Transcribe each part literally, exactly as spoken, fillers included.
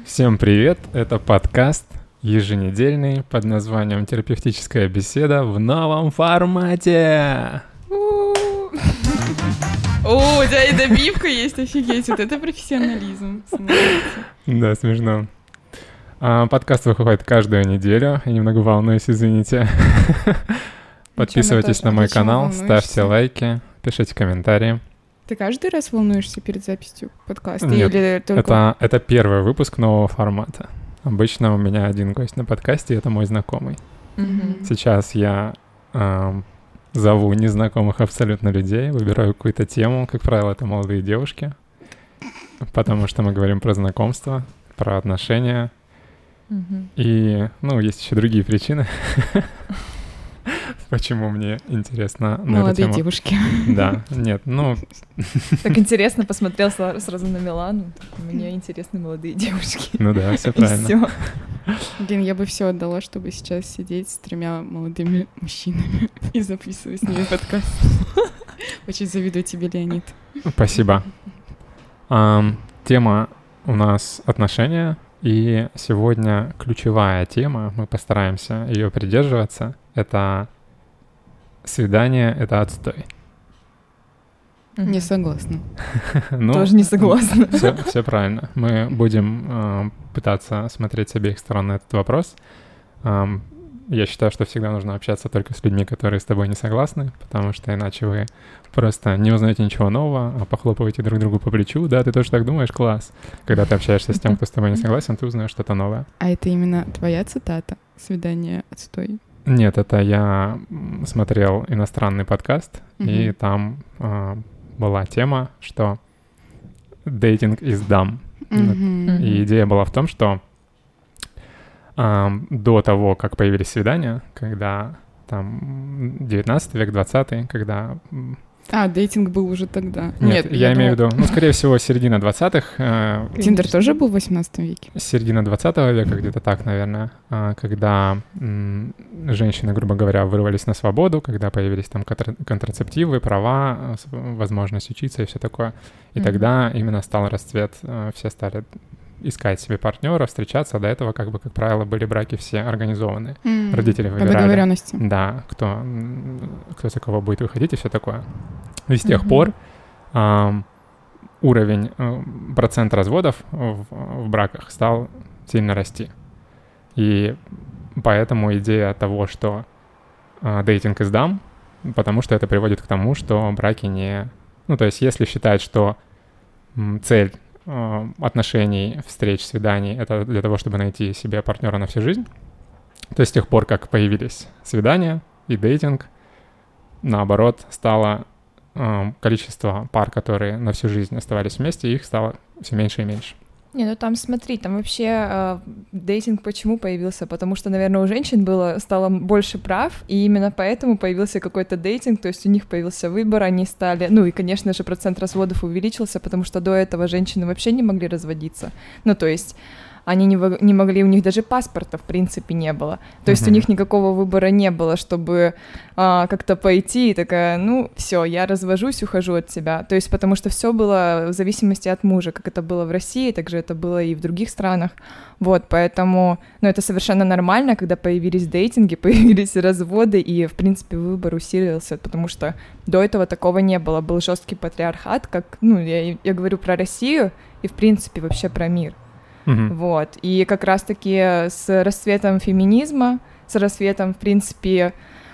Всем привет! Это подкаст еженедельный под названием «Терапевтическая беседа» в новом формате. О, у тебя и добивка есть, офигеть, вот это профессионализм. Да, смешно. Подкаст выходит каждую неделю. Я немного волнуюсь, извините. Подписывайтесь на мой канал, ставьте лайки, пишите комментарии. Ты каждый раз волнуешься перед записью подкаста? Нет, или только... это, это первый выпуск нового формата. Обычно у меня один гость на подкасте, и это мой знакомый. Mm-hmm. Сейчас я э, зову незнакомых абсолютно людей, выбираю какую-то тему. Как правило, это молодые девушки, потому что мы говорим про знакомство, про отношения. Mm-hmm. И, ну, есть еще другие причины. Почему мне интересно на молодые эту тему. Девушки. Да, нет, ну... Так интересно, посмотрел сразу на Милану. Мне интересны молодые девушки. Ну да, все правильно. Всё. Блин, я бы все отдала, чтобы сейчас сидеть с тремя молодыми мужчинами и записывать с ними подкаст. Очень завидую тебе, Леонид. Спасибо. Um, тема у нас отношения, и сегодня ключевая тема, мы постараемся ее придерживаться, это свидание — это отстой. Не согласна. Ну, тоже не согласна. Все, все правильно. Мы будем э, пытаться смотреть с обеих сторон на этот вопрос. Um, я считаю, что всегда нужно общаться только с людьми, которые с тобой не согласны, потому что иначе вы просто не узнаете ничего нового, а похлопываете друг другу по плечу. Да, ты тоже так думаешь? Класс. Когда ты общаешься с тем, кто с тобой не согласен, ты узнаешь что-то новое. А это именно твоя цитата? Свидание — отстой? Нет, это я смотрел иностранный подкаст, Mm-hmm. и там э, была тема, что dating is dumb. Mm-hmm. И идея была в том, что э, до того, как появились свидания, когда там девятнадцатый век, двадцатый, когда... А, дейтинг был уже тогда. Нет, Нет я, я имею думала... в виду, ну, скорее всего, середина двадцатых. Э, Тиндер тоже был в восемнадцатом веке? Середина двадцатого века, где-то так, наверное, э, когда м, женщины, грубо говоря, вырвались на свободу, когда появились там контра- контрацептивы, права, возможность учиться и все такое. И mm-hmm. тогда именно стал расцвет, э, все стали искать себе партнера, встречаться. До этого, как бы, как правило, были браки все организованные. Mm-hmm. Родители выбирали. По договоренности. Да, кто, кто за кого будет выходить и все такое. И с тех mm-hmm. пор э, уровень, э, процент разводов в, в браках стал сильно расти. И поэтому идея того, что э, дейтинг is dumb, потому что это приводит к тому, что браки не... Ну, то есть если считать, что м, цель отношений, встреч, свиданий — это для того, чтобы найти себе партнера на всю жизнь, то с тех пор, как появились свидания и дейтинг, наоборот, стало э, количество пар, которые на всю жизнь оставались вместе, их стало все меньше и меньше. Не, ну там смотри, там вообще э, дейтинг почему появился? Потому что, наверное, у женщин было, стало больше прав, и именно поэтому появился какой-то дейтинг, то есть у них появился выбор, они стали... Ну и, конечно же, процент разводов увеличился, потому что до этого женщины вообще не могли разводиться. Ну то есть... Они не, в, не могли, у них даже паспорта, в принципе, не было. То есть uh-huh. у них никакого выбора не было, чтобы а, как-то пойти и такая, ну, все, я развожусь, ухожу от тебя. То есть потому что все было в зависимости от мужа, как это было в России, так же это было и в других странах. Вот, поэтому, ну, это совершенно нормально, когда появились дейтинги, появились разводы, и, в принципе, выбор усилился, потому что до этого такого не было. Был жесткий патриархат, как, ну, я, я говорю про Россию и, в принципе, вообще про мир. Mm-hmm. Вот, и как раз-таки с расцветом феминизма, с расцветом, в принципе,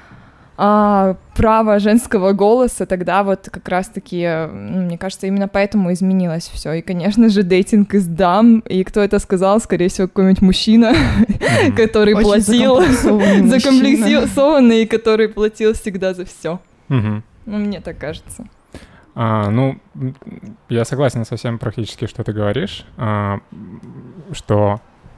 а, права женского голоса, тогда вот как раз-таки, ну, мне кажется, именно поэтому изменилось все. И, конечно же, дейтинг is dumb, и кто это сказал, скорее всего, какой-нибудь мужчина, mm-hmm. который очень платил, закомплексованный, который платил всегда за все. Mm-hmm. Ну, мне так кажется. А, ну, я согласен со всем практически, что ты говоришь, а, что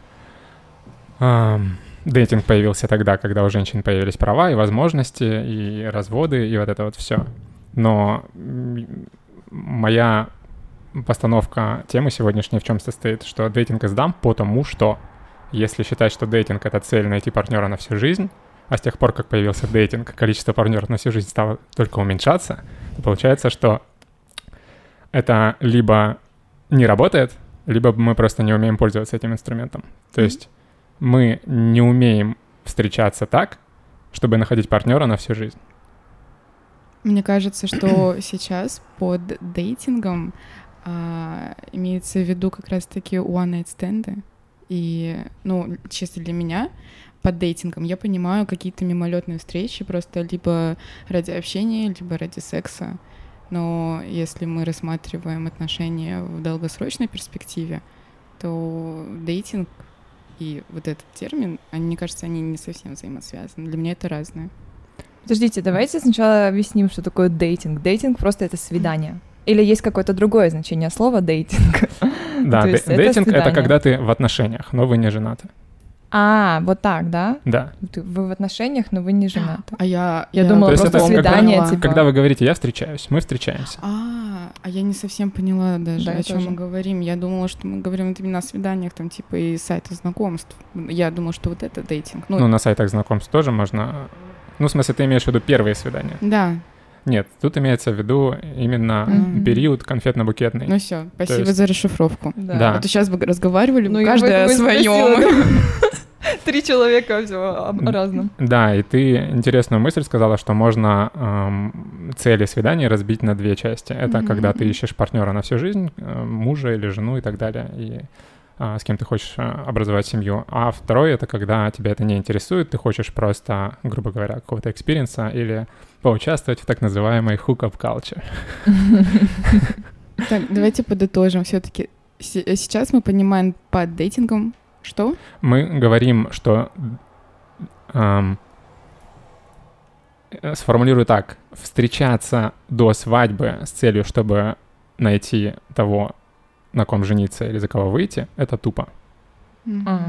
а, дейтинг появился тогда, когда у женщин появились права и возможности, и разводы, и вот это вот все. Но моя постановка темы сегодняшней в чем состоит, что дейтинг is dumb, потому что если считать, что дейтинг — это цель найти партнера на всю жизнь, а с тех пор, как появился дейтинг, количество партнеров на всю жизнь стало только уменьшаться, то получается, что это либо не работает, либо мы просто не умеем пользоваться этим инструментом. То Mm-hmm. есть мы не умеем встречаться так, чтобы находить партнера на всю жизнь. Мне кажется, что сейчас под дейтингом а, имеется в виду как раз-таки one-night-стенды. И, ну, честно, для меня под дейтингом я понимаю какие-то мимолетные встречи, просто либо ради общения, либо ради секса. Но если мы рассматриваем отношения в долгосрочной перспективе, то дейтинг и вот этот термин, они, мне кажется, они не совсем взаимосвязаны. Для меня это разное. Подождите, давайте сначала объясним, что такое дейтинг. Дейтинг просто это свидание. Или есть какое-то другое значение слова дейтинг? Да, То де- есть это дейтинг — это свидание. когда ты в отношениях, но вы не женаты. А, вот так, да? Да. Ты- Вы в отношениях, но вы не женаты. А я... Я думала, То есть просто это когда- свидание, поняла. типа... Когда вы говорите «я встречаюсь», мы встречаемся. А, а я не совсем поняла даже, Да, я о чем тоже. мы говорим. Я думала, что мы говорим вот именно о свиданиях, там, типа, и сайта знакомств. Я думала, что вот это дейтинг. Ну, Ну, на сайтах знакомств тоже можно... Ну, в смысле, ты имеешь в виду первые свидания? да. Нет, тут имеется в виду именно Мгм. период конфетно-букетный. Ну все, спасибо есть- за расшифровку. Да. А то сейчас бы разговаривали, Ну, бы я каждая о поэтому и спросила, своем. Три человека все о разном. Да, и ты интересную мысль сказала, что можно эм, цели свидания разбить на две части. Это Мгм. когда ты ищешь партнера на всю жизнь, э, мужа или жену и так далее, и а, с кем ты хочешь а, образовать семью. А второе — это когда тебя это не интересует, ты хочешь просто, грубо говоря, какого-то экспириенса или поучаствовать в так называемой hook-up culture. Так, давайте подытожим. Все-таки сейчас мы понимаем под дейтингом что? Мы говорим, что... эм, э, сформулирую так. Встречаться до свадьбы с целью, чтобы найти того, на ком жениться или за кого выйти, это тупо. А.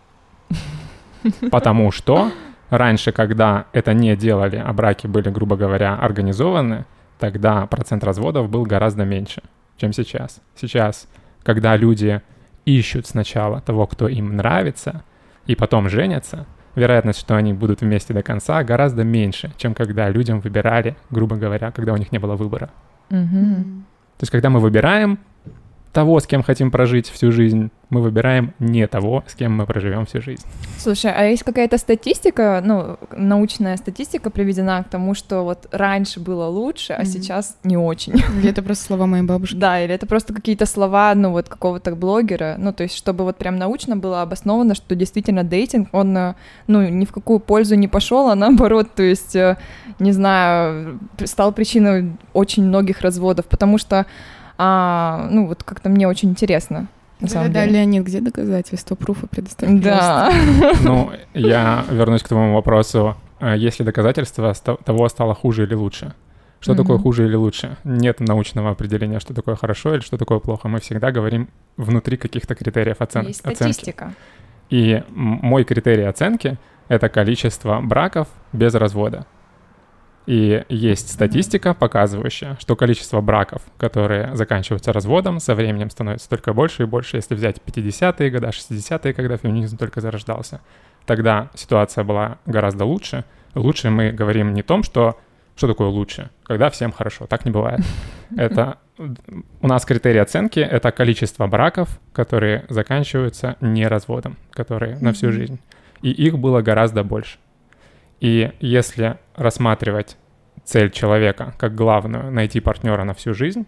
Потому что раньше, когда это не делали, а браки были, грубо говоря, организованы, тогда процент разводов был гораздо меньше, чем сейчас. Сейчас, когда люди ищут сначала того, кто им нравится, и потом женятся, вероятность, что они будут вместе до конца, гораздо меньше, чем когда людям выбирали, грубо говоря, когда у них не было выбора. Мгм. То есть, когда мы выбираем того, с кем хотим прожить всю жизнь, мы выбираем не того, с кем мы проживем всю жизнь. Слушай, а есть какая-то статистика, ну, научная статистика приведена к тому, что вот раньше было лучше, а Мгм. сейчас не очень? Или это просто слова моей бабушки? Да, или это просто какие-то слова, ну, вот какого-то блогера, ну, то есть чтобы вот прям научно было обосновано, что действительно дейтинг, он, э, ну, ни в какую пользу не пошел, а наоборот, то есть, э, не знаю, стал причиной очень многих разводов, потому что, а, ну, вот как-то мне очень интересно, на самом Да, деле. Леонид, где доказательства, пруфы предоставь, Да. Ну, я вернусь к твоему вопросу. А есть ли доказательства ста- того, стало хуже или лучше? Что Мгм. такое хуже или лучше? Нет научного определения, что такое хорошо или что такое плохо. Мы всегда говорим внутри каких-то критериев оцен- Есть оценки. статистика. И м- мой критерий оценки — это количество браков без развода. И есть статистика, показывающая, что количество браков, которые заканчиваются разводом, со временем становится только больше и больше. Если взять пятидесятые годы, шестидесятые, когда феминизм только зарождался, тогда ситуация была гораздо лучше. Лучше мы говорим не о том, что, что такое лучше, когда всем хорошо. Так не бывает. Это у нас критерий оценки — это количество браков, которые заканчиваются не разводом, которые на всю Мгм. жизнь. И их было гораздо больше. И если рассматривать цель человека как главную — найти партнера на всю жизнь,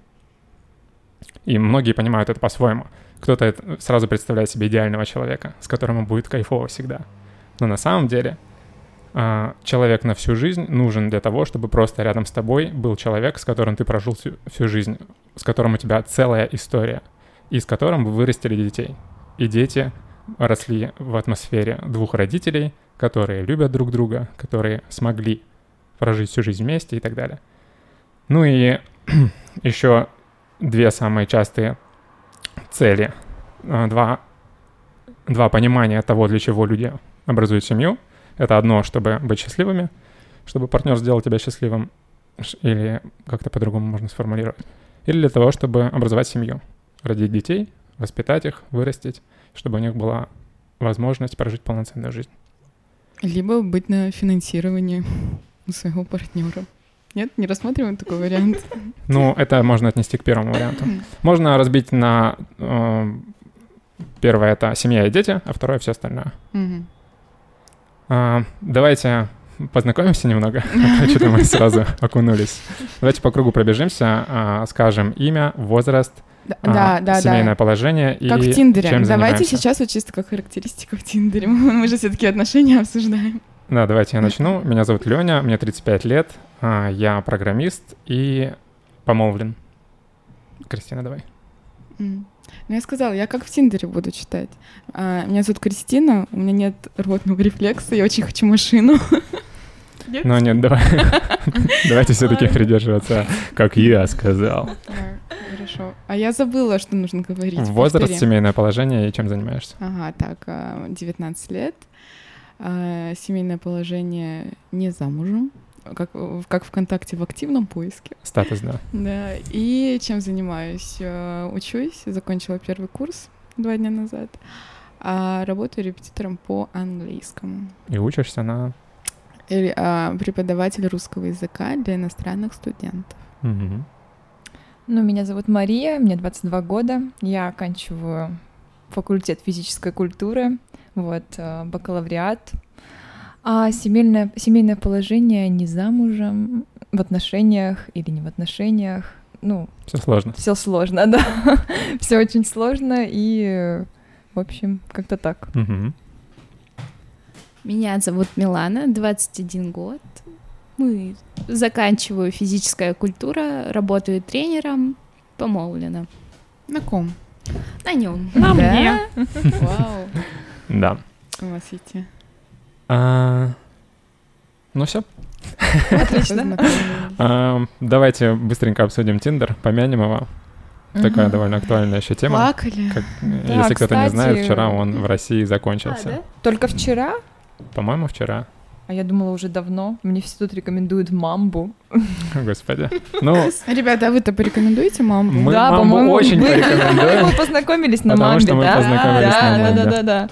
и многие понимают это по-своему, кто-то это сразу представляет себе идеального человека, с которым ему будет кайфово всегда. Но на самом деле а, человек на всю жизнь нужен для того, чтобы просто рядом с тобой был человек, с которым ты прожил всю, всю жизнь, с которым у тебя целая история, и с которым вы вырастили детей. И дети росли в атмосфере двух родителей, которые любят друг друга, которые смогли прожить всю жизнь вместе и так далее. Ну и еще две самые частые цели, а, два, два понимания того, для чего люди образуют семью. Это одно, чтобы быть счастливыми, чтобы партнер сделал тебя счастливым, ш- или как-то по-другому можно сформулировать. Или для того, чтобы образовать семью, родить детей, воспитать их, вырастить, чтобы у них была возможность прожить полноценную жизнь. Либо быть на финансировании у своего партнера. Нет, не рассматриваем такой вариант. Ну, это можно отнести к первому варианту. Можно разбить на э, Первое — это семья и дети, а второе — все остальное. Мгм. А, давайте познакомимся немного, а то что-то мы сразу окунулись. Давайте по кругу пробежимся, а, скажем имя, возраст, Да, а, да, да. семейное да. положение и Как в Тиндере. чем Давайте занимаемся. сейчас вот чисто как характеристика в Тиндере. Мы же все-таки отношения обсуждаем. Да, давайте я начну. Меня зовут Лёня, мне тридцать пять лет, а, я программист и помолвлен. Кристина, давай. М. Ну, я сказала, я как в Тиндере буду читать. А, меня зовут Кристина, у меня нет рвотного рефлекса, я очень хочу машину. Нет? Ну нет, давай. Давайте все-таки Ладно. придерживаться, как я сказал. А, Хорошо. А я забыла, что нужно говорить. Возраст, Повтори. семейное положение и чем занимаешься? Ага, так, а, девятнадцать лет. А, Семейное положение не замужем. Как, в- как ВКонтакте в активном поиске. Статус, да. Да. И чем занимаюсь? Э, Учусь, закончила первый курс два дня назад. А работаю репетитором по английскому. И учишься на... Или, а, преподаватель русского языка для иностранных студентов. Мгм. Ну, меня зовут Мария, мне двадцать два года. Я оканчиваю факультет физической культуры, вот, э, бакалавриат. А семейное, семейное положение не замужем, в отношениях или не в отношениях. Ну, Все сложно. все сложно, да. Все очень сложно и, э, в общем, как-то так. Мгм. Меня зовут Милана, двадцать один год. Мы заканчиваю физическая культура, работаю тренером, помолвлена. На ком? На нем. На Да. мне. Вау. Да. У вас идти. А, Ну все. Отлично. Давайте быстренько обсудим Тиндер, помянем его. Такая Мгм. довольно актуальная еще тема. Плакали. Как, э, Да, если кто-то не знает, кстати, вчера он в России закончился. А, да? Только вчера? По-моему, вчера. А я думала уже давно. Мне все тут рекомендуют мамбу. Господи. Ну, Ребята, а вы-то порекомендуете маму? Мы да, мамбу по-моему, очень вы- порекомендуем. Мы познакомились на Потому мамбе, что мы да? познакомились да, на да, мамбе. да, да, да.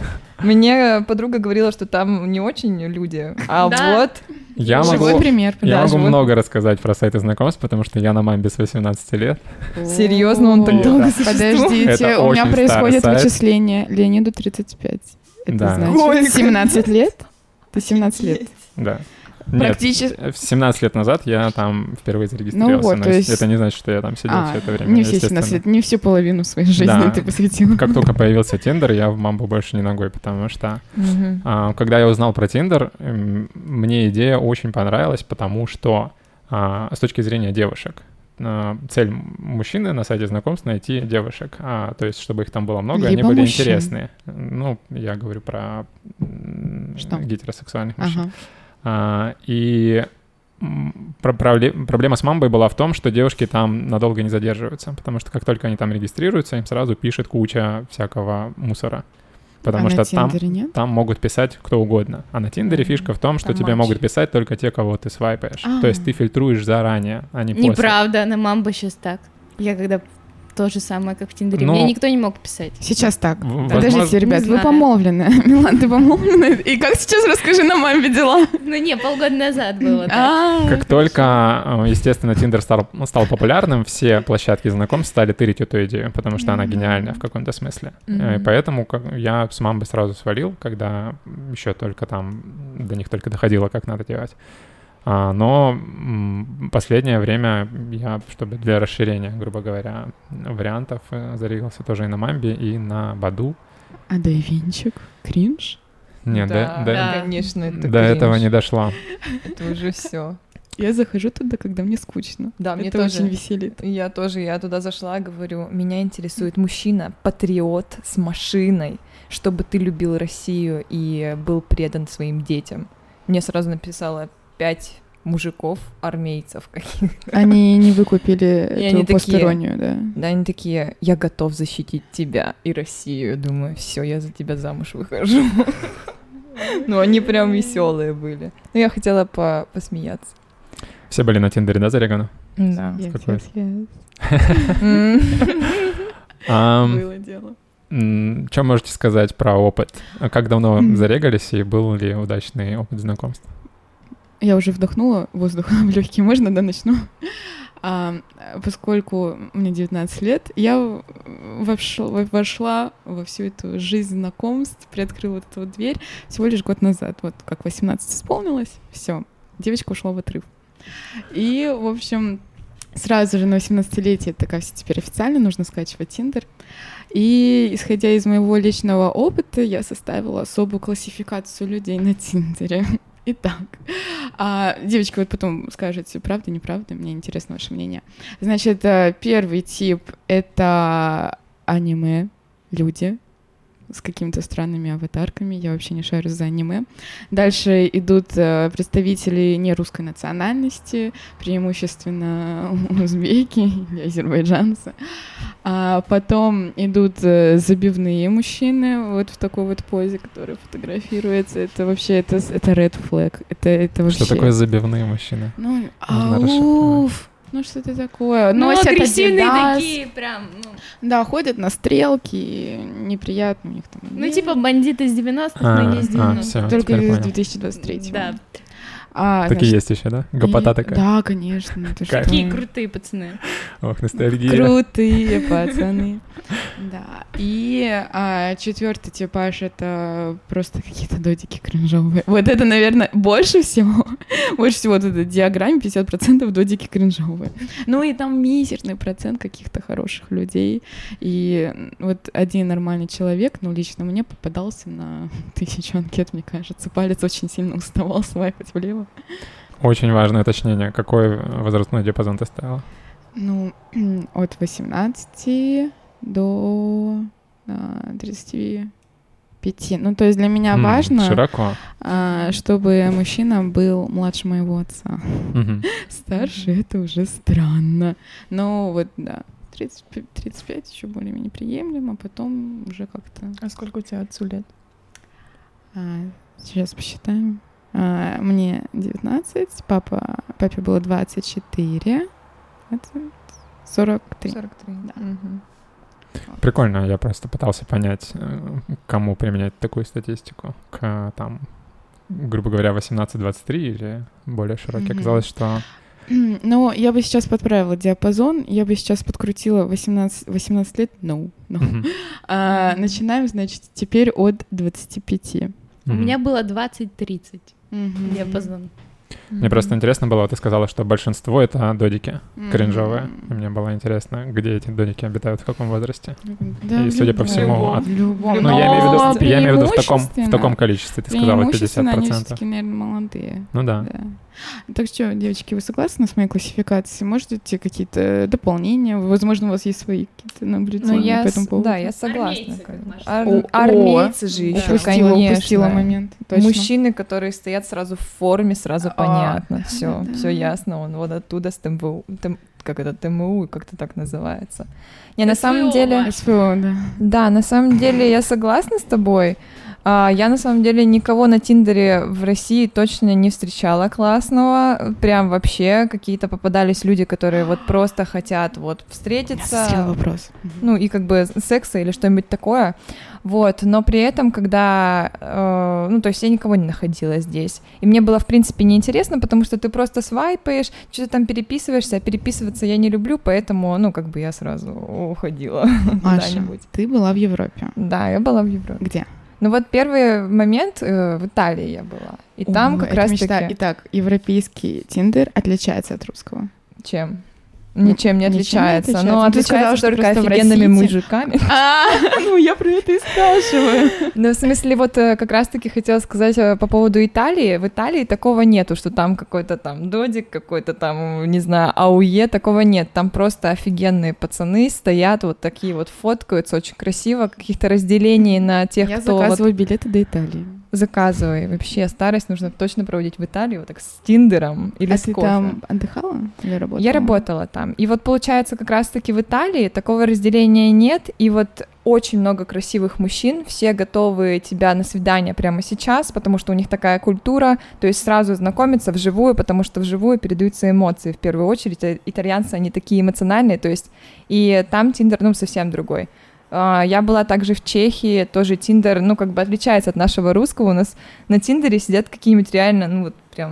Мне подруга говорила, что там не очень люди, а Да. вот я Живой могу, пример. я Да, могу живой. много рассказать про сайты знакомств, потому что я на мамбе с восемнадцати лет. Серьезно, он так Это- долго Это Подождите, у меня очень происходит старый сайт. вычисление. Леониду тридцать пять. Это Да. значит Сколько? семнадцать лет? Ты семнадцать лет. Да. Нет, Практически. в семнадцать лет назад я там впервые зарегистрировался. Ну вот, но то есть- это не значит, что я там сидел А, все это время. не все естественно. семнадцать лет, не всю половину своей жизни Да. ты посвятил. Как только появился Тиндер, я в мамбу больше не ногой, потому что Мгм. а, когда я узнал про Тиндер, м, мне идея очень понравилась, потому что а, с точки зрения девушек, а, цель мужчины на сайте знакомств — найти девушек, а, то есть чтобы их там было много, и они Либо были мужчин. интересные. Ну, я говорю про м, Что? гетеросексуальных мужчин. Ага. А, и м, про- пробле- проблема с мамбой была в том, что девушки там надолго не задерживаются, потому что как только они там регистрируются, им сразу пишет куча всякого мусора. Потому А что на там, Тиндере нет? там могут писать кто угодно. А на Тиндере Мгм. фишка в том, что Там тебе матчи. могут писать только те, кого ты свайпаешь. А. То есть ты фильтруешь заранее, а не после. Неправда, на мамбо сейчас так. Я когда то же самое, как в Тиндере. Ну, Мне никто не мог писать. Сейчас так. В- Подождите, возможно- ребят, Не вы знаю. помолвлены. Милан, ты помолвлена? И как сейчас, расскажи на маме дела? Ну не, полгода назад было так. А, Как только, э, естественно, Тиндер стал, ну, стал популярным, все площадки знакомств стали тырить эту идею, потому что она Мгм. гениальная в каком-то смысле. Мгм. Э, И поэтому как- я с мамбой сразу свалил, когда еще только там до них только доходило, как надо делать. А, но м, последнее время я, чтобы для расширения, грубо говоря, вариантов, э, зарегался тоже и на мамбе, и на Баду. А да Винчик? Кринж? Нет, да, до, да. конечно, это до этого кринж. не дошло. Это уже все. Я захожу туда, когда мне скучно. Да, мне Это тоже. очень веселит. Я тоже, я туда зашла, говорю, меня интересует мужчина, патриот с машиной, чтобы ты любил Россию и был предан своим детям. Мне сразу написала пять мужиков, армейцев каких-то. Они не выкупили И эту они такие, постороннюю, да. Да, они такие, я готов защитить тебя и Россию. Думаю, все, я за тебя замуж выхожу. Ну, они прям веселые были. Ну, я хотела по- посмеяться. Все были на Тиндере, да, зареганы? Да. Yes, какой? yes, yes. Ам, Было дело. м, Что можете сказать про опыт? А Как давно М. зарегались и был ли удачный опыт знакомств? Я уже вдохнула воздух в легкие. Можно, да, начну? А, поскольку мне девятнадцать лет, я вошла, вошла во всю эту жизнь знакомств, приоткрыла вот эту вот дверь всего лишь год назад. Вот как восемнадцать исполнилось, все, девочка ушла в отрыв. И, в общем, сразу же на восемнадцатилетие, это, кажется, теперь официально нужно скачивать Тиндер. И, исходя из моего личного опыта, я составила особую классификацию людей на Тиндере. Итак, а, девочки, вот потом скажете, правда, неправда, мне интересно ваше мнение. Значит, первый тип — это аниме-люди с какими-то странными аватарками, я вообще не шарю за аниме. Дальше идут представители нерусской национальности, преимущественно узбеки или азербайджанцы. А потом идут забивные мужчины, вот в такой вот позе, который фотографируется. Это вообще, это, это red flag. Это, это вообще... Что такое забивные мужчины? Ну, ауф! Ну, что-то такое. Ну, Носят агрессивные Adidas. такие, прям, ну... Да, ходят на стрелки, неприятно у них там. Ну, типа бандиты из девяностых, А, но не из а, девяностых. всё, Только теперь из понял. две тысячи двадцать третьего. Да. А, Такие значит, есть еще, да? Гопота и- такая? Да, конечно. ты что? Такие крутые пацаны. Ох, ностальгия. Крутые пацаны. Да. И а, четвертый типаж — это просто какие-то додики кринжовые. Вот это, наверное, больше всего. Больше всего вот эта диаграмма пятьдесят процентов додики кринжовые. Ну и там мизерный процент каких-то хороших людей. И вот один нормальный человек, ну лично мне попадался на тысячу анкет, мне кажется. Палец очень сильно уставал свайпать влево. Очень важное уточнение. Какой возрастной диапазон ты ставила? Ну, от восемнадцати до а, тридцати пяти. Ну, то есть для меня М, важно, Широко. а, чтобы мужчина был младше моего отца. Мгм. Старше — это уже странно. Но вот, да, тридцать пять, тридцать пять еще более-менее приемлемо, потом уже как-то... А сколько у тебя отцу лет? а, сейчас посчитаем. А, мне девятнадцать, папа, папе было двадцать четыре, это сорок три. сорок три. Да. Мгм. Прикольно, я просто пытался понять, э, кому применять такую статистику. К, там, грубо говоря, восемнадцать двадцать три или более широкий. Мгм. Оказалось, что... Ну, я бы сейчас подправила диапазон, я бы сейчас подкрутила восемнадцать, восемнадцать лет, no, no. Мгм. А, начинаем, значит, теперь от двадцати пяти. У Мгм. меня было двадцать-тридцать Мгм. диапазон. Мне просто интересно было, ты сказала, что большинство — это додики Мгм. кринжовые. И мне было интересно, где эти додики обитают, в каком возрасте. Да, И, в судя по любом. всему, от- В любом. Ну, я имею в виду, Но я имею в виду в таком, в преимущественно- таком количестве. Ты сказала пятьдесят преимущественно они процентов. всё-таки, наверное, молодые. Ну да. Да. Так что, девочки, вы согласны с моей классификацией? Можете какие-то дополнения? Возможно, у вас есть свои какие-то наблюдения Ну, я, по этому с- поводу? да, я согласна. Армейцы, как бы. как Ар- О, армейцы же о, еще, упустила, конечно. упустила момент. Точно. Мужчины, которые стоят сразу в форме, сразу А, понятно. Все, да. все ясно. Он вот оттуда с ТМУ, тем- как это ТМУ, как-то так называется. Не, на самом СВО, деле, Маш. СВО, да. да, на самом деле я согласна с тобой. А, я на самом деле никого на Тиндере в России точно не встречала классного. Прям вообще какие-то попадались люди, которые вот просто хотят вот Я встретиться. сострела вопрос. Ну, и как бы секса или что-нибудь такое. Вот, но при этом, когда, э, ну, то есть я никого не находила здесь. И мне было, в принципе, неинтересно, потому что ты просто свайпаешь, что-то там переписываешься, а переписываться я не люблю, поэтому, ну, как бы я сразу уходила Маша, куда-нибудь. ты была в Европе. Да, я была в Европе. Где? Ну, вот первый момент э, в Италии я была. И там О, как это раз мечта. таки... Итак, европейский Тиндер отличается от русского. Чем? Ничем не Ничем не отличается. отличается. Но Ну, ты сказала, отличается что только просто в офигенными России- мужиками. А, ну я про это и спрашиваю. Ну, в смысле, вот э, как раз-таки хотела сказать э, по поводу Италии. В Италии такого нету, что там какой-то там додик, какой-то там, не знаю, ауе, такого нет. Там просто офигенные пацаны стоят, вот такие вот фоткаются, очень красиво, каких-то разделений на тех, Я кто вот заказываю билеты до Италии. заказывай. Вообще, старость нужно точно проводить в Италии, вот так с Тиндером или А с ты кофе. там отдыхала или работала? Я работала там. И вот получается, как раз-таки в Италии такого разделения нет. И вот очень много красивых мужчин, все готовы тебя на свидание прямо сейчас, потому что у них такая культура, то есть сразу знакомиться вживую, потому что вживую передаются эмоции в первую очередь. А итальянцы, они такие эмоциональные, то есть и там Тиндер, ну, совсем другой. А, Я была также в Чехии, тоже Тиндер, ну, как бы отличается от нашего русского. У нас на Тиндере сидят какие-нибудь реально, ну, вот прям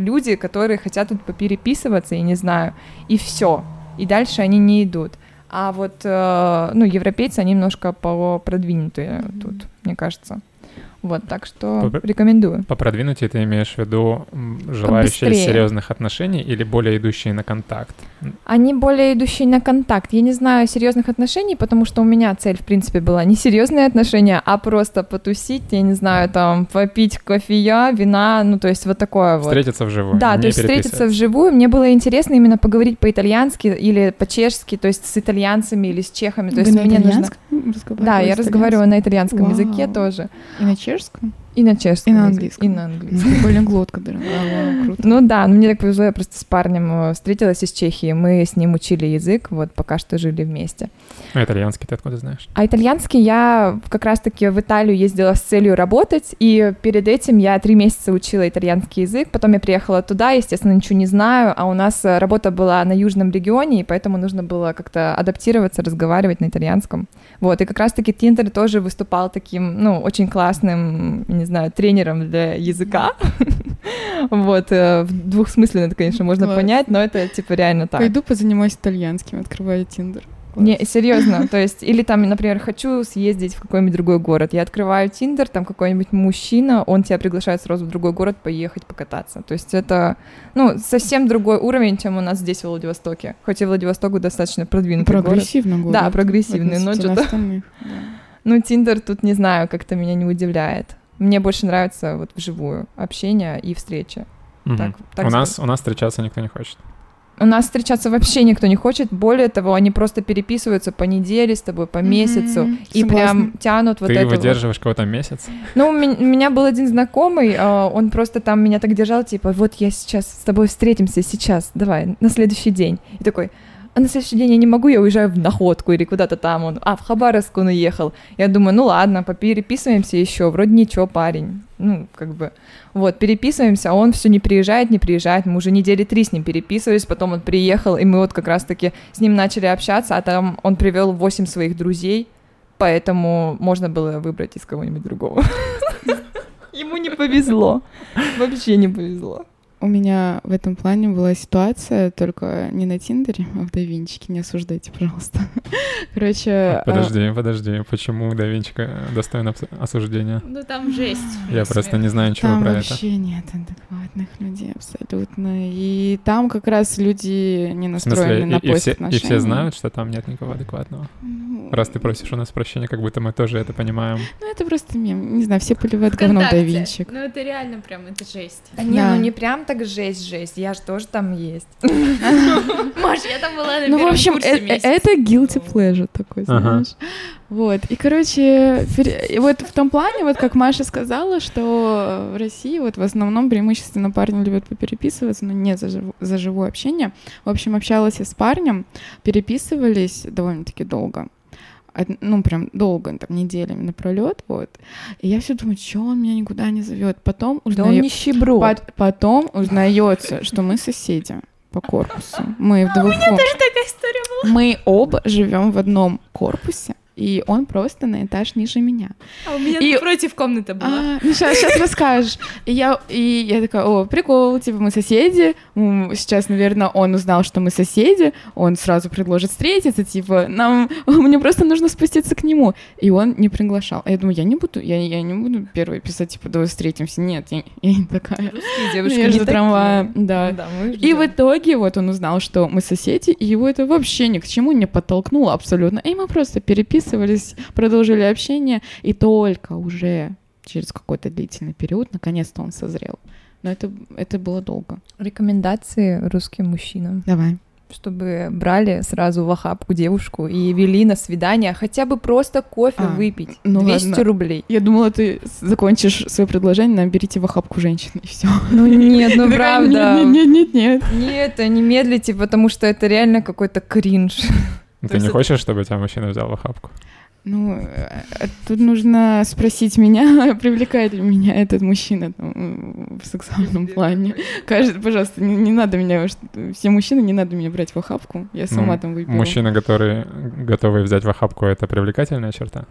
люди, которые хотят тут попереписываться, я не знаю, и все, и дальше они не идут. А вот, э, ну, европейцы, они немножко продвинутые тут, мне кажется. Вот, так что По, рекомендую. По продвинутее ты имеешь в виду желающие Побыстрее. серьезных отношений или более идущие на контакт? Они более идущие на контакт. Я не знаю серьезных отношений, потому что у меня цель, в принципе, была не серьезные отношения, а просто потусить, я не знаю, там, попить кофея, вина, ну, то есть вот такое вот. Встретиться вживую. Да, то есть встретиться вживую. Мне было интересно именно поговорить по-итальянски или по-чешски, то есть с итальянцами или с чехами. То Вы есть на мне нужно... разговариваете? Да, я разговариваю на итальянском Вау. языке тоже. И на чешском? И на чешском. И на языке, английском. И на английском. Полиглотка, дорогая, круто. Ну да, мне так повезло, я просто с парнем встретилась из Чехии, мы с ним учили язык, вот пока что жили вместе. А итальянский ты откуда знаешь? А итальянский я как раз-таки в Италию ездила с целью работать, и перед этим я три месяца учила итальянский язык, потом я приехала туда, естественно, ничего не знаю, а у нас работа была на южном регионе, и поэтому нужно было как-то адаптироваться, разговаривать на итальянском. Вот, и как раз-таки Tinder тоже выступал таким, ну, очень классным, не знаю, тренером для языка. Вот, двухсмысленно это, конечно, можно понять, но это, типа, реально так. Пойду позанимаюсь итальянским, открываю Tinder. Не, серьезно, то есть, или там, например, хочу съездить в какой-нибудь другой город, я открываю Tinder, там какой-нибудь мужчина, он тебя приглашает сразу в другой город поехать покататься, то есть это, ну, совсем другой уровень, чем у нас здесь в Владивостоке, хоть и Владивосток достаточно продвинутый город. Прогрессивный город. Да, прогрессивный, но что-то... Ну, Tinder тут, не знаю, как-то меня не удивляет. Мне больше нравится вот вживую общение и встреча. Угу. Так, так у, нас, у нас встречаться никто не хочет. У нас встречаться вообще никто не хочет. Более того, они просто переписываются по неделе с тобой, по месяцу. Mm-hmm. И Согласна. прям тянут вот Ты это выдерживаешь вот. кого-то месяц? Ну, у меня был один знакомый, он просто там меня так держал, типа, вот я сейчас с тобой встретимся, сейчас, давай, на следующий день. И такой... А на следующий день я не могу, я уезжаю в Находку или куда-то там. Он, а, в Хабаровск он уехал. Я думаю, ну ладно, попереписываемся еще, вроде ничего, парень. Ну, как бы, вот, переписываемся, а он все не приезжает, не приезжает. Мы уже недели три с ним переписывались, потом он приехал, и мы вот как раз-таки с ним начали общаться, а там он привел восемь своих друзей, поэтому можно было выбрать из кого-нибудь другого. Ему не повезло, вообще не повезло. У меня в этом плане была ситуация, только не на Тиндере, а в Давинчике. Не осуждайте, пожалуйста. Короче... Подожди, а... подожди. Почему Давинчика достойна осуждения? Ну, там жесть. Я просто не знаю ничего там про это. Там вообще нет адекватных людей абсолютно. И там как раз люди не настроены на и, поиск и отношений. И все знают, что там нет никого адекватного? Ну... Раз ты просишь у нас прощения, как будто мы тоже это понимаем. Ну, это просто мем. Не знаю, все поливают говно Давинчик. Ну, это реально прям, это жесть. А не, ну не прям так жесть-жесть, я же тоже там есть. Маш, я там была на Ну, в общем, месяца. это guilty pleasure такой, знаешь. Вот, и, короче, вот в том плане, вот как Маша сказала, что в России вот в основном преимущественно парни любят попереписываться, но не за, жив... за живое общение. В общем, общалась я с парнем, переписывались довольно-таки долго. Ну, прям долго, там, неделями напролёт, вот. И я все думаю, что он меня никуда не зовет. Потом узнаю... Да он нищеброд. По- потом узнается, что мы соседи по корпусу. Мы в двух... У меня тоже такая история была. Мы оба живем в одном корпусе, и он просто на этаж ниже меня. А у меня и... напротив комната была. А, ну, сейчас, сейчас расскажешь. И я, и я такая, о, прикол, типа, мы соседи. Сейчас, наверное, он узнал, что мы соседи. Он сразу предложит встретиться, типа, нам, мне просто нужно спуститься к нему. И он не приглашал. А я думаю, я не буду, я, я не буду первой писать, типа, давай встретимся. Нет, я, я не такая. Русские девушки я не же трамваем. Да. да и в итоге вот он узнал, что мы соседи, и его это вообще ни к чему не подтолкнуло абсолютно. И мы просто переписывались, продолжили общение, и только уже через какой-то длительный период наконец-то он созрел. Но это, это было долго. Рекомендации русским мужчинам. Давай. Чтобы брали сразу в охапку девушку и вели на свидание, хотя бы просто кофе а, выпить. Ну двести ладно. рублей. Я думала, ты закончишь свое предложение на «берите в охапку женщин» и все. Ну нет, ну правда. Нет, нет, нет. Нет, не медлите, потому что это реально какой-то кринж. Ты не хочешь, чтобы тебя мужчина взял в охапку? Ну, тут нужно спросить меня, привлекает ли меня этот мужчина там, в сексуальном плане. Кажется, пожалуйста, не, не надо меня, все мужчины, не надо меня брать в охапку, я сама ну, там выберу. Мужчина, который готовый взять в охапку, это привлекательная черта?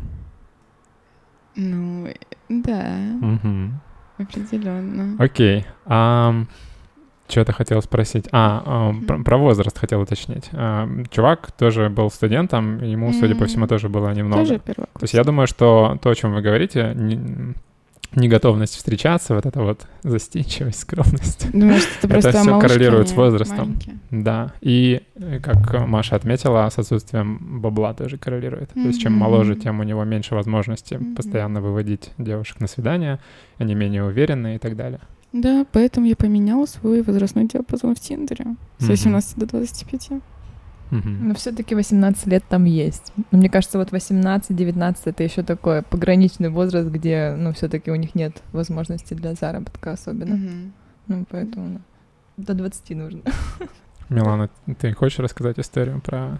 Ну, да, угу. определенно. Окей. А Что-то хотел спросить. А, mm-hmm. про, про возраст хотел уточнить. А, чувак тоже был студентом, ему, mm-hmm. судя по всему, тоже было немного. Тоже первый курс. То есть я думаю, что то, о чем вы говорите, не, неготовность встречаться, вот эта вот застенчивость, скромность. Думаю, что это просто это все малышки, коррелирует с возрастом. Маленькие. Да. И, как Маша отметила, с отсутствием бабла тоже коррелирует. Mm-hmm. То есть чем моложе, тем у него меньше возможности mm-hmm. постоянно выводить девушек на свидания, они менее уверенные и так далее. Да, поэтому я поменяла свой возрастной диапазон в Тиндере с восемнадцати mm-hmm. до двадцати пяти. Mm-hmm. Но все-таки восемнадцать лет там есть. Мне кажется, вот восемнадцать-девятнадцать это еще такой пограничный возраст, где, ну, все-таки у них нет возможности для заработка особенно. Mm-hmm. Ну, поэтому да. До двадцати нужно. Милана, ты хочешь рассказать историю про...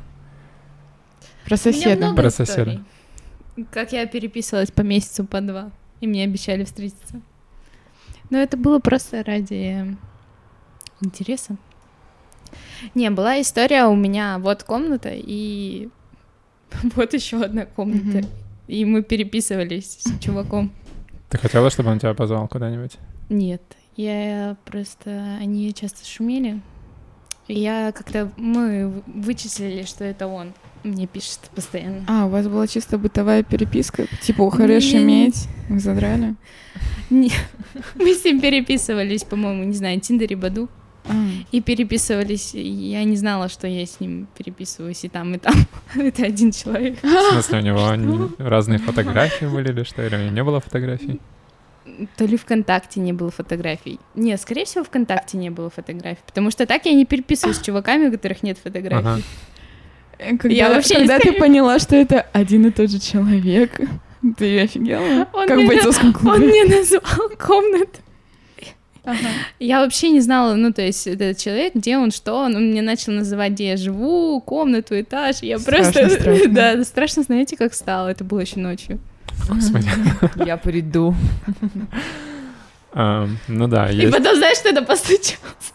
Про соседа? Про соседа. Как я переписывалась по месяцу, по два, и мне обещали встретиться. Но это было просто ради интереса. Не, была история, у меня вот комната, и вот еще одна комната. Mm-hmm. И мы переписывались с чуваком. Ты хотела, чтобы он тебя позвал куда-нибудь? Нет, я просто... Они часто шумели. И я как-то... Мы вычислили, что это он мне пишет постоянно. А, у вас была чисто бытовая переписка? Типа, хорош иметь? Вы задрали? Нет. Мы с ним переписывались, по-моему, не знаю, Тиндере, Баду. А. И переписывались. Я не знала, что я с ним переписываюсь и там, и там. Это один человек. В смысле, у него разные фотографии были или что? Или у него не было фотографий? То ли ВКонтакте не было фотографий. Нет, скорее всего, ВКонтакте не было фотографий. Потому что так я не переписываюсь с чуваками, у которых нет фотографий. Ага. Когда, я вообще когда ты поняла, что это один и тот же человек, ты офигела? Он как в бойцовском клубе. Он мне назвал комнату. Ага. Я вообще не знала, ну, то есть, этот человек, где он, что он, он мне начал называть, где я живу, комнату, этаж, я страшно, просто... Страшно. Да, страшно, знаете, как стало, это было еще ночью. Господи. Я приду. Ну да, есть... И потом, знаешь, что это постучалось?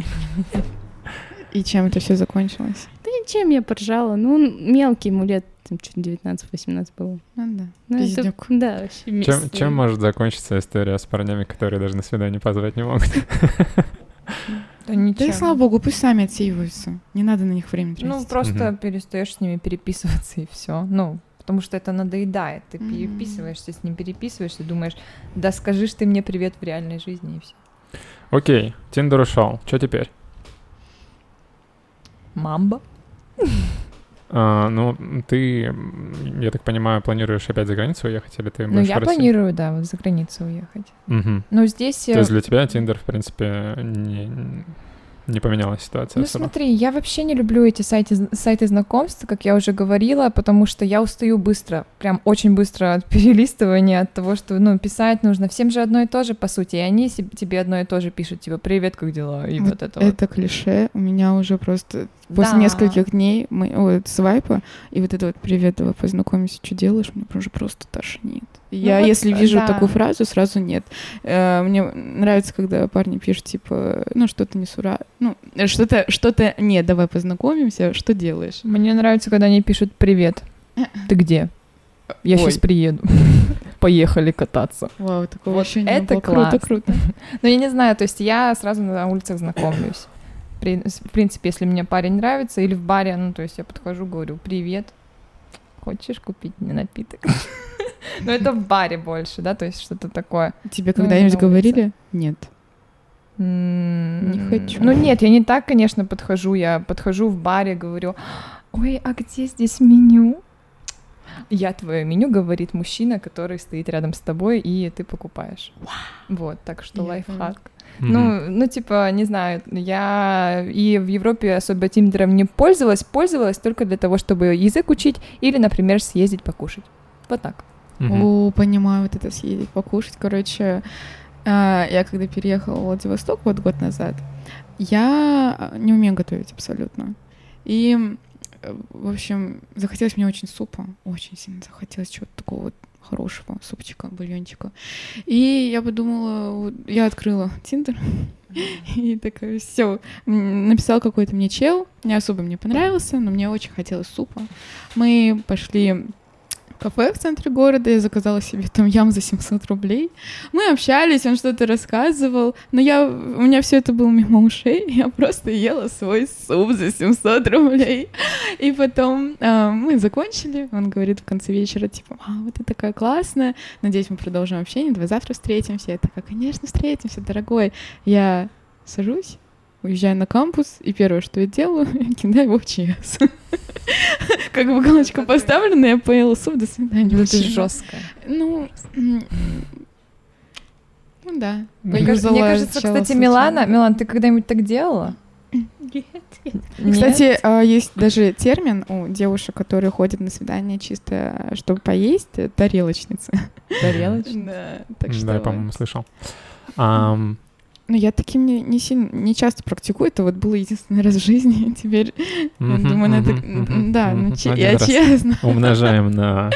И чем это все закончилось? Да ничем, я поржала. Ну, он мелкий, ему лет там чуть девятнадцать-восемнадцать было. А, да. Ну, это, да, вообще чем, чем может закончиться история с парнями, которые даже на свидание позвать не могут? Да ничем. Да и слава богу, пусть сами отсеиваются. Не надо на них время тратить. Ну, просто перестаешь с ними переписываться, и все. Ну, потому что это надоедает. Ты mm-hmm. переписываешься, с ним переписываешься, думаешь, да скажешь ты мне привет в реальной жизни, и все. Окей, Тиндер ушел. Что теперь? Мамба? А, ну, ты, я так понимаю, планируешь опять за границу уехать, или ты Ну, я планирую, да, вот за границу уехать. Угу. Но здесь... То есть для тебя Тиндер, в принципе, не, не поменялась ситуация Ну, особо? смотри, я вообще не люблю эти сайты, сайты знакомств, как я уже говорила, потому что я устаю быстро, прям очень быстро от перелистывания, от того, что, ну, писать нужно. Всем же одно и то же, по сути, и они тебе одно и то же пишут, типа, привет, как дела, и вот, вот это Это вот. клише, у меня уже просто после да. нескольких дней мы, вот, свайпа, и вот это вот «привет, давай познакомимся, что делаешь?» Мне уже просто тошнит. Ну я, вот, если вижу да. такую фразу, сразу нет. Э, мне нравится, когда парни пишут, типа, ну, что-то несура... Ну, что-то, что-то... Нет, давай познакомимся, что делаешь? Мне нравится, когда они пишут «привет, ты где?» Я Ой. сейчас приеду. Поехали кататься. Вау, такого Вот еще не это было. классно. Круто, круто. Ну, я не знаю, то есть я сразу на улицах знакомлюсь. При, в принципе, если мне парень нравится, или в баре, ну, то есть я подхожу, говорю, привет, хочешь купить мне напиток? Ну, это в баре больше, да, то есть что-то такое. Тебе когда-нибудь говорили? Нет. Не хочу. Ну, нет, я не так, конечно, подхожу. Я подхожу в баре, говорю, ой, а где здесь меню? Я твое меню, говорит мужчина, который стоит рядом с тобой, и ты покупаешь. Вот, так что лайфхак. Mm-hmm. Ну, ну, типа, не знаю, я и в Европе особо Тиндером не пользовалась, пользовалась только для того, чтобы язык учить или, например, съездить покушать. Вот так. Mm-hmm. О, понимаю, вот это съездить покушать. Короче, я когда переехала в Владивосток вот год назад, я не умею готовить абсолютно. И, в общем, захотелось мне очень супа, очень сильно захотелось чего-то такого вот хорошего супчика, бульончика. И я подумала, я открыла Тиндер, и такая, все, написал какой-то мне чел, не особо мне понравился, но мне очень хотелось супа. Мы пошли кафе в центре города, я заказала себе там ям за семьсот рублей. Мы общались, он что-то рассказывал, но я, у меня все это было мимо ушей, я просто ела свой суп за семьсот рублей. И потом э, мы закончили, он говорит в конце вечера, типа, а, вот ты такая классная, надеюсь, мы продолжим общение, давай завтра встретимся. Я такая, конечно, встретимся, дорогой. Я сажусь, уезжаю на кампус, и первое, что я делаю, я кидаю его в ЧС. Как бы галочка поставлена, я поела суп, до свидания. Это жестко. Ну, ну да. Мне кажется, кстати, Милана, Милан, ты когда-нибудь так делала? Нет, нет. Кстати, есть даже термин у девушек, которые ходят на свидание чисто, чтобы поесть, тарелочницы. Тарелочницы? Да, так что... Да, я, по-моему, слышал. Um... Ну, я таким не, не, сильно, не часто практикую, это вот было единственный раз в жизни, теперь я думаю, на это... Да, ну, я честно. Умножаем на...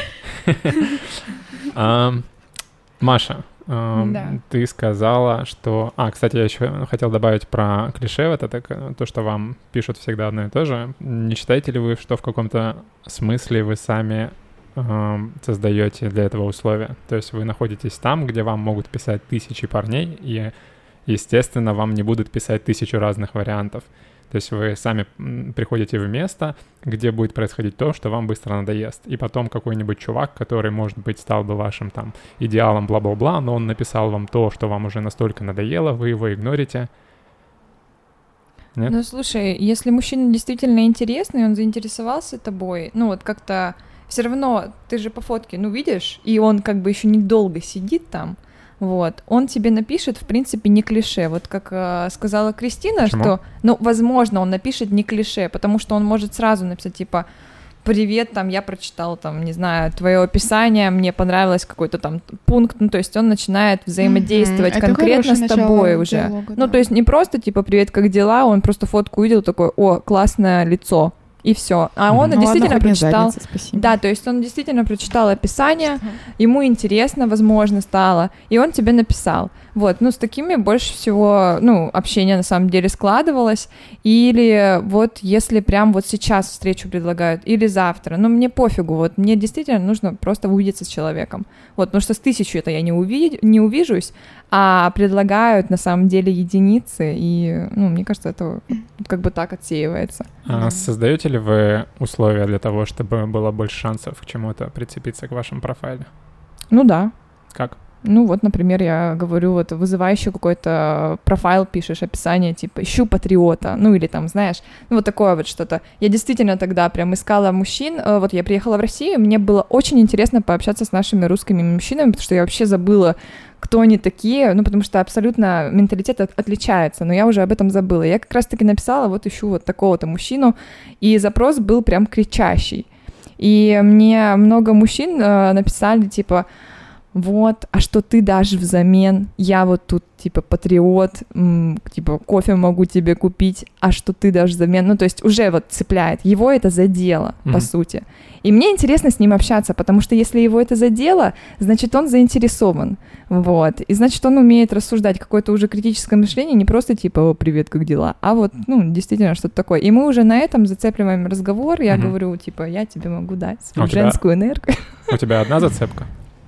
Маша, ты сказала, что... А, кстати, я еще хотел добавить про клише, это то, что вам пишут всегда одно и то же. Не считаете ли вы, что в каком-то смысле вы сами создаете для этого условия? То есть вы находитесь там, где вам могут писать тысячи парней, и естественно, вам не будут писать тысячу разных вариантов. То есть вы сами приходите в место, где будет происходить то, что вам быстро надоест. И потом какой-нибудь чувак, который, может быть, стал бы вашим там идеалом, бла-бла-бла, но он написал вам то, что вам уже настолько надоело, вы его игнорите. Нет? Ну, слушай, если мужчина действительно интересный, он заинтересовался тобой, ну вот как-то все равно, ты же по фотке, ну, видишь, и он как бы еще недолго сидит там, вот, он тебе напишет, в принципе, не клише. Вот как э, сказала Кристина, Почему? Что, ну, возможно, он напишет не клише, потому что он может сразу написать, типа, привет, там, я прочитал, там, не знаю, твое описание, мне понравилось какой-то там пункт, ну, то есть он начинает взаимодействовать mm-hmm. конкретно с тобой уже. Диалога, ну, да. То есть не просто, типа, привет, как дела, он просто фотку увидел, такой, о, классное лицо. И все. А он mm-hmm. действительно ну, прочитал. Задница, да, то есть он действительно прочитал описание, ему интересно, возможно, стало, и он тебе написал. Вот, ну, с такими больше всего, ну, общение на самом деле складывалось. Или вот если прям вот сейчас встречу предлагают, или завтра, ну, мне пофигу, вот мне действительно нужно просто увидеться с человеком. Вот, потому что с тысячу это я не, увид... не увижусь, а предлагают на самом деле единицы, и, ну, мне кажется, это как бы так отсеивается. А создаете ли вы условия для того, чтобы было больше шансов к чему-то прицепиться к вашему профайлу? Ну да. Как? Ну вот, например, я говорю, вот вызывающий какой-то профайл пишешь, описание, типа, ищу патриота, ну или там, знаешь, ну вот такое вот что-то. Я действительно тогда прям искала мужчин, вот я приехала в Россию, мне было очень интересно пообщаться с нашими русскими мужчинами, потому что я вообще забыла, кто они такие, ну потому что абсолютно менталитет от- отличается, но я уже об этом забыла. Я как раз-таки написала, вот ищу вот такого-то мужчину, и запрос был прям кричащий. И мне много мужчин э, написали, типа, вот, а что ты дашь взамен? Я вот тут, типа, патриот, м, типа, кофе могу тебе купить, а что ты дашь взамен? Ну, то есть уже вот цепляет. Его это задело, mm-hmm. по сути. И мне интересно с ним общаться, потому что если его это задело, значит, он заинтересован, вот. И значит, он умеет рассуждать, какое-то уже критическое мышление, не просто, типа, о, привет, как дела? А вот, ну, действительно, что-то такое. И мы уже на этом зацепливаем разговор, я mm-hmm. говорю, типа, я тебе могу дать свою женскую энергию. У тебя одна зацепка?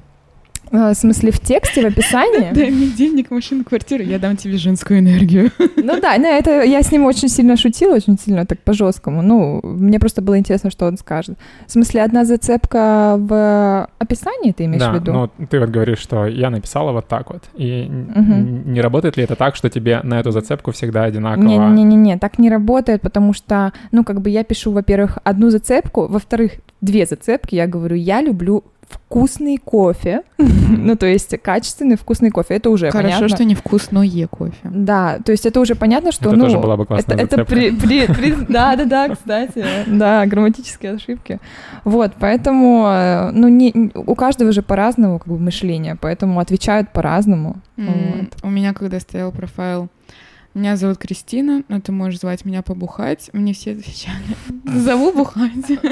В смысле, в тексте, в описании? Дай мне денег, машину, квартиру, я дам тебе женскую энергию. Ну да, ну, это я с ним очень сильно шутила, очень сильно так по-жесткому. Ну, мне просто было интересно, что он скажет. В смысле, одна зацепка в описании, ты имеешь да, в виду? Да, ну ты вот говоришь, что я написала вот так вот. И угу. не работает ли это так, что тебе на эту зацепку всегда одинаково? Не-не-не, так не работает, потому что, ну, как бы я пишу, во-первых, одну зацепку, во-вторых, две зацепки, я говорю, я люблю вкусный кофе, ну, то есть качественный вкусный кофе, это уже Хорошо, понятно. Хорошо, что не вкусное кофе. Да, то есть это уже понятно, что, это ну... Это тоже была бы классная это, зацепка. Это при, при, при, да-да-да, кстати, да, грамматические ошибки. Вот, поэтому, ну, не, у каждого же по-разному как бы мышление, поэтому отвечают по-разному. Mm, вот. У меня, когда стоял профайл, меня зовут Кристина, но ты можешь звать меня побухать. Мне все отвечали, зову бухать.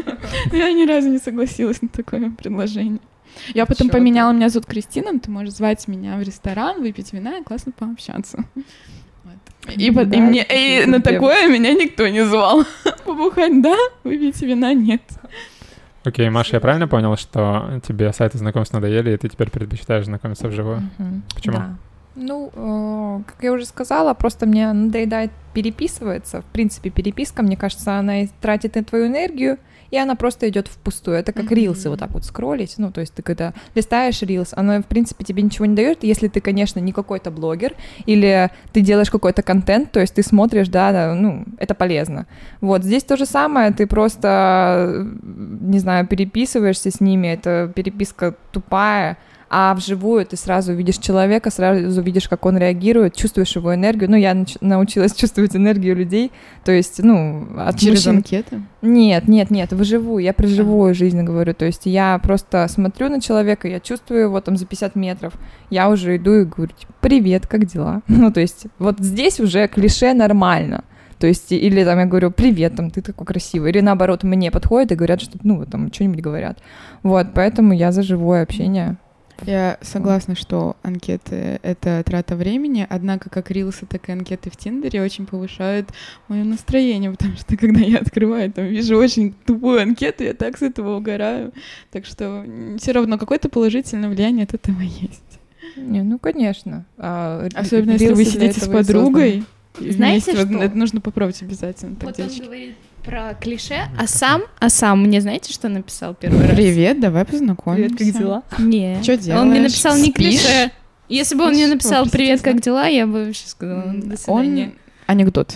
Я ни разу не согласилась на такое предложение. Я потом Чё поменяла, ты? Меня зовут Кристина, но ты можешь звать меня в ресторан, выпить вина и классно пообщаться. Вот. И, да, и, мне, и на такое меня никто не звал. Побухать, да, выпить вина нет. Окей, Маша, я правильно понял, что тебе сайты знакомств надоели, и ты теперь предпочитаешь знакомиться вживую? Мгм. Почему? Да. Ну, э, как я уже сказала, просто мне надоедает переписываться. В принципе, переписка, мне кажется, она и тратит на твою энергию, и она просто идет впустую. Это как Мгм. рилсы вот так вот скроллить. Ну, то есть ты когда листаешь рилс, оно, в принципе, тебе ничего не дает, если ты, конечно, не какой-то блогер, или ты делаешь какой-то контент, то есть ты смотришь, да, да, ну, это полезно. Вот, здесь то же самое, ты просто, не знаю, переписываешься с ними, это переписка тупая, а вживую ты сразу видишь человека, сразу видишь, как он реагирует, чувствуешь его энергию. Ну, я нач- научилась чувствовать энергию людей, то есть, ну, от Через мужчин... анкеты? Нет, нет, нет, вживую, я про живую жизнь говорю, то есть я просто смотрю на человека, я чувствую его там за пятьдесят метров, я уже иду и говорю, типа, привет, как дела? Ну, то есть вот здесь уже клише нормально. То есть, или там я говорю, привет, там, ты такой красивый. Или наоборот, мне подходят и говорят, что, ну, там, что-нибудь говорят. Вот, поэтому я за живое общение. Я согласна, что анкеты — это трата времени, однако как рилсы, так и анкеты в Тиндере очень повышают мое настроение, потому что когда я открываю, там вижу очень тупую анкету, я так с этого угораю. Так что все равно какое-то положительное влияние от этого есть. Не, ну, конечно. А, Особенно рилсы если вы для сидите с этого и подругой. созданы. и Знаете вместе, что? Это нужно попробовать обязательно. Так, Вот он девочки. говорит про клише, а сам, а сам мне знаете, что написал первый раз? Привет, давай познакомимся. Привет, как дела? Не. Чё Он мне делаешь? написал не Спишь? клише. Если бы он мне Спишь? написал О, «Привет, простите. как дела?», я бы вообще сказала «До свидания». Он анекдот.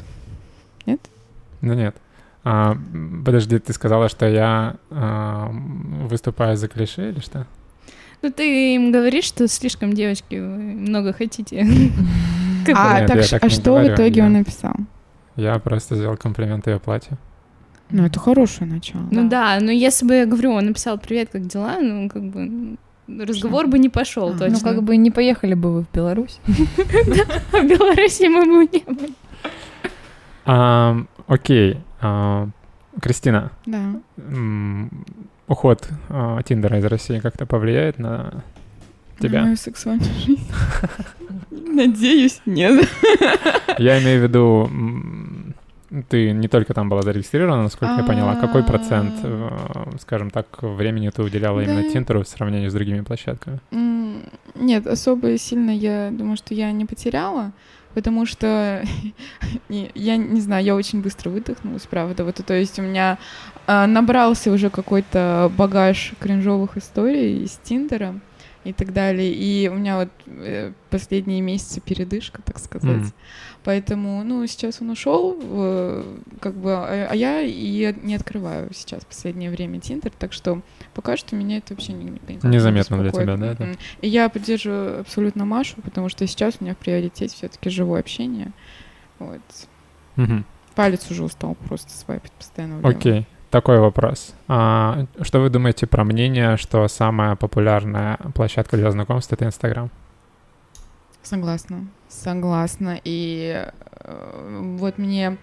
Ну нет. А, м, подожди, ты сказала, что я а, м, выступаю за клише или что? Ну ты им говоришь, что слишком, девочки, вы много хотите. А Нет, так я ш- так а не что говорю, в итоге я- он написал? Я просто сделал комплимент ее платью. Ну, это хорошее начало. Ну да, но если бы я говорю, он написал «Привет, как дела?», ну как бы разговор бы не пошел А, точно. Ну, как бы не поехали бы вы в Беларусь. В Беларуси мы бы не были. А, окей. А, Кристина, Да. м, уход а, Тиндера из России как-то повлияет на На тебя? мою сексуальную жизнь. Надеюсь, нет. Я имею в виду, м, ты не только там была зарегистрирована, насколько я поняла. Какой процент, э, скажем так, времени ты уделяла именно Да. Тиндеру в сравнении с другими площадками? М, Нет, особо сильно я думаю, что я не потеряла, потому что не- я не знаю, я очень быстро выдохнулась, правда. Вот, то есть у меня а, набрался уже какой-то багаж кринжовых историй из Тиндера и так далее. И у меня вот э, последние месяцы передышка, так сказать. Мгм. Поэтому, ну, сейчас он ушел, э, как бы, а, а я и не открываю сейчас в последнее время Тиндер, так что пока что меня это вообще не, никак не Незаметно для беспокоит. тебя, да, это? Мгм. И я поддерживаю абсолютно Машу, потому что сейчас у меня в приоритете все-таки живое общение. Вот. Мгм. Палец уже устал просто свайпить постоянно влево. Окей. Такой вопрос. А, что вы думаете про мнение, что самая популярная площадка для знакомств — это Инстаграм? Согласна, согласна. И э, вот мне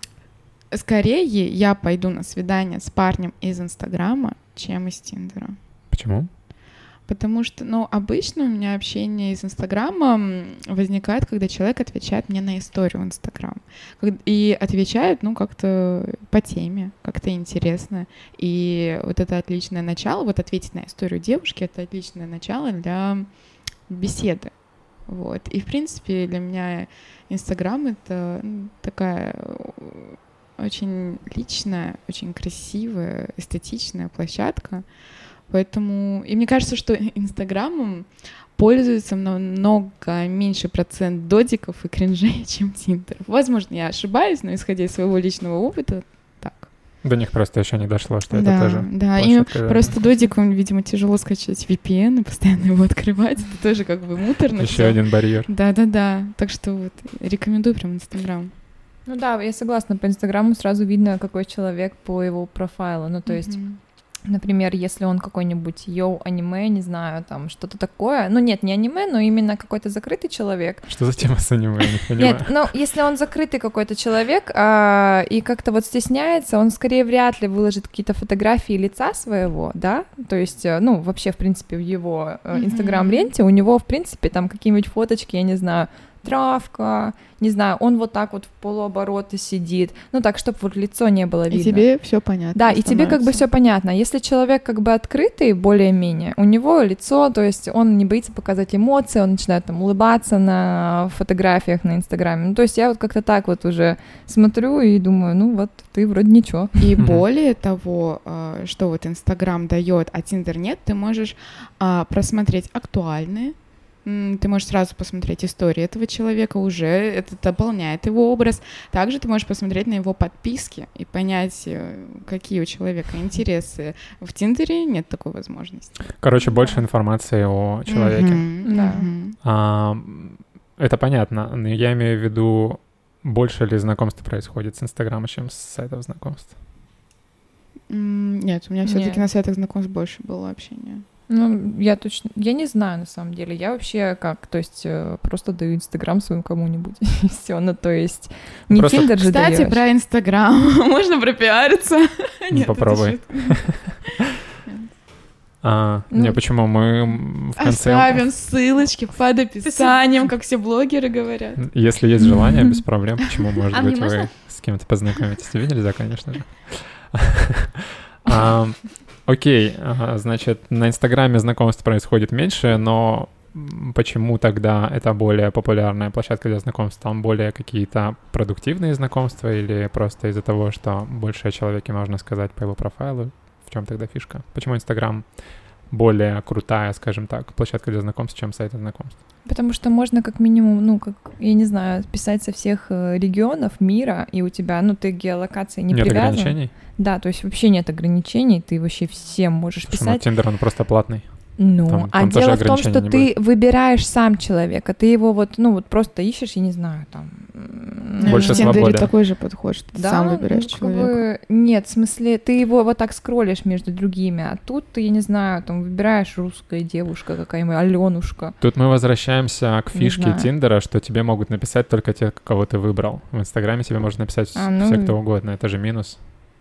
скорее я пойду на свидание с парнем из Инстаграма, чем из Тиндера. Почему? Потому что, ну, обычно у меня общение из Инстаграма м, возникает, когда человек отвечает мне на историю в Инстаграм. Как- И отвечает, ну, как-то по теме, как-то интересно. И вот это отличное начало, вот ответить на историю девушки, это отличное начало для беседы. Вот. И, в принципе, для меня Инстаграм — это ну, такая э, очень личная, очень красивая, эстетичная площадка. Поэтому... И мне кажется, что Инстаграмом пользуется намного меньше процент додиков и кринжей, чем Тиндер. Возможно, я ошибаюсь, но исходя из своего личного опыта, так. До них просто еще не дошло, что это да, тоже да. И площадка для просто знакомств. додикам, видимо, тяжело скачать ви пи эн и постоянно его открывать. Это тоже как бы муторно. Еще всё. один барьер. Да-да-да. Так что вот рекомендую прям Инстаграм. Ну да, я согласна, по Инстаграму сразу видно, какой человек по его профайлу. Ну, то есть, Мгм. например, если он какой-нибудь йоу-аниме, не знаю, там что-то такое. Ну нет, не аниме, но именно какой-то закрытый человек. Что за тема с аниме, я не понимаю. Нет, ну если он закрытый какой-то человек а, и как-то вот стесняется, он скорее вряд ли выложит какие-то фотографии лица своего, да, то есть, э, ну вообще, в принципе, в его э, Мгм. инстаграм-ленте у него, в принципе, там какие-нибудь фоточки, я не знаю, травка, не знаю, он вот так вот в полуоборота сидит, ну так, чтобы вот лицо не было видно. И тебе все понятно. Да, и тебе как бы все понятно. Если человек как бы открытый более-менее, у него лицо, то есть он не боится показать эмоции, он начинает там улыбаться на фотографиях на Инстаграме. Ну то есть я вот как-то так вот уже смотрю и думаю, ну вот ты вроде ничего. И более того, что вот Инстаграм дает, а Тиндер нет, ты можешь просмотреть актуальные. Ты можешь сразу посмотреть историю этого человека уже, это дополняет его образ. Также ты можешь посмотреть на его подписки и понять, какие у человека интересы. В Тиндере нет такой возможности. Короче, больше информации о человеке. Mm-hmm. Да. Mm-hmm. А, это понятно, но я имею в виду, больше ли знакомств происходит с Инстаграма, чем с сайтов знакомств? Mm, нет, у меня все-таки Нет. на сайтах знакомств больше было общения. Ну, я точно, я не знаю на самом деле, я вообще как, то есть э, просто даю Инстаграм своему кому-нибудь, и все, ну то есть не Просто- Тиндер же Кстати, даёшь. про Инстаграм. Можно пропиариться? Ну, Нет, это попробуй. шутка. А, Ну, не, почему? Мы в конце... Оставим ссылочки под описанием, как все блогеры говорят. Если есть желание, без проблем. Почему, может А мне быть, вы можно? с кем-то познакомитесь? Тебе нельзя, конечно же. А, Окей, ага, значит, на Инстаграме знакомств происходит меньше, но м, почему тогда это более популярная площадка для знакомств? Там более какие-то продуктивные знакомства или просто из-за того, что больше о человеке можно сказать по его профайлу? В чем тогда фишка? Почему Инстаграм более крутая, скажем так, площадка для знакомств, чем сайты знакомств? Потому что можно как минимум, ну, как, я не знаю, писать со всех э, регионов мира, и у тебя, ну, ты к геолокации не Нет привязан. ограничений? Да, то есть вообще нет ограничений, ты вообще всем можешь Слушай, ну писать. Тиндер, он просто платный. Ну, Там- а там тоже дело в том, ограничений что не ты выбираешь сам человека, ты его вот, ну, вот просто ищешь, я не знаю, там... м, Больше в Тиндере свободы. такой же подход, что ты Да, сам выбираешь ну, как человека. бы, нет, в смысле, ты его вот так скроллишь между другими, а тут ты, я не знаю, там выбираешь русская девушка какая-нибудь, Алёнушка. Тут мы возвращаемся к Не фишке знаю. Тиндера, что тебе могут написать только те, кого ты выбрал. В Инстаграме тебе может написать А, ну- все, кто угодно. Это же минус.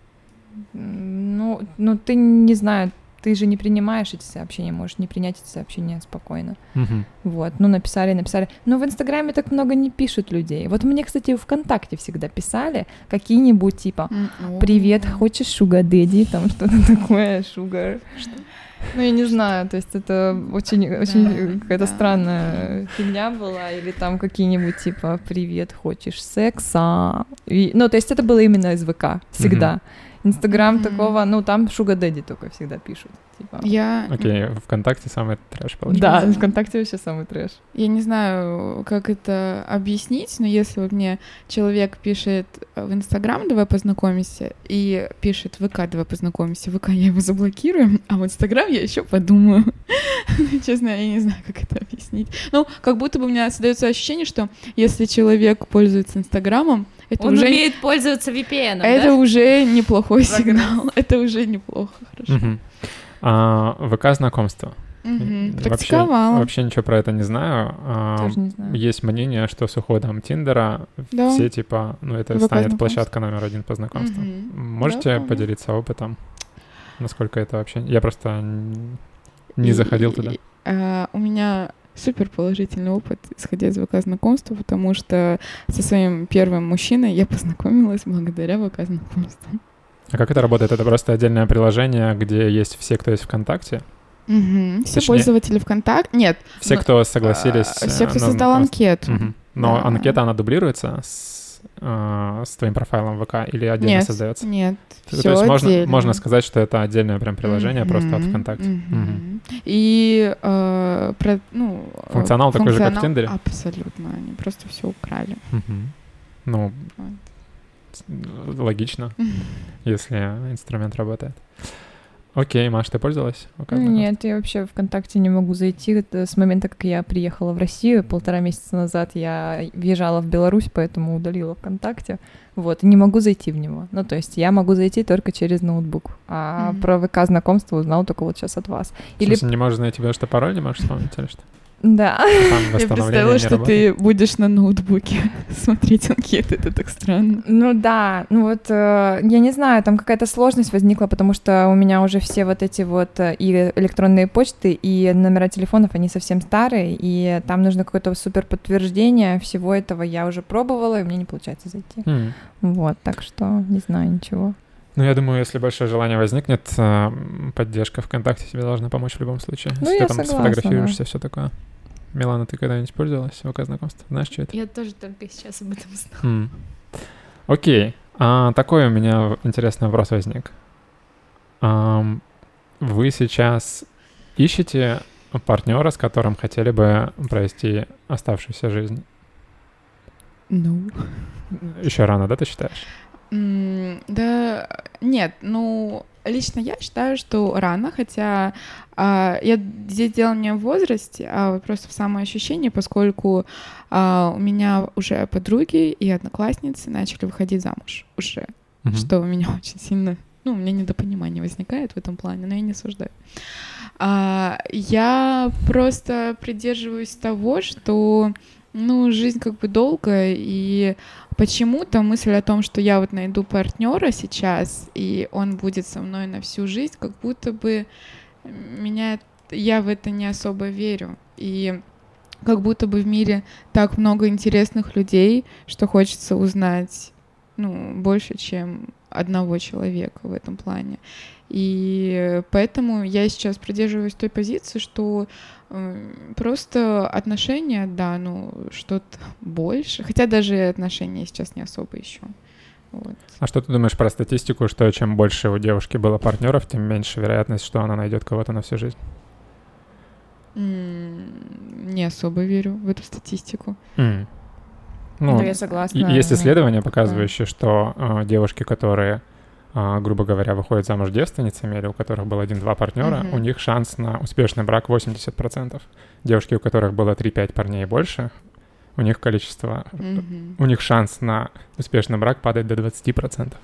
М, Ну, ну, ты не знаю, ты же не принимаешь эти сообщения, можешь не принять эти сообщения спокойно. Мгм. Вот, ну, написали, написали. Но в Инстаграме так много не пишут людей. Вот мне, кстати, ВКонтакте всегда писали какие-нибудь типа М, о. «Привет, хочешь шуга дэдди?» Там что-то такое, шугар. Ну, я не знаю, то есть это очень, очень Да, какая-то да. странная фигня была, или там какие-нибудь типа «Привет, хочешь секса?» И, ну, то есть это было именно из ВК, всегда. Инстаграм Мгм. такого, ну, там шуга дэдди только всегда пишут. Типа. Я, Окей, ВКонтакте самый трэш получается. Да, ВКонтакте вообще самый трэш. я не знаю, как это объяснить, но если вот мне человек пишет в Инстаграм «давай познакомимся» и пишет в ВК «давай познакомимся», в ВК я его заблокирую, а в Инстаграм я еще подумаю. Честно, я не знаю, как это объяснить. Ну, как будто бы у меня создается ощущение, что если человек пользуется Инстаграмом, это Он уже... умеет пользоваться ви пи эн, Это да? уже неплохой Прогресс. сигнал. Это уже неплохо, хорошо. Мгм. А, ВК знакомства. Мгм. Вообще, Практиковала. вообще ничего про это не знаю. А, Тоже не знаю. Есть мнение, что с уходом Тиндера Да. все типа, ну это ВК станет знакомств. площадка номер один по знакомствам. Мгм. Можете Да, вполне. поделиться опытом? Насколько это вообще... Я просто н- не И- заходил туда. а, у меня супер положительный опыт, исходя из ВК знакомства, потому что со своим первым мужчиной я познакомилась благодаря ВК знакомству. А как это работает? Это просто отдельное приложение, где есть все, кто есть ВКонтакте? Мгм. Все Точнее- пользователи ВКонтакте... Нет, Все, Ну, кто согласились... а, все, э, кто на создал знакомство? анкету. Мгм. Но Да. анкета, она дублируется с, э, с твоим профайлом ВК или отдельно Нет, создается? нет, То все есть можно, отдельно. можно сказать, что это отдельное прям приложение просто от Мгм, ВКонтакте. мгм. Мгм. И э, про, ну, э, Функционал такой же, как в функционал- Тиндере? Абсолютно, они просто все украли. Мгм. Ну, Вот. с- логично, если инструмент работает. Окей, Маш, ты пользовалась? ВК знакомств? Нет, я вообще ВКонтакте не могу зайти. Это с момента, как я приехала в Россию, полтора месяца назад я въезжала в Беларусь, поэтому удалила ВКонтакте. Вот, и не могу зайти в него. Ну, то есть я могу зайти только через ноутбук. А Мгм. про ВК знакомство узнала только вот сейчас от вас. В Или смысле, не можешь найти, потому что пароль не можешь вспомнить или что? Да. Я представила, что ты будешь на ноутбуке смотреть анкеты, это так странно. Ну да, ну вот, э, я не знаю, там какая-то сложность возникла, потому что у меня уже все вот эти вот и электронные почты, и номера телефонов, они совсем старые, и там нужно какое-то супер подтверждение всего этого. Я уже пробовала, и у меня не получается зайти. Mm. Вот, так что не знаю ничего. Ну, я думаю, если большое желание возникнет, поддержка ВКонтакте тебе должна помочь в любом случае. Ну, если я ты там согласна, сфотографируешься, да. все такое. Милана, ты когда-нибудь пользовалась ВК знакомств? Знаешь, что это? Я тоже только сейчас об этом знала. Mm. Окей. А, такой у меня интересный вопрос возник. А, вы сейчас ищете партнера, с которым хотели бы провести оставшуюся жизнь? Ну... Еще рано, да, ты считаешь? Mm, да, нет, ну, лично я считаю, что рано, хотя а, я здесь дело не в возрасте, а просто в самоощущении, поскольку а, у меня уже подруги и одноклассницы начали выходить замуж уже, mm-hmm. что у меня очень сильно, ну, у меня недопонимание возникает в этом плане, но я не осуждаю. А, я просто придерживаюсь того, что, ну, жизнь как бы долгая, и почему-то мысль о том, что я вот найду партнера сейчас, и он будет со мной на всю жизнь, как будто бы меня, я в это не особо верю. И как будто бы в мире так много интересных людей, что хочется узнать, ну, больше, чем одного человека в этом плане. И поэтому я сейчас придерживаюсь той позиции, что э, просто отношения, да, ну, что-то больше. Хотя даже отношения сейчас не особо ищу. Вот. А что ты думаешь про статистику, что чем больше у девушки было партнеров, тем меньше вероятность, что она найдет кого-то на всю жизнь? Mm, не особо верю в эту статистику. Mm. Ну, да, я согласна. Есть исследования, показывающие, да. что э, девушки, которые грубо говоря, выходят замуж девственницами, или у которых был один-два партнера, mm-hmm. у них шанс на успешный брак восемьдесят процентов. Девушки, у которых было три-пять парней и больше, у них количество, mm-hmm. у них шанс на успешный брак падает до двадцать процентов.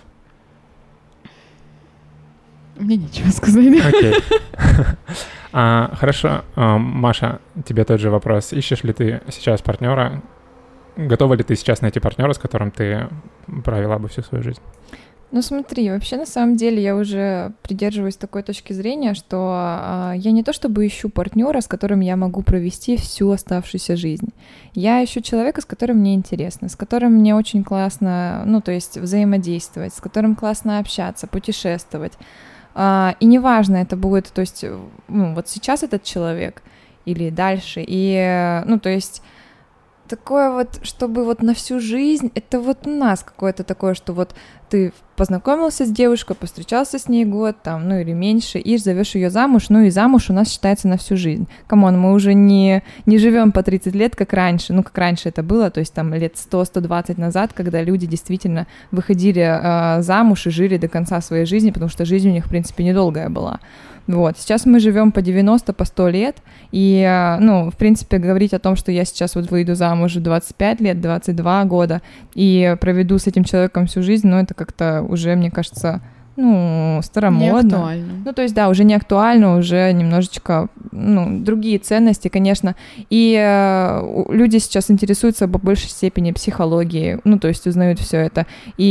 Мне нечего сказать. Окей. а, хорошо. А, Маша, тебе тот же вопрос. Ищешь ли ты сейчас партнера? Готова ли ты сейчас найти партнера, с которым ты провела бы всю свою жизнь? Ну смотри, вообще на самом деле я уже придерживаюсь такой точки зрения, что а, я не то чтобы ищу партнера, с которым я могу провести всю оставшуюся жизнь. Я ищу человека, с которым мне интересно, с которым мне очень классно, ну то есть взаимодействовать, с которым классно общаться, путешествовать. А, и неважно, это будет, то есть, ну вот сейчас этот человек или дальше, и, ну то есть... Такое вот, чтобы вот на всю жизнь, это вот у нас какое-то такое, что вот ты познакомился с девушкой, повстречался с ней год, там, ну или меньше, и зовешь ее замуж, ну и замуж у нас считается на всю жизнь. Камон, мы уже не, не живем по тридцать лет, как раньше, ну как раньше это было, то есть там лет сто - сто двадцать назад, когда люди действительно выходили э, замуж и жили до конца своей жизни, потому что жизнь у них, в принципе, недолгая была. Вот, сейчас мы живем по девяносто, по сто лет, и, ну, в принципе, говорить о том, что я сейчас вот выйду замуж в двадцать пять лет, двадцать два года и проведу с этим человеком всю жизнь, ну, это как-то уже, мне кажется, ну, старомодно. Не актуально. Ну, то есть, да, уже не актуально, уже немножечко, ну, другие ценности, конечно. И э, люди сейчас интересуются по большей степени психологией, ну, то есть узнают все это.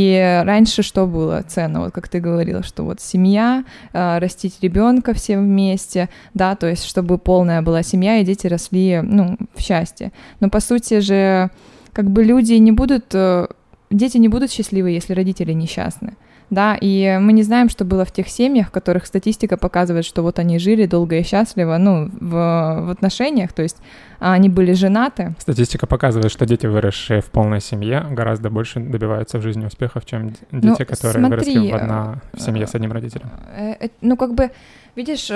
И раньше что было ценно, вот как ты говорила, что вот семья, э, растить ребенка все вместе, да, то есть чтобы полная была семья, и дети росли, ну, в счастье. Но, по сути же, как бы люди не будут, э, дети не будут счастливы, если родители несчастны. Да, и мы не знаем, что было в тех семьях, в которых статистика показывает, что вот они жили долго и счастливо, ну, в, в отношениях, то есть они были женаты. Статистика показывает, что дети, выросшие в полной семье, гораздо больше добиваются в жизни успехов, чем дети, ну, которые смотри, выросли в, одна, в семье с одним родителем. Ну, как бы, видишь...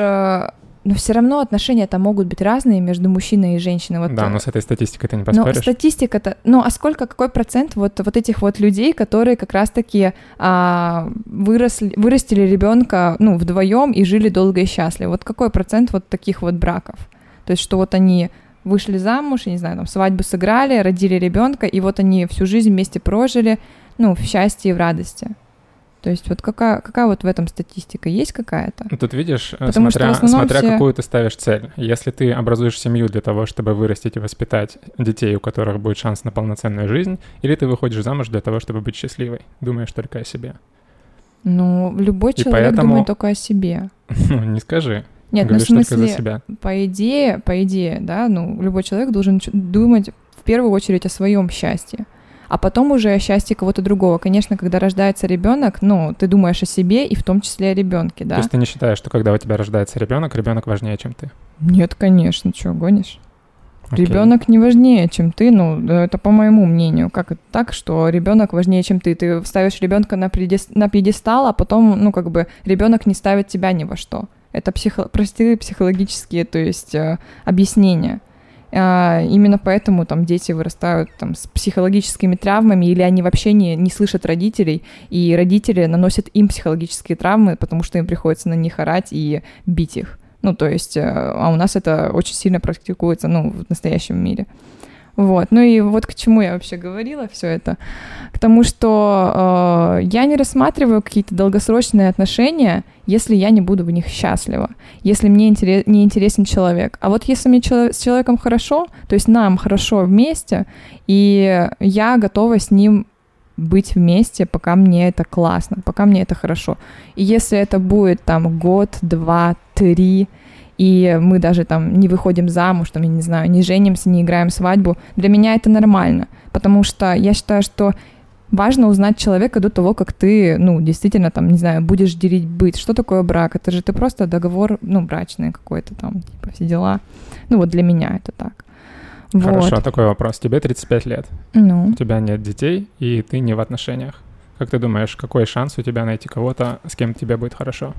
Но все равно отношения-то могут быть разные между мужчиной и женщиной. Вот, да, но с этой статистикой ты не поспоришь. Но статистика-то... Ну, а сколько, какой процент вот, вот этих вот людей, которые как раз-таки а, выросли, вырастили ребенка, ну, вдвоем и жили долго и счастливо? Вот какой процент вот таких вот браков? То есть, что вот они вышли замуж, я не знаю, там, свадьбу сыграли, родили ребенка, и вот они всю жизнь вместе прожили, ну, в счастье и в радости. То есть вот какая, какая вот в этом статистика? Есть какая-то? Тут видишь, Потому смотря, что смотря все... какую ты ставишь цель. Если ты образуешь семью для того, чтобы вырастить и воспитать детей, у которых будет шанс на полноценную жизнь, или ты выходишь замуж для того, чтобы быть счастливой, думаешь только о себе. Ну, любой и человек поэтому... думает только о себе. Ну, не скажи. Нет, Говоришь ну в смысле, только за себя. по идее, по идее, да, ну, любой человек должен думать в первую очередь о своем счастье, а потом уже о счастье кого-то другого. Конечно, когда рождается ребенок, ну, ты думаешь о себе и в том числе о ребенке, да. То есть ты не считаешь, что когда у тебя рождается ребенок, ребенок важнее, чем ты? Нет, конечно, что, гонишь? Окей. Ребенок не важнее, чем ты, ну, это по моему мнению. Как это так, что ребенок важнее, чем ты? Ты ставишь ребенка на, предес... на пьедестал, а потом, ну, как бы, ребенок не ставит тебя ни во что. Это психо... простые психологические, то есть, э, объяснения. А, именно поэтому там дети вырастают там, с психологическими травмами, или они вообще не, не слышат родителей, и родители наносят им психологические травмы, потому что им приходится на них орать и бить их. Ну, то есть, а у нас это очень сильно практикуется, ну, в настоящем мире. Вот. Ну и вот к чему я вообще говорила все это. К тому, что э, я не рассматриваю какие-то долгосрочные отношения, если я не буду в них счастлива, если мне интерес, не интересен человек. А вот если мне чело- с человеком хорошо, то есть нам хорошо вместе, и я готова с ним быть вместе, пока мне это классно, пока мне это хорошо. И если это будет там год, два, три, и мы даже там не выходим замуж, там, я не знаю, не женимся, не играем свадьбу, для меня это нормально, потому что я считаю, что важно узнать человека до того, как ты, ну, действительно, там, не знаю, будешь делить быт. Что такое брак? Это же ты просто договор, ну, брачный какой-то там, типа, все дела. Ну, вот для меня это так. Хорошо, вот. Такой вопрос. Тебе тридцать пять лет, ну. у тебя нет детей, и ты не в отношениях. Как ты думаешь, какой шанс у тебя найти кого-то, с кем тебе будет хорошо?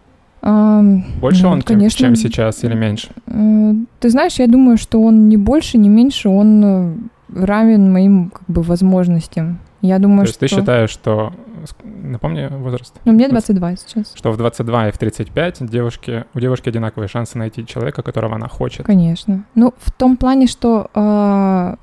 Um, больше ну, он, конечно, чем сейчас, или меньше? Uh, ты знаешь, я думаю, что он не больше, не меньше, он uh, равен моим, как бы, возможностям. Я думаю, То есть что... ты считаешь, что... Напомни возраст. Ну, мне двадцать два сейчас. Что в двадцать два и в тридцать пять девушки, у девушки одинаковые шансы найти человека, которого она хочет. Конечно. Ну, в том плане, что... Uh,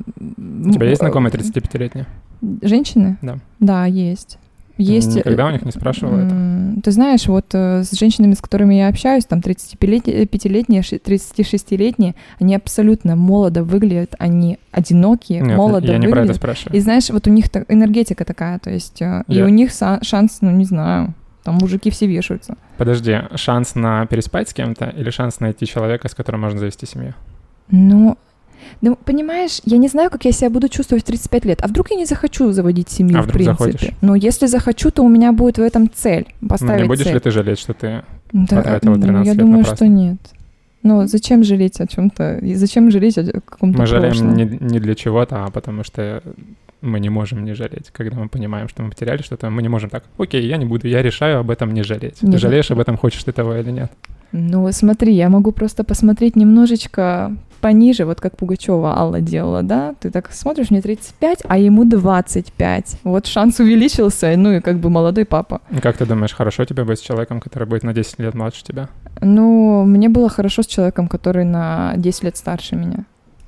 у тебя есть знакомые тридцатипятилетние? Женщины? Да. Да, есть. Есть... Никогда у них не спрашивала это? Ты знаешь, вот э, с женщинами, с которыми я общаюсь, там тридцатипятилетние, тридцатишестилетние, они абсолютно молодо выглядят, они одинокие, Нет, молодо я выглядят. не про это спрашиваю. И знаешь, вот у них так, энергетика такая, то есть, э, и Я... у них са- шанс, ну, не знаю, там мужики все вешаются. Подожди, шанс на переспать с кем-то или шанс найти человека, с которым можно завести семью? Ну... Ну, понимаешь, я не знаю, как я себя буду чувствовать в тридцать пять лет. А вдруг я не захочу заводить семью, а в принципе? Заходишь? Но если захочу, то у меня будет в этом цель, поставить Ну, не будешь цель. ли ты жалеть, что ты да, потратила тринадцать ну, я лет думаю, напрасно? что нет. Ну, зачем жалеть о чем-то? И зачем жалеть о каком-то Мы жалеем прошлом? не, не для чего-то, а потому что мы не можем не жалеть. Когда мы понимаем, что мы потеряли что-то, мы не можем так: окей, я не буду, я решаю об этом не жалеть. Нет. Ты жалеешь об этом, хочешь ты того или нет? Ну, смотри, я могу просто посмотреть немножечко пониже, вот как Пугачева Алла делала, да? Ты так смотришь, мне тридцать пять, а ему двадцать пять. Вот шанс увеличился, ну и как бы молодой папа. Как ты думаешь, хорошо тебе быть с человеком, который будет на десять лет младше тебя? Ну, мне было хорошо с человеком, который на десять лет старше меня.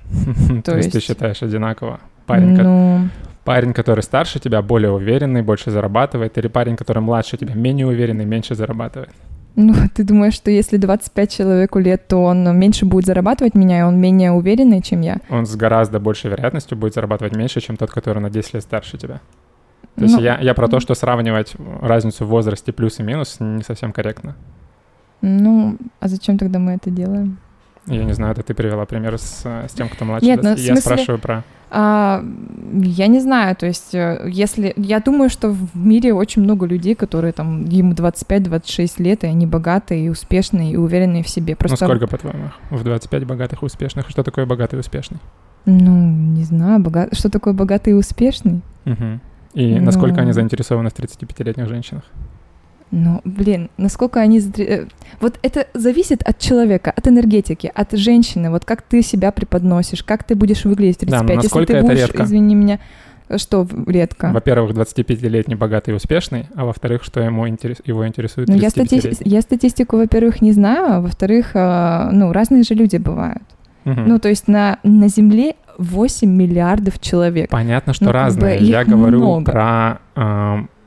То есть ты считаешь одинаково? Парень, парень, который старше тебя, более уверенный, больше зарабатывает, или парень, который младше тебя, менее уверенный, меньше зарабатывает? Ну, ты думаешь, что если двадцать пять человеку лет, то он меньше будет зарабатывать меня, и он менее уверенный, чем я? Он с гораздо большей вероятностью будет зарабатывать меньше, чем тот, который на десять лет старше тебя. То ну, есть я, я про то, что сравнивать разницу в возрасте плюс и минус не совсем корректно. Ну, а зачем тогда мы это делаем? Я не знаю, это ты привела пример с, с тем, кто младше. Нет, ну, я в смысле... спрашиваю про... А, я не знаю, то есть если... Я думаю, что в мире очень много людей, которые там, ему двадцать пять - двадцать шесть лет, и они богатые, и успешные, и уверенные в себе. Просто... Ну сколько, по-твоему, в двадцать пять богатых и успешных? Что такое богатый и успешный? Ну, не знаю, бога... что такое богатый и успешный? Угу. И ну... насколько они заинтересованы в тридцатипятилетних женщинах? Ну, блин, насколько они... Вот это зависит от человека, от энергетики, от женщины. Вот как ты себя преподносишь, как ты будешь выглядеть в тридцать пять. Да, если ты это будешь, редко? Извини меня, что редко? Во-первых, двадцатипятилетний богатый и успешный, а во-вторых, что ему интерес... его интересует ну, я, стати... я статистику, во-первых, не знаю, а во-вторых, ну, разные же люди бывают. Угу. Ну, то есть на, на Земле восемь миллиардов человек. Понятно, что ну, разные. Как бы я говорю много. про... Э,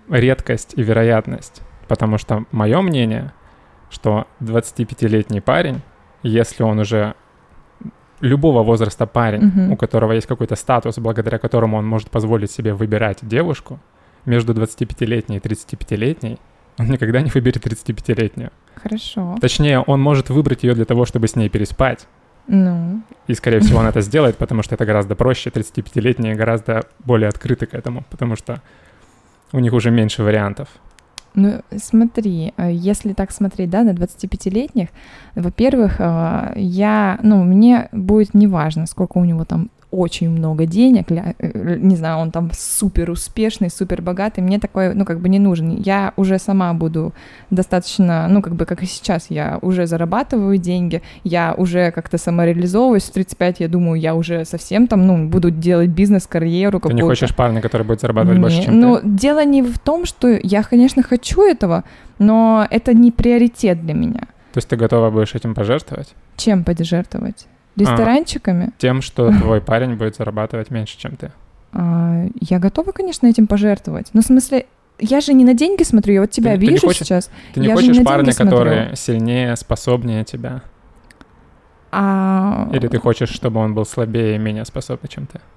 редкость и вероятность. Потому что мое мнение, что двадцатипятилетний парень, если он уже любого возраста парень, Мгм. у которого есть какой-то статус, благодаря которому он может позволить себе выбирать девушку, между двадцатипятилетней и тридцатипятилетней, он никогда не выберет тридцатипятилетнюю. Хорошо. Точнее, он может выбрать ее для того, чтобы с ней переспать. Ну, И, скорее всего, он это сделает, потому что это гораздо проще. тридцатипятилетние гораздо более открыты к этому, потому что у них уже меньше вариантов. ну, смотри, э, если так смотреть, да, на двадцатипятилетних, во-первых, э, я, ну, мне будет неважно, сколько у него там очень много денег, ля- э, не знаю, он там супер успешный, супер богатый, мне такой, ну, как бы не нужен. Я уже сама буду достаточно, ну, как бы, как и сейчас, я уже зарабатываю деньги, я уже как-то самореализовываюсь, в тридцать пять, я думаю, я уже совсем там, ну, буду делать бизнес, карьеру Ты какую-то. не хочешь парня, который будет зарабатывать больше, Не, чем ну, ты? дело не в том, что я, конечно, хочу этого, но это не приоритет для меня. То есть ты готова будешь этим пожертвовать? Чем пожертвовать? Ресторанчиками? Тем, что твой парень будет зарабатывать меньше, чем ты. А, я готова, конечно, этим пожертвовать. Но в смысле, я же не на деньги смотрю, я вот тебя Ты- ты не вижу хочешь- сейчас. Ты не Я же хочешь на парня, деньги смотрю. который сильнее, способнее тебя? А Или ты хочешь, чтобы он был слабее и менее способный, чем ты?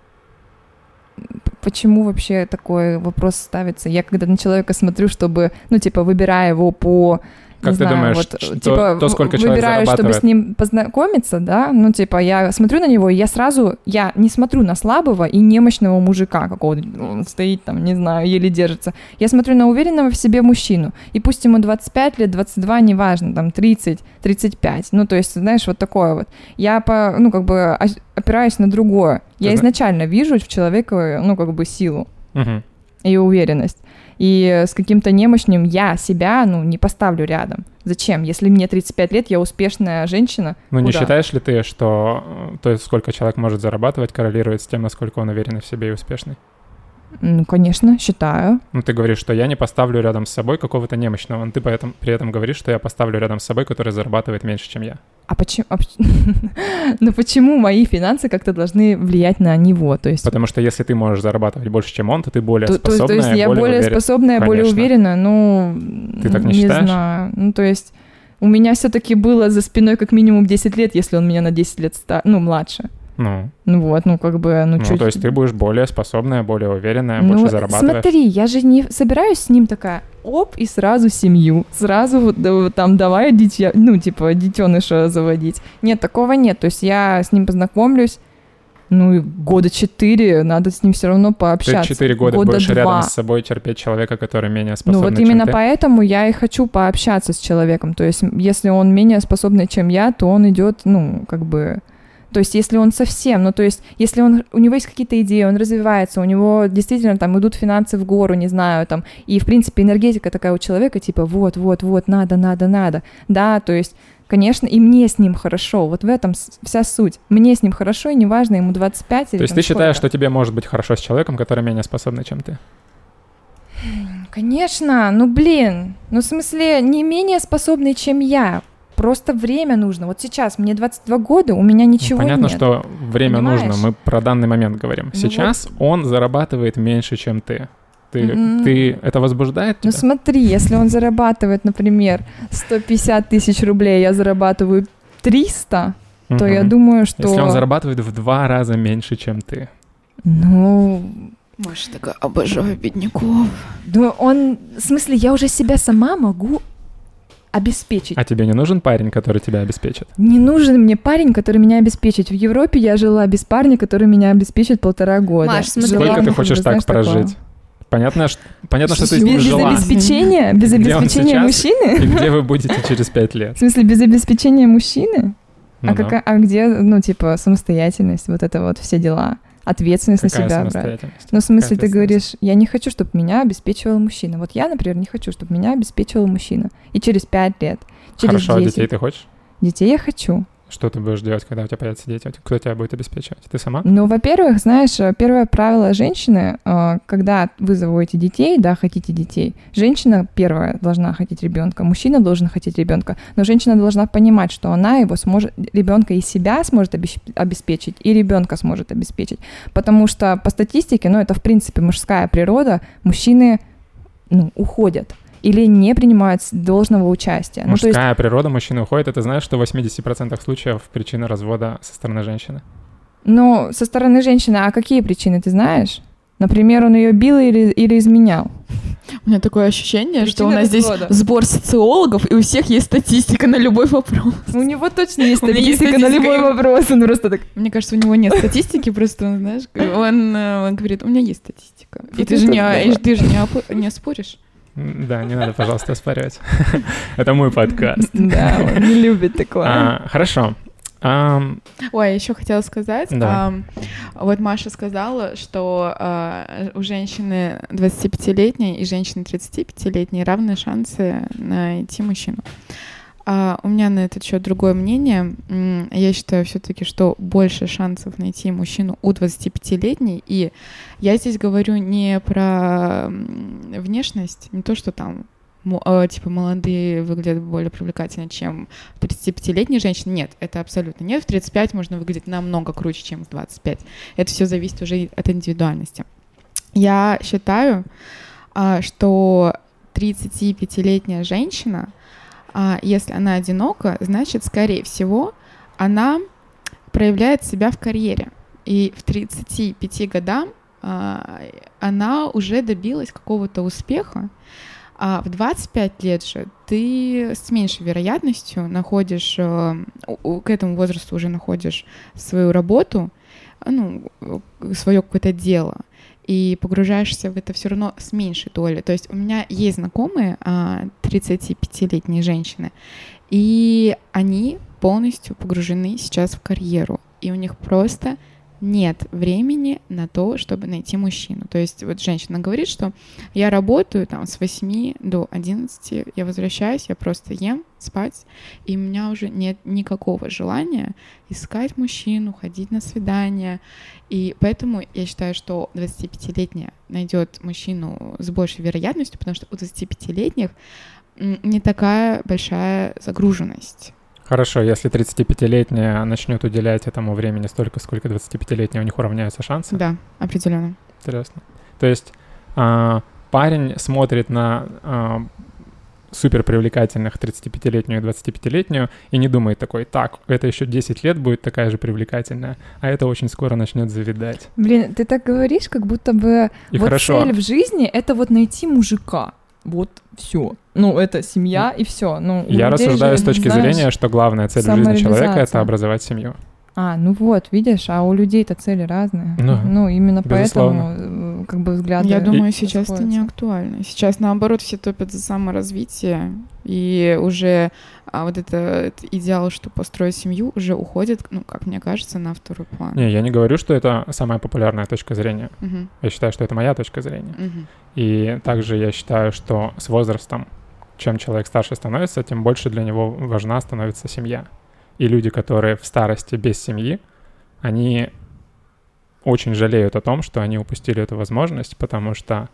почему вообще такой вопрос ставится? Я когда на человека смотрю, чтобы, ну, типа, выбирая его по... Как не ты знаю, думаешь, вот, что- типа, то, сколько человек выбираю, чтобы зарабатывает? с ним познакомиться, да, ну, типа, я смотрю на него, и я сразу, я не смотрю на слабого и немощного мужика какого-то, он стоит там, не знаю, еле держится. Я смотрю на уверенного в себе мужчину, и пусть ему двадцать пять лет, двадцать два, неважно, там, тридцать, тридцать пять, ну, то есть, знаешь, вот такое вот. Я, по, ну, как бы, опираюсь на другое. Я Ты зна- изначально вижу в человеке, ну, как бы, силу Мгм. и уверенность. И с каким-то немощным я себя, ну, не поставлю рядом. Зачем? Если мне тридцать пять лет, я успешная женщина. Ну, не куда? считаешь ли ты, что э, то есть сколько человек может зарабатывать, коррелирует с тем, насколько он уверенный в себе и успешный? Ну, конечно, считаю. Ну, ты говоришь, что я не поставлю рядом с собой какого-то немощного, но ты поэтому, при этом говоришь, что я поставлю рядом с собой, который зарабатывает меньше, чем я. А почему? а поч- Ну, почему мои финансы как-то должны влиять на него? То есть, Потому что если ты можешь зарабатывать больше, чем он, то ты более то, то- то способная, есть я более, более уверен- способная, более Конечно. уверенная, ну, Ты так не считаешь? знаю. Ну, то есть у меня все-таки было за спиной как минимум десять лет, если он меня на десять лет, ста- ну, младше. Ну, Ну вот, ну как бы, ну, ну, чуть... то есть ты будешь более способная, более уверенная, Ну, больше зарабатываешь. смотри, я же не собираюсь с ним такая, оп, и сразу семью, сразу вот, да, вот там давай дитя, ну, типа, детеныша заводить. Нет, такого нет, то есть я с ним познакомлюсь, ну, и года четыре, надо с ним все равно Ты пообщаться. четыре года, года будешь два. рядом с собой терпеть человека, который менее Ну способный, вот чем именно ты. поэтому я и хочу пообщаться с человеком. То есть если он менее способный, чем я, то он идет, ну, как бы... То есть если он совсем, ну, то есть если он, у него есть какие-то идеи, он развивается, у него действительно там идут финансы в гору, не знаю, там, и, в принципе, энергетика такая у человека, типа, вот, вот, вот, надо, надо, надо, да, то есть, конечно, и мне с ним хорошо, вот в этом с- вся суть. Мне с ним хорошо, и неважно, ему двадцать пять или То есть там ты считаешь, сколько. что тебе может быть хорошо с человеком, который менее способный, чем ты? Конечно, ну блин, ну в смысле не менее способный, чем я. Просто время нужно. Вот сейчас мне двадцать два года, у меня Ну, ничего понятно, нет. что время Понимаешь? нужно, мы про данный момент говорим. Ну Сейчас он зарабатывает меньше, чем ты. Ты, Мгм. ты это возбуждает Ну тебя? смотри, если он зарабатывает, например, сто пятьдесят тысяч рублей, я зарабатываю триста, то я Мгм. думаю, что... Если он зарабатывает в два раза меньше, чем ты. Ну, Маша такая, обожаю бедняков. да он... В смысле, я уже себя сама могу обеспечить. А тебе не нужен парень, который тебя обеспечит? Не нужен мне парень, который меня обеспечит. В Европе я жила без парня, который меня обеспечит полтора года. Маш, смотри. Жила, Сколько ты ну, хочешь как бы, так знаешь, такое. прожить? Понятно, что, понятно, что ты с без, ним без жила. обеспечения? Без Где он обеспечения сейчас? мужчины? И где вы будете через пять лет? В смысле, без обеспечения мужчины? Ну а, да. какая- а где, ну, типа, самостоятельность, вот это вот все дела? Ответственность Какая на себя брать? самостоятельность? Ну, в смысле, ты ответственность? говоришь, я не хочу, чтобы меня обеспечивал мужчина. Вот я, например, не хочу, чтобы меня обеспечивал мужчина. И через пять лет, через Хорошо, а десять. детей ты хочешь? Детей я хочу. Что ты будешь делать, когда у тебя появятся дети? Кто тебя будет обеспечивать? Ты сама? Ну, во-первых, знаешь, э, первое правило женщины, э, когда вы заводите детей, да, хотите детей, женщина первая должна хотеть ребенка, мужчина должен хотеть ребенка, но женщина должна понимать, что она его сможет, ребенка и себя сможет обещ- обеспечить, и ребенка сможет обеспечить, потому что по статистике, ну, это в принципе мужская природа, мужчины ну, уходят или не принимают должного участия. Мужская ну, то есть... природа мужчины уходит, это знаешь, что в восемьдесят процентов случаев причина развода со стороны женщины? Ну, со стороны женщины, а какие причины, ты знаешь? Например, он ее бил или, или изменял. У меня такое ощущение, Причина что у нас развода. здесь сбор социологов, и у всех есть статистика на любой вопрос. У него точно есть У меня есть статистика на статистика. любой вопрос. Он просто так... Мне кажется, у него нет статистики, просто, он, знаешь, он, э, он говорит, у меня есть статистика. И Вот ты же это не, да. и ты же не, опо- не споришь. М, Да, не надо, пожалуйста, оспаривать. Это мой подкаст. Да, он не любит такое. А, Хорошо. Ам, Ой, еще хотела сказать, Да. ам, вот Маша сказала, что а, у женщины двадцатипятилетней и женщины тридцатипятилетней равные шансы найти мужчину. А у меня на этот счет другое мнение. М, Я считаю все-таки, что больше шансов найти мужчину у двадцатипятилетней. И я здесь говорю не про м, внешность, не то, что там мо- э, типа молодые выглядят более привлекательно, чем тридцатипятилетние женщины. Нет, это абсолютно нет. В тридцать пять можно выглядеть намного круче, чем в двадцать пять. Это все зависит уже и от индивидуальности. Я считаю, а, что тридцатипятилетняя женщина, а, если она одинока, значит, скорее всего, она проявляет себя в карьере. И в тридцати пяти годам а, она уже добилась какого-то успеха. А в двадцать пять лет же ты с меньшей вероятностью находишь, э, у- у- к этому возрасту уже находишь свою работу, а, ну, свое какое-то дело, и погружаешься в это все равно с меньшей долей. То есть у меня есть знакомые а, тридцатипятилетние женщины, и они полностью погружены сейчас в карьеру, и у них просто нет времени на то, чтобы найти мужчину. То есть вот женщина говорит, что я работаю там с восьми до одиннадцати, я возвращаюсь, я просто ем, спать, и у меня уже нет никакого желания искать мужчину, ходить на свидания. И поэтому я считаю, что двадцатипятилетняя найдет мужчину с большей вероятностью, потому что у двадцатипятилетних м, не такая большая загруженность. Хорошо, если тридцатипятилетняя начнет уделять этому времени столько, сколько двадцатипятилетняя, у них уравняются шансы? Да, определенно. Интересно. То есть а, парень смотрит на а, супер привлекательных тридцатипятилетнюю и двадцатипятилетнюю и не думает такой, так, это еще десять лет будет такая же привлекательная, а это очень скоро начнет завидать. Блин, ты так говоришь, как будто бы И вот хорошо. цель в жизни — это вот найти мужика. Вот все. Ну, это семья и все. Ну, у Я людей рассуждаю же, с точки знаешь, зрения, что главная цель в жизни человека — это самореализация. образовать семью. А, ну вот, видишь, а у людей-то цели разные. Ну, Ну, именно безусловно. поэтому, э, как бы, взгляды Я думаю, сейчас это не расходятся. актуально. Сейчас, наоборот, все топят за саморазвитие, и уже а, вот это, это идеал, что построить семью, уже уходит, ну, как мне кажется, на второй план. Не, я не говорю, что это самая популярная точка зрения. Мгм, Я считаю, что это моя точка зрения. мгм. И также я считаю, что с возрастом, чем человек старше становится, тем больше для него важна становится семья. И люди, которые в старости без семьи, они очень жалеют о том, что они упустили эту возможность, потому что...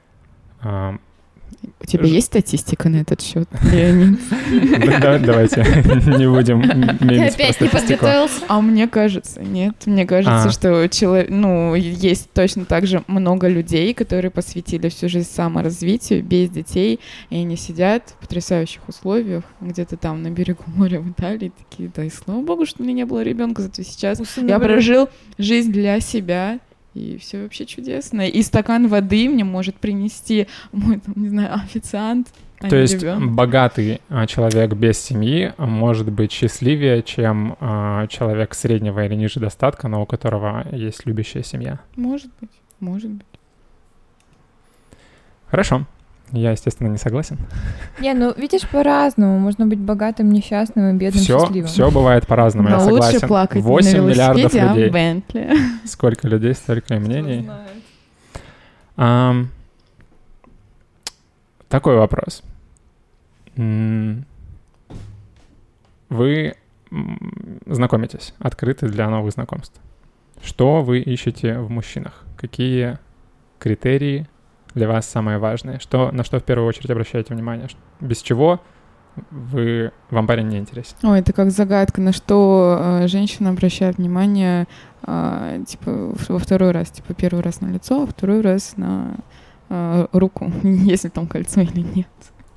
а, У тебя Ж- есть статистика на этот счет, Леонид? да- да- Давайте не будем Ты мемить про опять не статистику. подготовился? А мне кажется, нет. Мне кажется, А. что человек, ну, есть точно так же много людей, которые посвятили всю жизнь саморазвитию, без детей, и они сидят в потрясающих условиях, где-то там на берегу моря в Италии, такие, да и слава богу, что у меня не было ребенка, зато сейчас я прожил жизнь для себя, и все вообще чудесно. И стакан воды мне может принести мой, там, не знаю, официант, а То не есть ребенок. богатый а, человек без семьи может быть счастливее, чем а, человек среднего или ниже достатка, но у которого есть любящая семья. Может быть, может быть. Хорошо. Я, естественно, не согласен. Не, ну, видишь, по-разному. Можно быть богатым, несчастным и бедным, Все, счастливым. все бывает по-разному, я Но лучше согласен. плакать восемь не на миллиардов велосипеде, а людей. в Бентли. Сколько людей, столько и Кто мнений. знает. Ам, Такой вопрос. М, Вы м, знакомитесь, открыты для новых знакомств. Что вы ищете в мужчинах? Какие критерии для вас самые важные? Что, на что в первую очередь обращаете внимание? Ш- Без чего вы, вам парень не интересен? Ой, это как загадка, на что э, женщина обращает внимание, э, типа, в- во второй раз. Типа, первый раз на лицо, а второй раз на э, руку, есть ли там кольцо или нет.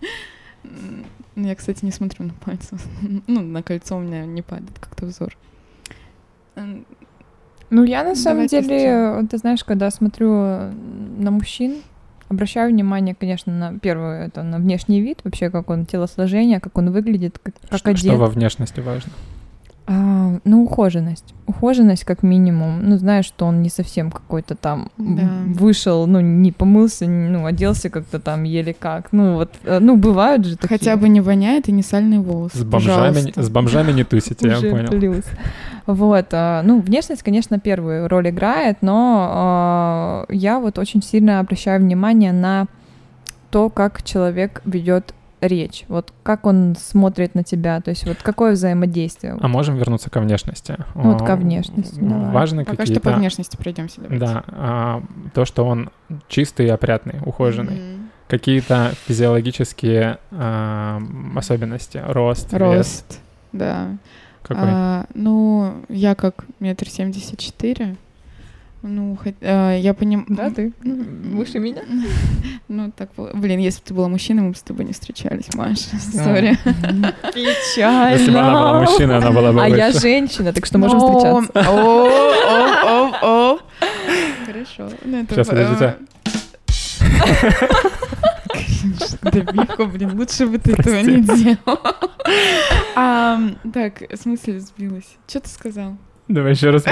Я, кстати, не смотрю на пальцы. Ну, на кольцо у меня не падает как-то взор. Ну, я на самом Давайте деле, ты знаешь, когда смотрю на мужчин, обращаю внимание, конечно, на первое, это на внешний вид, вообще, как он, телосложение, как он выглядит, как, как что, одет. Что во внешности важно? А, ну, ухоженность. Ухоженность как минимум. Ну, знаешь, что он не совсем какой-то там Да. вышел, ну, не помылся, ну, оделся как-то там еле как. Ну, вот, ну, бывают же такие. Хотя бы не воняет и не сальный волос. С бомжами, с бомжами не тусите, я Уже понял. плюс. Вот, а, ну, внешность, конечно, первую роль играет, но а, я вот очень сильно обращаю внимание на то, как человек ведет речь, вот как он смотрит на тебя, то есть вот какое взаимодействие. А можем вернуться ко внешности? Ну, вот ко внешности, давай. Важны Пока какие-то... что по внешности пройдемся. Да, а, то, что он чистый, опрятный, ухоженный. Mm-hmm. Какие-то физиологические а, особенности, рост, Рост, вес. да. Какой? А, ну, я как метр семьдесят четыре. Ну, хоть, а, я понимаю... Да, ты выше меня? Ну, так, блин, если бы ты была мужчиной, мы бы с тобой не встречались, Маша. Сори. Печально. Если бы она была мужчина, она была бы А выше. я женщина, так что можем встречаться. О-о-о-о. Хорошо. Сейчас, подождите. Добивка, блин, лучше бы ты этого не делал. Так, в смысле сбилась? Что ты сказал? Давай еще раз. Про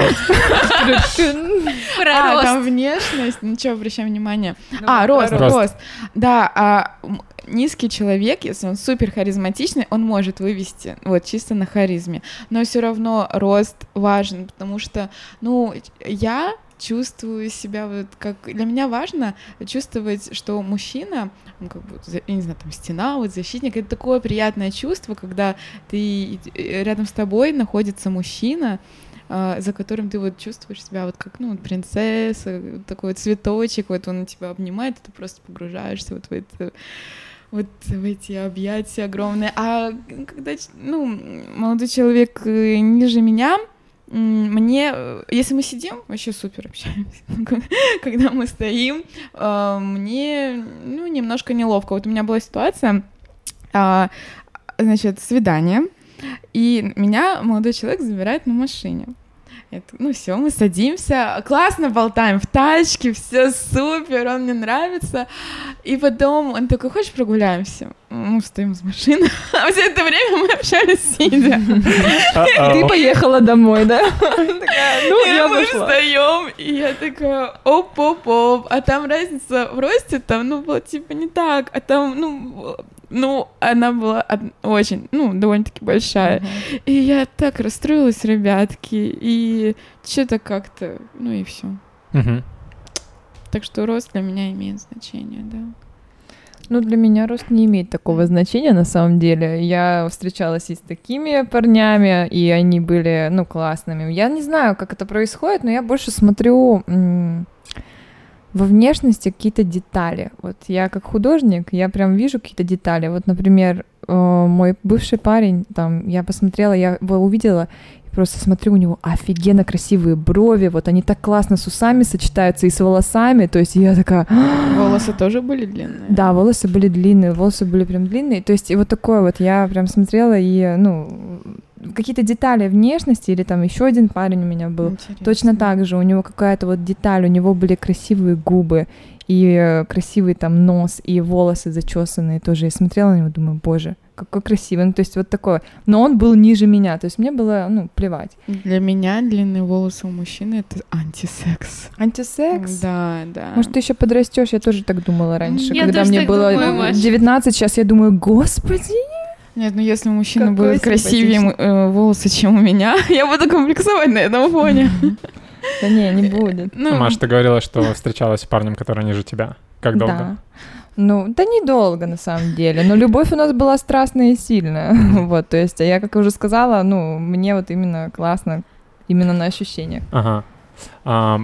А, рост. там внешность, ну что, обращаем внимание. Ну, А, рост, рост. рост. Да, а м, низкий человек, если он супер харизматичный, он может вывести вот чисто на харизме. Но все равно рост важен, потому что, ну, я чувствую себя вот как... Для меня важно чувствовать, что мужчина, ну, как бы, я не знаю, там, стена, вот, защитник, это такое приятное чувство, когда ты, рядом с тобой находится мужчина, за которым ты вот чувствуешь себя вот как, ну, принцесса, такой цветочек, вот он тебя обнимает, и ты просто погружаешься вот в это, вот в эти объятия огромные. А когда, ну, молодой человек ниже меня, мне, если мы сидим, вообще супер общаемся. Когда мы стоим, мне, ну, немножко неловко. Вот у меня была ситуация, значит, свидание, и меня молодой человек забирает на машине. Это, ну все, мы садимся, классно болтаем в тачке, все супер, он мне нравится. И потом он такой: хочешь прогуляемся? Мы встаем с машины, а все это время мы общались сидя. Ты поехала домой, да? Ну, я мы пошла. встаем, и я такая: оп-оп-оп, а там разница в росте, там, ну, было типа не так, а там, ну, ну, она была од- очень, ну, довольно-таки большая. Uh-huh. И я так расстроилась, ребятки, и что-то как-то, ну и все. Uh-huh. Так что рост для меня имеет значение, да. Ну, для меня рост не имеет такого значения, на самом деле. Я встречалась и с такими парнями, и они были, ну, классными. Я не знаю, как это происходит, но я больше смотрю м- во внешности какие-то детали. Вот я как художник, я прям вижу какие-то детали. Вот, например, э- мой бывший парень, там, я посмотрела, я его увидела, и просто смотрю, у него офигенно красивые брови, вот они так классно с усами сочетаются и с волосами, то есть я такая... Волосы тоже были длинные? Да, волосы были длинные, волосы были прям длинные, то есть и вот такое вот я прям смотрела, и, ну, какие-то детали внешности, или там еще один парень у меня был, Интересно. Точно так же, у него какая-то вот деталь, у него были красивые губы, и красивый там нос, и волосы зачесанные тоже, я смотрела на него, думаю, боже, какой красивый, ну, то есть вот такое, но он был ниже меня, то есть мне было, ну, плевать. Для меня длинные волосы у мужчины — это антисекс. Антисекс? Да, да. Может, ты еще подрастешь, я тоже так думала раньше, Я когда тоже мне так было думаю, Маш. девятнадцать, сейчас я думаю, господи. Нет, ну если у мужчины Какой будут красивее э, волосы, чем у меня, я буду комплексовать на этом фоне. Да не, не будет. Ну, Маша, ты говорила, что встречалась с парнем, который ниже тебя. Как долго? Да. Ну, да недолго, на самом деле. Но любовь у нас была страстная и сильная. Вот, то есть, я, как уже сказала, ну, мне вот именно классно, именно на ощущениях. Ага. А,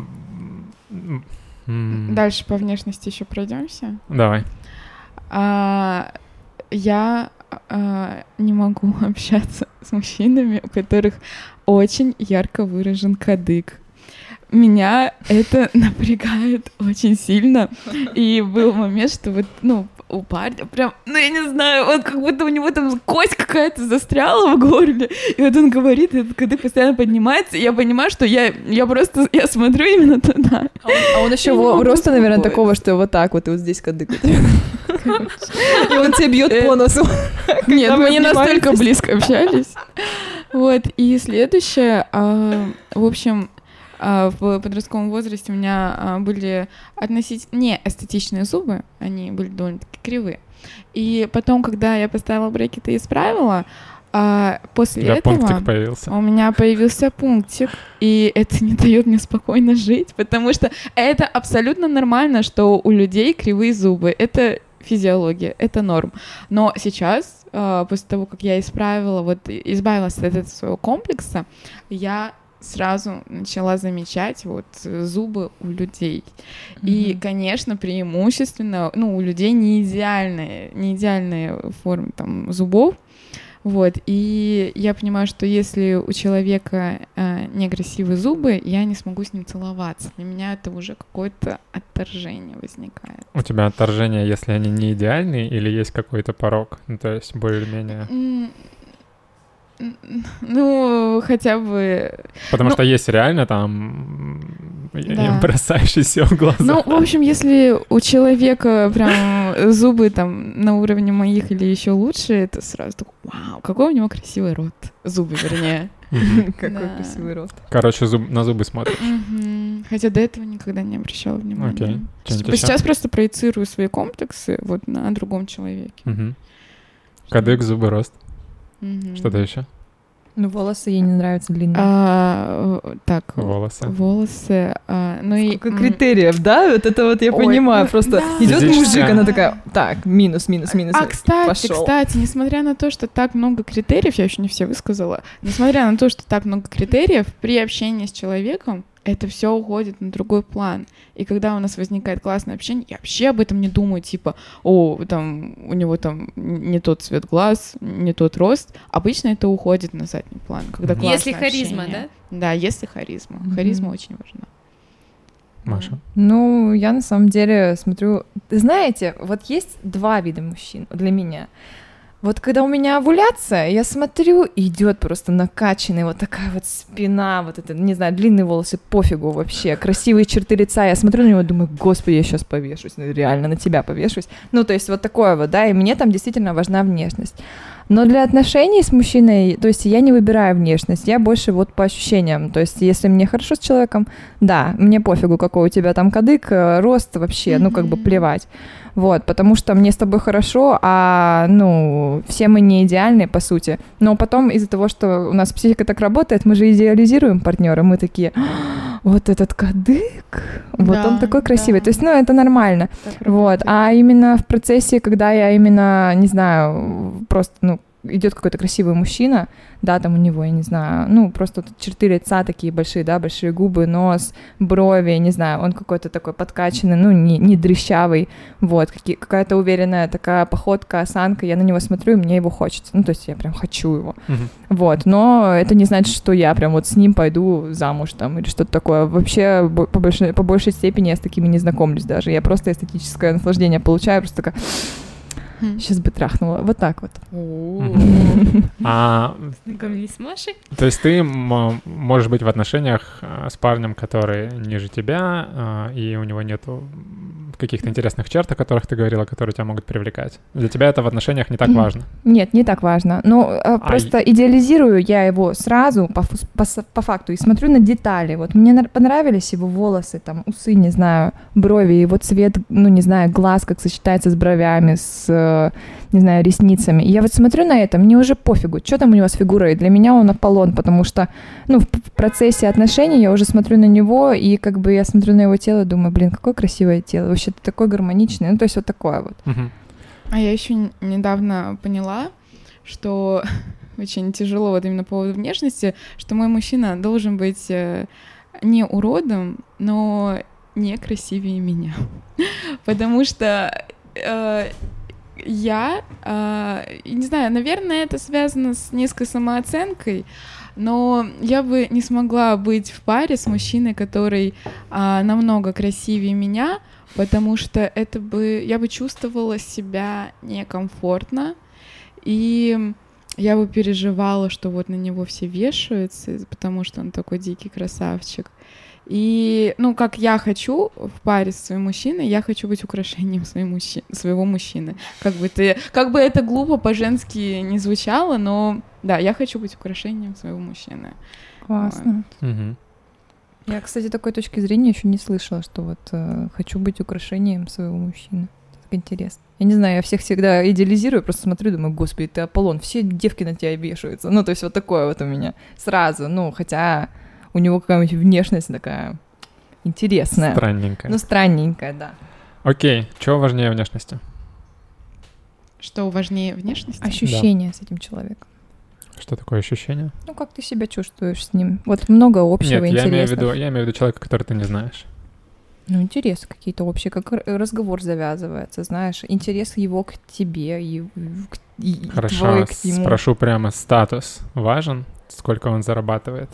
м- дальше по внешности еще пройдемся. Давай. А, я а, не могу общаться с мужчинами, у которых очень ярко выражен кадык. меня это напрягает очень сильно. И был момент, что вот, ну, у парня прям, ну, я не знаю, он как будто у него там кость какая-то застряла в горле, и вот он говорит, этот кадык постоянно поднимается, и я понимаю, что я, я просто, я смотрю именно туда. А он, а он еще его роста, наверное, такого, что вот так вот, и вот здесь кадык. И он тебе бьет по носу. Нет, мы не настолько близко общались. Вот, и следующее, в общем, в подростковом возрасте у меня были относительно не эстетичные зубы, они были довольно-таки кривые. И потом, когда я поставила брекеты и исправила, после у тебя этого пунктик появился. У меня появился пунктик, и это не дает мне спокойно жить, потому что это абсолютно нормально, что у людей кривые зубы. Это физиология, это норм. Но сейчас, после того, как я исправила, вот избавилась от этого своего комплекса, я сразу начала замечать вот зубы у людей. Mm-hmm. И, конечно, преимущественно, ну, у людей не идеальные, не идеальные формы там зубов. Вот, и я понимаю, что если у человека э, некрасивые зубы, я не смогу с ним целоваться. Для меня это уже какое-то отторжение возникает. У тебя отторжение, если они не идеальные, или есть какой-то порог? Ну, то есть более-менее... Mm. Ну, хотя бы... Потому ну, что есть реально там да. бросающиеся в глаза. Ну, в общем, если у человека прям зубы там на уровне моих или еще лучше, это сразу такой, вау, какой у него красивый рот. Зубы, вернее. Какой красивый рот. Короче, на зубы смотришь. Хотя до этого никогда не обращала внимания. Сейчас просто проецирую свои комплексы вот на другом человеке. Кадык, зубы, рост. Mm-hmm. Что-то еще? Ну, волосы ей не нравятся длинные. А, так, волосы. Волосы. А, ну Сколько и, критериев, да? Вот это вот я Ой, понимаю. Просто да. идет Здесь мужик, вся... она такая, так, минус, минус, минус. А, кстати, пошел. кстати, несмотря на то, что так много критериев, я еще не все высказала, несмотря на то, что так много критериев, при общении с человеком это все уходит на другой план. И когда у нас возникает классное общение, я вообще об этом не думаю, типа, о, там, у него там не тот цвет глаз, не тот рост. Обычно это уходит на задний план, когда классное Если харизма, общение. да? Да, если харизма. Mm-hmm. Харизма очень важна. Маша? Ну, я на самом деле смотрю... Знаете, вот есть два вида мужчин для меня. Вот когда у меня овуляция, я смотрю, идет просто накачанная вот такая вот спина, вот это, не знаю, длинные волосы, пофигу вообще, красивые черты лица, я смотрю на него, думаю, господи, я сейчас повешусь, ну, реально на тебя повешусь. Ну, то есть вот такое вот, да, и мне там действительно важна внешность. Но для отношений с мужчиной, то есть я не выбираю внешность, я больше вот по ощущениям, то есть если мне хорошо с человеком, да, мне пофигу, какой у тебя там кадык, рост вообще, mm-hmm. ну, как бы плевать. Вот, потому что мне с тобой хорошо, а, ну, все мы не идеальны, по сути. Но потом из-за того, что у нас психика так работает, мы же идеализируем партнера, мы такие, вот этот кадык, вот да, он такой красивый. Да. То есть, ну, это нормально. Так, вот, а именно в процессе, когда я именно, не знаю, просто, ну, идет какой-то красивый мужчина, да, там у него, я не знаю, ну, просто вот черты лица такие большие, да, большие губы, нос, брови, не знаю, он какой-то такой подкачанный, ну, не, не дрыщавый, вот, какие, какая-то уверенная такая походка, осанка, я на него смотрю, и мне его хочется, ну, то есть я прям хочу его, uh-huh. вот, но это не значит, что я прям вот с ним пойду замуж там или что-то такое, вообще по большей, по большей степени я с такими не знакомлюсь даже, я просто эстетическое наслаждение получаю, просто такая... Сейчас бы трахнула. Вот так вот. Знакомились с Машей? То есть ты можешь быть в отношениях с парнем, который ниже тебя, и у него нету каких-то интересных черт, о которых ты говорила, которые тебя могут привлекать. Для тебя это в отношениях не так важно? Нет, не так важно. Ну, а просто и... идеализирую я его сразу по, по, по факту и смотрю на детали. Вот мне понравились его волосы, там, усы, не знаю, брови, его цвет, ну, не знаю, глаз, как сочетается с бровями, с, не знаю, ресницами. И я вот смотрю на это, мне уже пофигу, что там у него с фигурой. Для меня он Аполлон, потому что, ну, в процессе отношений я уже смотрю на него, и как бы я смотрю на его тело и думаю, блин, какое красивое тело, вообще ты такой гармоничный, ну, то есть вот такое вот. Uh-huh. А я еще недавно поняла, что очень тяжело вот именно по поводу внешности, что мой мужчина должен быть не уродом, но не красивее меня. Потому что э, я, э, не знаю, наверное, это связано с низкой самооценкой, Но я бы не смогла быть в паре с мужчиной, который а, намного красивее меня, потому что это бы я бы чувствовала себя некомфортно, и я бы переживала, что вот на него все вешаются, потому что он такой дикий красавчик. И, ну, как я хочу в паре со своим мужчиной, я хочу быть украшением своей мужчи... своего мужчины. Как бы, ты... как бы это глупо по-женски не звучало, но да, я хочу быть украшением своего мужчины. Классно. Вот. Угу. Я, кстати, такой точки зрения еще не слышала, что вот э, хочу быть украшением своего мужчины. Так интересно. Я не знаю, я всех всегда идеализирую, просто смотрю, думаю, господи, ты Аполлон, все девки на тебя вешаются. Ну, то есть вот такое вот у меня сразу. Ну, хотя у него какая-нибудь внешность такая интересная. Странненькая. Ну, странненькая, да. Окей, что важнее внешности? Что важнее внешности? Ощущения да. с этим человеком. Что такое ощущение? Ну, как ты себя чувствуешь с ним? Вот много общего, Нет, интересного. я имею в виду, я имею в виду человека, которого ты не знаешь. Ну, интересы какие-то общие, как разговор завязывается, знаешь, интерес его к тебе и, и Хорошо, твой к нему. Спрошу прямо, статус важен? Сколько он зарабатывает?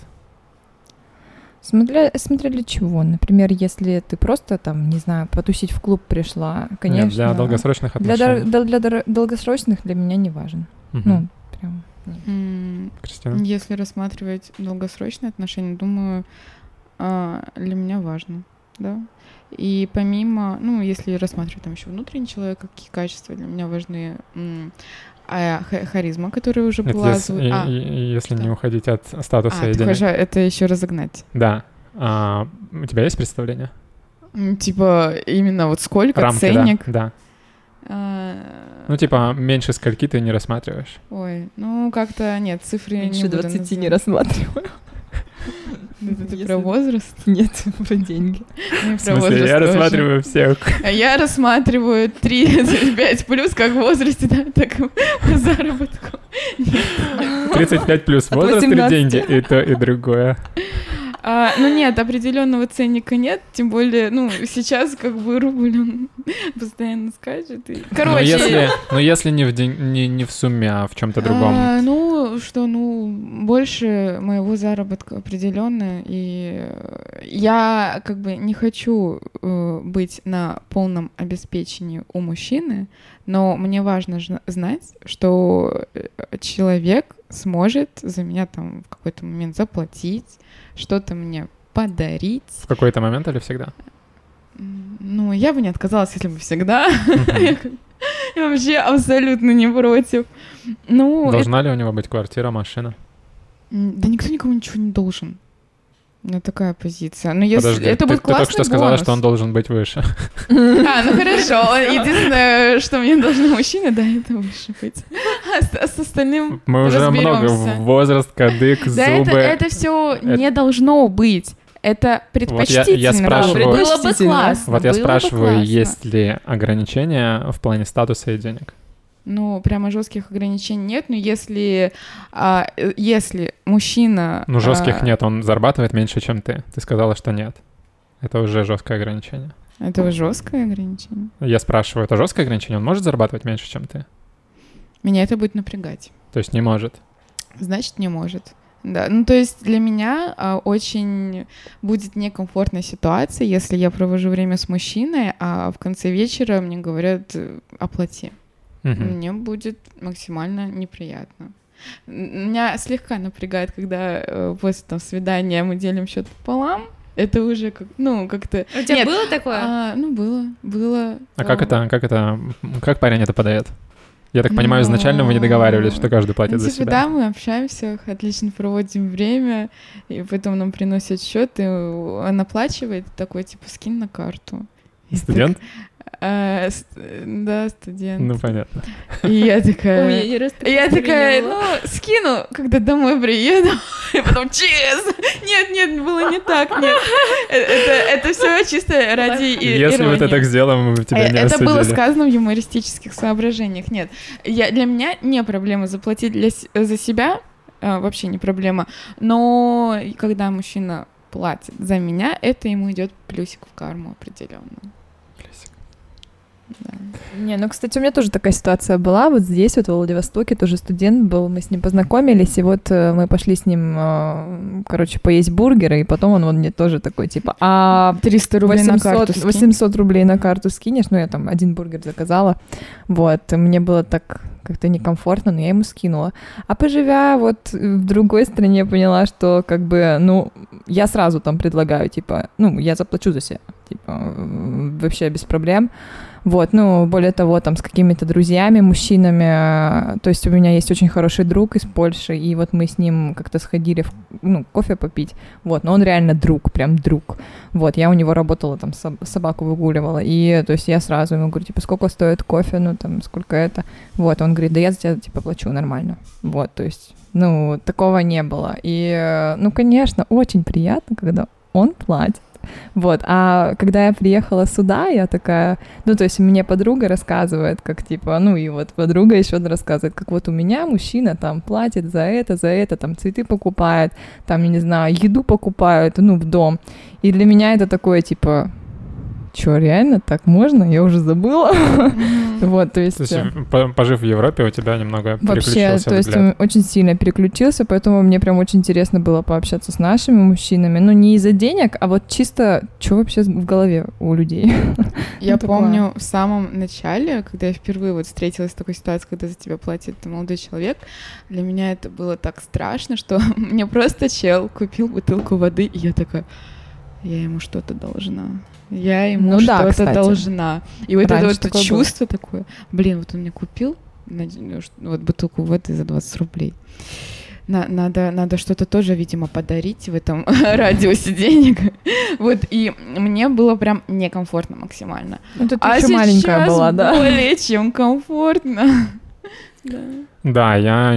Смотря, смотря для чего. Например, если ты просто там, не знаю, потусить в клуб пришла, конечно. Нет, для долгосрочных отношений. Для, для, для долгосрочных для меня не важен. Угу. Ну, прям нет. М- Кристина? Если рассматривать долгосрочные отношения, думаю, а, для меня важно, да. И помимо, ну, если рассматривать там еще внутренний человек, какие качества для меня важны, м- а х- харизма, которая уже Это была... если, озву- а, и- и- если что? не уходить от статуса а, и ты денег. хочешь это еще разогнать? Да. А, у тебя есть представление? М, Типа именно вот сколько, Рамки, ценник? да, да. А, Ну, типа, меньше скольки ты не рассматриваешь. Ой, ну как-то нет, цифры Меньше не буду двадцати не называть. рассматриваю. Это ты Если- про возраст? Нет, про деньги. Ну, и В про смысле, возраст я тоже. рассматриваю всех. А я рассматриваю тридцать пять плюс как в возрасте, да, так и по заработку. тридцать пять плюс От возраст или восемнадцати. деньги? И то, и другое. А, ну нет, определенного ценника нет, тем более, ну, сейчас как бы рубль, он постоянно скачет. И... Но Короче, если, но если не, в день, не, не в сумме, а в чем-то другом. а, ну, что, ну, больше моего заработка определенно, и я как бы не хочу э, быть на полном обеспечении у мужчины, но мне важно ж- знать, что э, человек сможет за меня там в какой-то момент заплатить, что-то мне подарить. В какой-то момент или всегда? М, Ну, я бы не отказалась, если бы всегда. Мгм. Я вообще абсолютно не против. Ну, это- Должна ли у него быть квартира, машина? М, да никто никому ничего не должен. У меня такая позиция. Но если Подожди, это ты, будет ты только классный что сказала, бонус. что он должен быть выше. А, ну хорошо. Единственное, что мне должны мужчины, да, это выше быть. А с, а с остальным Мы уже много разберёмся. в возраст, кадык, Да, это, зубы. это все Это- не должно быть. Это предпочтительно. я спрашиваю- было бы Предпочтительно. классно. Вот я было бы спрашиваю, классно. есть ли ограничения в плане статуса и денег? Ну, прямо жестких ограничений нет, но если, а, э, если мужчина... Ну, жестких а, нет, он зарабатывает меньше, чем ты. Ты сказала, что нет. Это уже жесткое ограничение. Это жесткое ограничение. Я спрашиваю, это жесткое ограничение? Он может зарабатывать меньше, чем ты? Меня это будет напрягать. То есть не может. Значит, не может. Да, ну то есть для меня а, очень будет некомфортная ситуация, если я провожу время с мужчиной, а в конце вечера мне говорят э, оплати. Мгм. Мне будет максимально неприятно. М- Меня слегка напрягает, когда э, после там свидания мы делим счет пополам. Это уже как, ну как-то. У тебя Нет, было такое? а, ну было, было. А как это, как это, как парень это подает? Я так понимаю, Ну, изначально вы не договаривались, что каждый платит Ну, за типа, себя. да, мы общаемся, отлично проводим время, и потом нам приносят счет, и он оплачивает, такой, типа, скинь на карту. И Студент? так, а, с- да, студент. Ну, понятно. И я такая... У меня ни разу И я такого не такая, было. ну, скину, когда домой приеду, и потом, чиз! Нет, нет, было не так, нет. Э, Это, это все чисто ради и- Если мы это иронии. так сделаем, мы бы тебя Э, не Это было осудили. сказано в юмористических соображениях. Нет, я, для меня не проблема заплатить для, с- за себя, а, вообще не проблема. Но и когда мужчина платит за меня, это ему идет плюсик в карму определенно. Да. Не, ну, кстати, у меня тоже такая ситуация была. Вот здесь, вот в Владивостоке, тоже студент был, мы с ним познакомились, и вот э, мы пошли с ним, э, короче, поесть бургеры, и потом он, он мне тоже такой, типа, а триста рублей на карту скинь. восемьсот рублей на карту скинешь? Ну, я там один бургер заказала. Вот, мне было так как-то некомфортно, но я ему скинула. А поживя вот в другой стране, поняла, что как бы, ну, я сразу там предлагаю, типа, ну, я заплачу за себя, типа, вообще без проблем. Вот, ну, более того, там, с какими-то друзьями, мужчинами, то есть у меня есть очень хороший друг из Польши, и вот мы с ним как-то сходили, в, ну, кофе попить, вот, но он реально друг, прям друг, вот, я у него работала, там, собаку выгуливала, и, то есть я сразу ему говорю, типа, сколько стоит кофе, ну, там, сколько это, вот, он говорит, да я за тебя, типа, плачу нормально, вот, то есть, ну, такого не было, и, ну, конечно, очень приятно, когда он платит. Вот, а когда я приехала сюда, я такая, ну, то есть мне подруга рассказывает, как, типа, ну, и вот подруга еще рассказывает, как вот у меня мужчина там платит за это, за это, там, цветы покупает, там, я не знаю, еду покупают, ну, в дом, и для меня это такое, типа, чё, реально так можно? Я уже забыла. Вот, то есть... То есть, пожив в Европе, у тебя немного переключился вообще, то есть очень сильно переключился, поэтому мне прям очень интересно было пообщаться с нашими мужчинами. Ну, не из-за денег, а вот чисто, что вообще в голове у людей. Я помню в самом начале, когда я впервые вот встретилась с такой ситуацией, когда за тебя платит молодой человек, для меня это было так страшно, что мне просто чел купил бутылку воды, и я такая, я ему что-то должна. Я ему ну, что-то да, должна. И вот Раньше это вот чувство было. Такое, блин, вот он мне купил вот бутылку воды за двадцать рублей. На, надо, надо что-то тоже, видимо, подарить в этом радиусе денег. Вот, и мне было прям некомфортно максимально. Ну, ты а еще маленькая была, да? более чем комфортно. Да. Да, я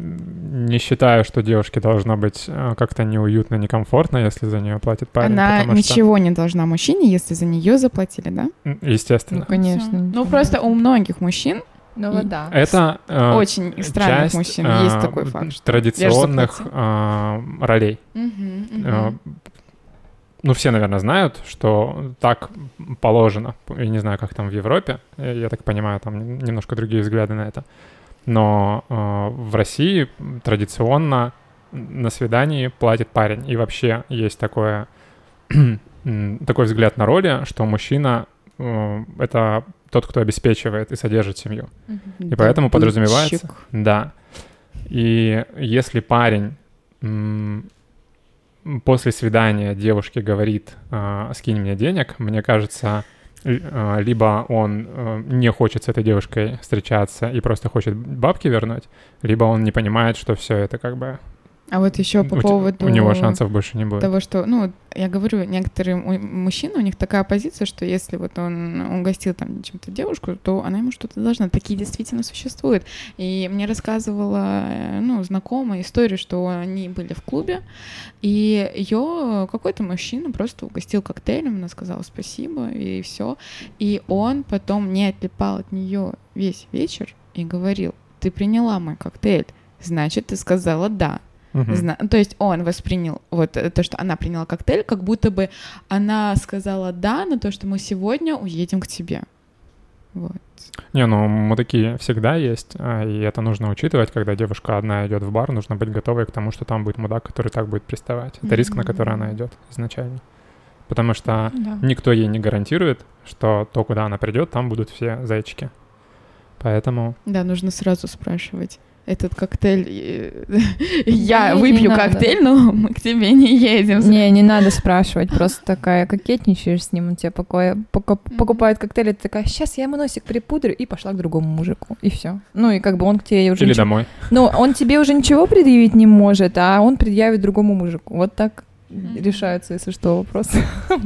не считаю, что девушке должно быть как-то неуютно, некомфортно, если за нее платит парень. Она ничего что... не должна мужчине, если за нее заплатили, да? Естественно. Ну, конечно. Ну, просто у многих мужчин ну, да. Это э, очень странных часть, мужчин, э, есть такой факт. Традиционных э, ролей. Угу, угу. Э, ну, все, наверное, знают, что так положено. Я не знаю, как там в Европе. Я так понимаю, там немножко другие взгляды на это. Но э, в России традиционно на свидании платит парень. И вообще есть такое, такой взгляд на роли, что мужчина э, — это тот, кто обеспечивает и содержит семью. Mm-hmm. И да, поэтому подразумевается... Да. И если парень м- после свидания девушке говорит э, «скинь мне денег», мне кажется... либо он э, не хочет с этой девушкой встречаться и просто хочет бабки вернуть, либо он не понимает, что все это как бы... А вот еще по у, поводу... У него шансов больше не будет. Того, что, ну, я говорю, некоторые мужчины, у них такая позиция, что если вот он угостил там чем-то девушку, то она ему что-то должна. Такие действительно существуют. И мне рассказывала, ну, знакомая историю, что они были в клубе, и ее какой-то мужчина просто угостил коктейлем, она сказала спасибо, и все. И он потом не отлипал от нее весь вечер и говорил: ты приняла мой коктейль, значит, ты сказала «да». Uh-huh. Зна- то есть он воспринял вот то, что она приняла коктейль, как будто бы она сказала «да» на то, что мы сегодня уедем к тебе. Вот. Не, ну мудаки всегда есть, и это нужно учитывать, когда девушка одна идет в бар, нужно быть готовой к тому, что там будет мудак, который так будет приставать. Это mm-hmm. риск, на который она идет изначально. Потому что да. никто ей не гарантирует, что то, куда она придет, там будут все зайчики. Поэтому... Да, нужно сразу спрашивать. Этот коктейль... Я не, выпью не коктейль, но мы к тебе не едем. Не, не надо спрашивать, просто такая кокетничаешь с ним, он тебе покоя, покуп, mm-hmm. покупает коктейль, и ты такая: сейчас я ему носик припудрю, и пошла к другому мужику, и все. Ну и как бы он к тебе уже... Или ничего... домой. Ну, он тебе уже ничего предъявить не может, а он предъявит другому мужику. Вот так mm-hmm. решаются, если что, вопросы.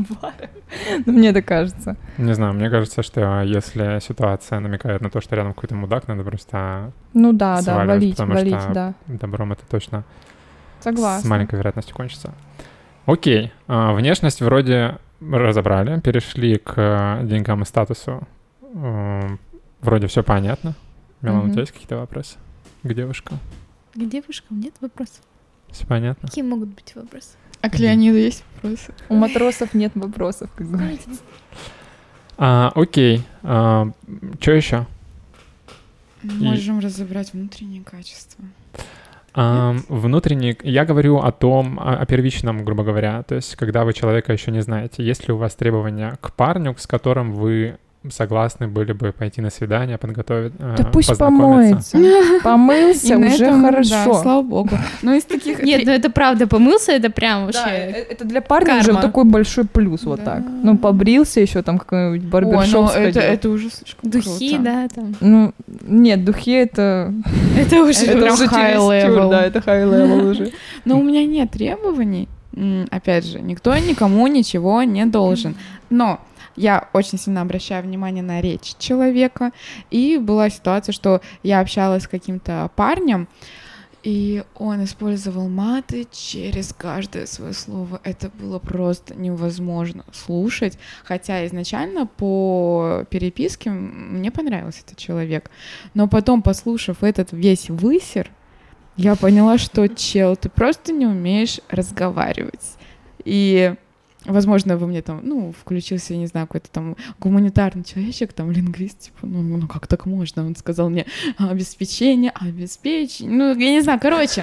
Ну, мне так кажется. Не знаю, мне кажется, что если ситуация намекает на то, что рядом какой-то мудак, надо просто ну да, да, валить, потому валить, что да. добром это точно Согласна. С маленькой вероятностью кончится. Окей, а, внешность вроде разобрали, перешли к деньгам и статусу. А, вроде все понятно. Милана, mm-hmm. у тебя есть какие-то вопросы к девушкам? К девушкам нет вопросов. Все понятно? Какие могут быть вопросы? А к Леониду есть вопросы? У матросов нет вопросов, как говорится. А, окей. А, что еще? Можем И... разобрать внутренние качества. А, внутренний, я говорю о том, о, о первичном, грубо говоря, то есть когда вы человека еще не знаете, есть ли у вас требования к парню, с которым вы согласны были бы пойти на свидание, подготовить, да э, пусть помоется. Помылся, уже этом, хорошо. Да, слава богу. Ну, из таких... Нет, ну это правда, помылся, это прям вообще... Да, это для парня уже такой большой плюс, вот так. Ну, побрился еще, там какой-нибудь барбершоп сходил. Это, это уже слишком Духи, круто. да, там. Ну, нет, духи это... Это уже это уже high level. Да, это high level уже. Но у меня нет требований. Опять же, никто никому ничего не должен. Но... Я очень сильно обращаю внимание на речь человека, и была ситуация, что я общалась с каким-то парнем, и он использовал маты через каждое свое слово. Это было просто невозможно слушать, хотя изначально по переписке мне понравился этот человек, но потом, послушав этот весь высер, я поняла, что, чел, ты просто не умеешь разговаривать. И... Возможно, вы мне там, ну, включился, я не знаю, какой-то там гуманитарный человечек, там, лингвист, типа, ну, ну как так можно? Он сказал мне обеспечение, обеспечение, ну, я не знаю, короче.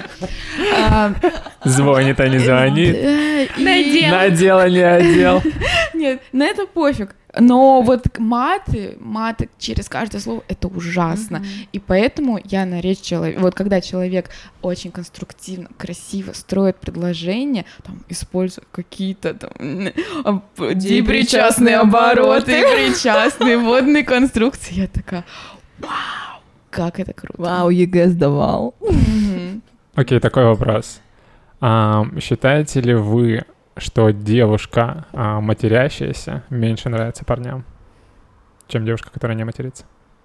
Звонит, а не звонит. Надел. Надел, а не одел. Нет, на это пофиг. Но вот маты, маты через каждое слово, это ужасно. Mm-hmm. И поэтому я на речь человека... Вот когда человек очень конструктивно, красиво строит предложение, там, используя какие-то там причастные обороты, причастные водные конструкции, я такая, вау, как это круто. Вау, ЕГЭ сдавал. Окей, такой вопрос. Считаете ли вы, что девушка, а, матерящаяся, меньше нравится парням, чем девушка, которая не матерится?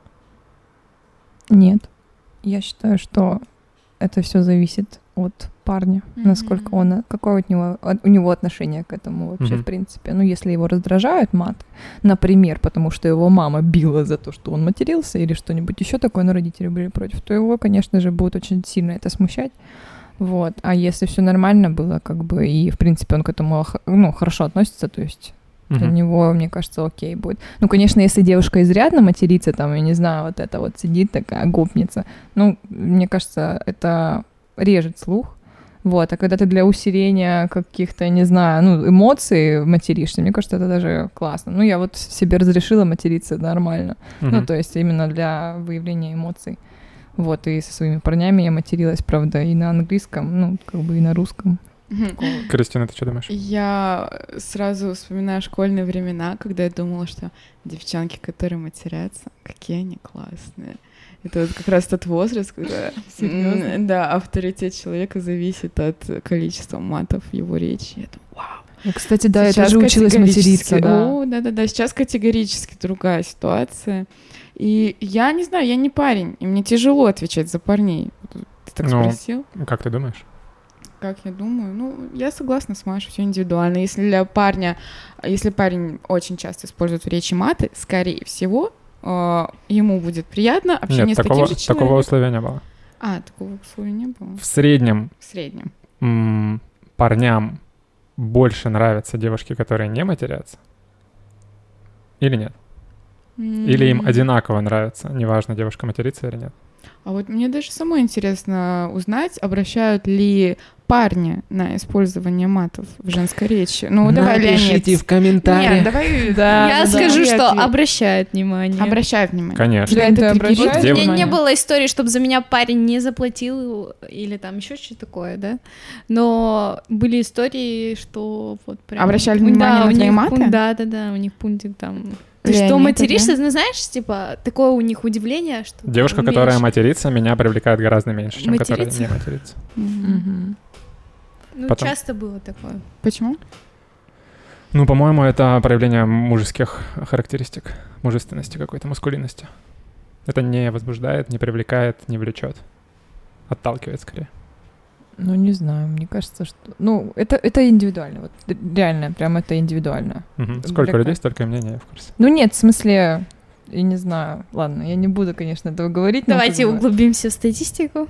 Нет. Я считаю, что это все зависит от парня, mm-hmm. насколько он, какое от него, от, у него отношение к этому вообще, mm-hmm. в принципе. Ну, если его раздражают маты, например, потому что его мама била за то, что он матерился или что-нибудь еще такое, но родители были против, то его, конечно же, будет очень сильно это смущать. Вот, а если все нормально было, как бы, и, в принципе, он к этому, ну, хорошо относится, то есть uh-huh. для него, мне кажется, окей будет. Ну, конечно, если девушка изрядно матерится, там, я не знаю, вот это вот сидит такая гопница, ну, мне кажется, это режет слух. Вот, а когда ты для усиления каких-то, не знаю, ну, эмоций материшься, мне кажется, это даже классно. Ну, я вот себе разрешила материться нормально. Uh-huh. Ну, то есть именно для выявления эмоций. Вот, и со своими парнями я материлась, правда, и на английском, ну, как бы и на русском. Mm-hmm. Кристина, ты что думаешь? Я сразу вспоминаю школьные времена, когда я думала, что девчонки, которые матерятся, какие они классные. Это вот как раз тот возраст, когда да, авторитет человека зависит от количества матов в его речи. Я думаю, вау. Ну, кстати, да, я тоже училась материться. Да. О, да-да-да, сейчас категорически другая ситуация. И я не знаю, я не парень, и мне тяжело отвечать за парней. Ты так ну, спросил? Как ты думаешь? Как я думаю? Ну, я согласна с Машей, все индивидуально. Если для парня, если парень очень часто использует в речи маты, скорее всего, э, ему будет приятно общение Нет, с такого, таким же человеком. такого условия не было. А, такого условия не было? В среднем, в среднем. М- парням больше нравятся девушки, которые не матерятся? Или нет? Mm-hmm. Или им одинаково нравится, неважно, девушка матерится или нет? А вот мне даже самой интересно узнать, обращают ли парни на использование матов в женской речи. Ну, давай, Леонид. Напишите в комментариях. Нет, давай. Да, я да, скажу, да. что Ответ. обращают внимание. Обращают внимание. Конечно. Да, это обращают Дев... У меня не было истории, чтобы за меня парень не заплатил или там еще что-то такое, да. Но были истории, что вот прям... Обращали внимание да, на твои них маты? Пункт, да, да, да, у них пунктик там... Ты Леонид, что, материшься? да? Ну, знаешь, типа, такое у них удивление, что... Девушка, умеешь... которая матерится, меня привлекает гораздо меньше, чем Материться? которая не матерится. Mm-hmm. Ну, Потом... часто было такое. Почему? Ну, по-моему, это проявление мужеских характеристик, мужественности какой-то, маскулинности. Это не возбуждает, не привлекает, не влечет. Отталкивает скорее. Ну, не знаю, мне кажется, что... Ну, это, это индивидуально, вот реально, прям это индивидуально. Угу. Сколько Для людей, как... столько и мнений, я в курсе. Ну, нет, в смысле, я не знаю, ладно, я не буду, конечно, этого говорить. Давайте но как бы... углубимся в статистику.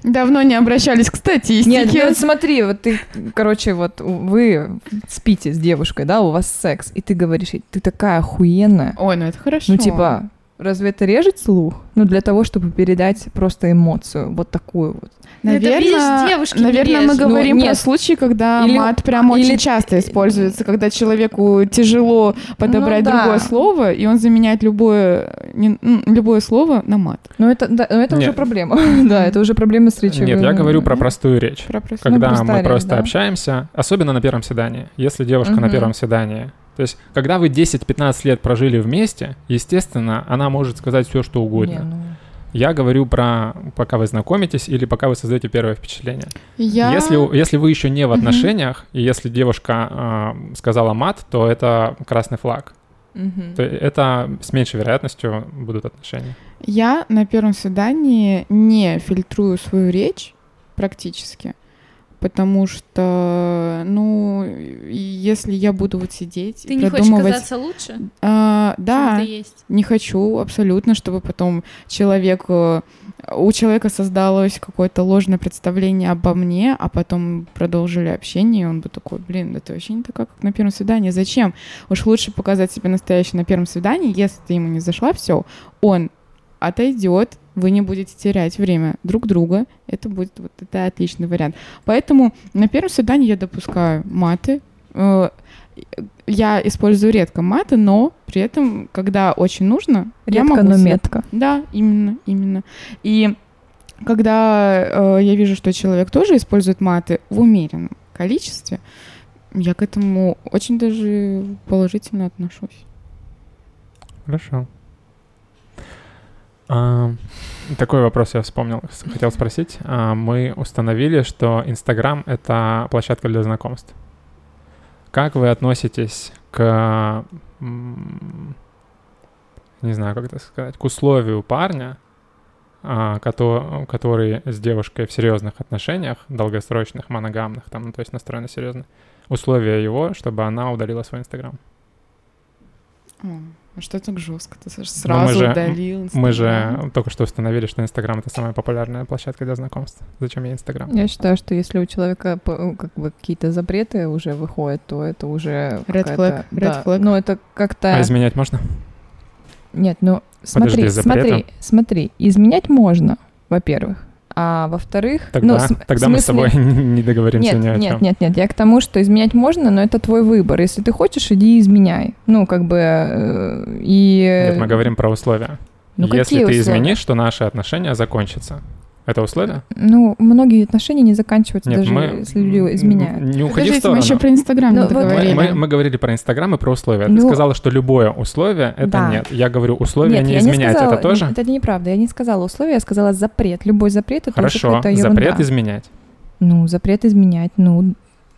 Давно не обращались к статистике. Нет, ну смотри, вот ты, короче, вот вы спите с девушкой, да, у вас секс, и ты говоришь, ты такая охуенная. Ой, ну это хорошо. Ну типа, разве это режет слух? Ну для того, чтобы передать просто эмоцию, вот такую вот. Наверное, видишь, девушки наверное не мы режут. говорим Ну, про нет. случаи, когда Или- мат прям или- очень часто используется, когда человеку тяжело подобрать Ну, да. другое слово, и он заменяет любое, не- м, любое слово на мат. Ну это, да, ну, это уже Нет. проблема. Да, это уже проблема с речевым. Нет, я говорю про простую речь. Про простое. Когда простая мы речь, просто да. общаемся, особенно на первом свидании. Если девушка на Мгм. первом свидании, то есть, когда вы десять-пятнадцать лет прожили вместе, естественно, она может сказать все, что угодно. Не, ну, Я говорю про пока вы знакомитесь или пока вы создаете первое впечатление. Я... Если, у- если вы еще не в Мгм. отношениях, и если девушка а, сказала мат, то это красный флаг. мгм. То это с меньшей вероятностью будут отношения. Я на первом свидании не фильтрую свою речь практически, потому что, ну, и если я буду вот сидеть Ты и не хочешь продумывать... казаться лучше, А, чем да, ты есть? не хочу абсолютно, чтобы потом человек, э, у человека создалось какое-то ложное представление обо мне, а потом продолжили общение, и он бы такой, блин, да ты вообще не такая, как на первом свидании, зачем? Уж лучше показать себя настоящей на первом свидании, если ты ему не зашла, все, он отойдет, вы не будете терять время друг друга, это будет вот это отличный вариант. Поэтому на первом свидании я допускаю маты, э, я использую редко маты, но при этом, когда очень нужно, я Редко, могу но себе- метко. Да, именно, именно. И когда э, я вижу, что человек тоже использует маты в умеренном количестве, я к этому очень даже положительно отношусь. Хорошо. А, такой вопрос я вспомнил, с- хотел спросить. А, мы установили, что Инстаграм — это площадка для знакомств. Как вы относитесь к, м, не знаю, как это сказать, к условию парня, а, кото- который с девушкой в серьезных отношениях, долгосрочных, моногамных, там, ну, то есть настроено серьезно, условие его, чтобы она удалила свой Инстаграм? О, а что так жестко? Ты Саш, Ну, мы сразу же- удалил Мы Инстаграм. же только что установили, что Инстаграм — это самая популярная площадка для знакомств. Зачем ей Инстаграм? Я считаю, что если у человека п- как бы какие-то запреты уже выходят, то это уже Red какая-то- flag, red да. flag. Ну, это как-то... А изменять можно? Нет, ну, смотри, Подожди, запретом? смотри, смотри. Изменять можно, во-первых. А во-вторых... Тогда, ну, см- тогда в мы с тобой смысле- не договоримся Нет, ни о нет, чем. нет, нет, я к тому, что изменять можно, но это твой выбор. Если ты хочешь, иди и изменяй. Ну, как бы... э, И... Нет, мы говорим про условия. Ну, Если какие ты условия? изменишь, то наши отношения закончатся. Это условие? Ну, многие отношения не заканчиваются, Нет, даже мы... если люди изменяют. Не уходи в Подождите, мы сторону. еще про Инстаграм Ну, не вот Мы, договорили. мы- мы говорили про Инстаграм и про условия. Ты Ну, сказала, что любое условие — это да. нет. Я говорю, условие Нет, не я изменять. сказала, Это тоже? Это неправда. Я не сказала условия, я сказала запрет. Любой запрет — это уже Хорошо, какая-то ерунда. запрет изменять. Ну, запрет изменять, ну...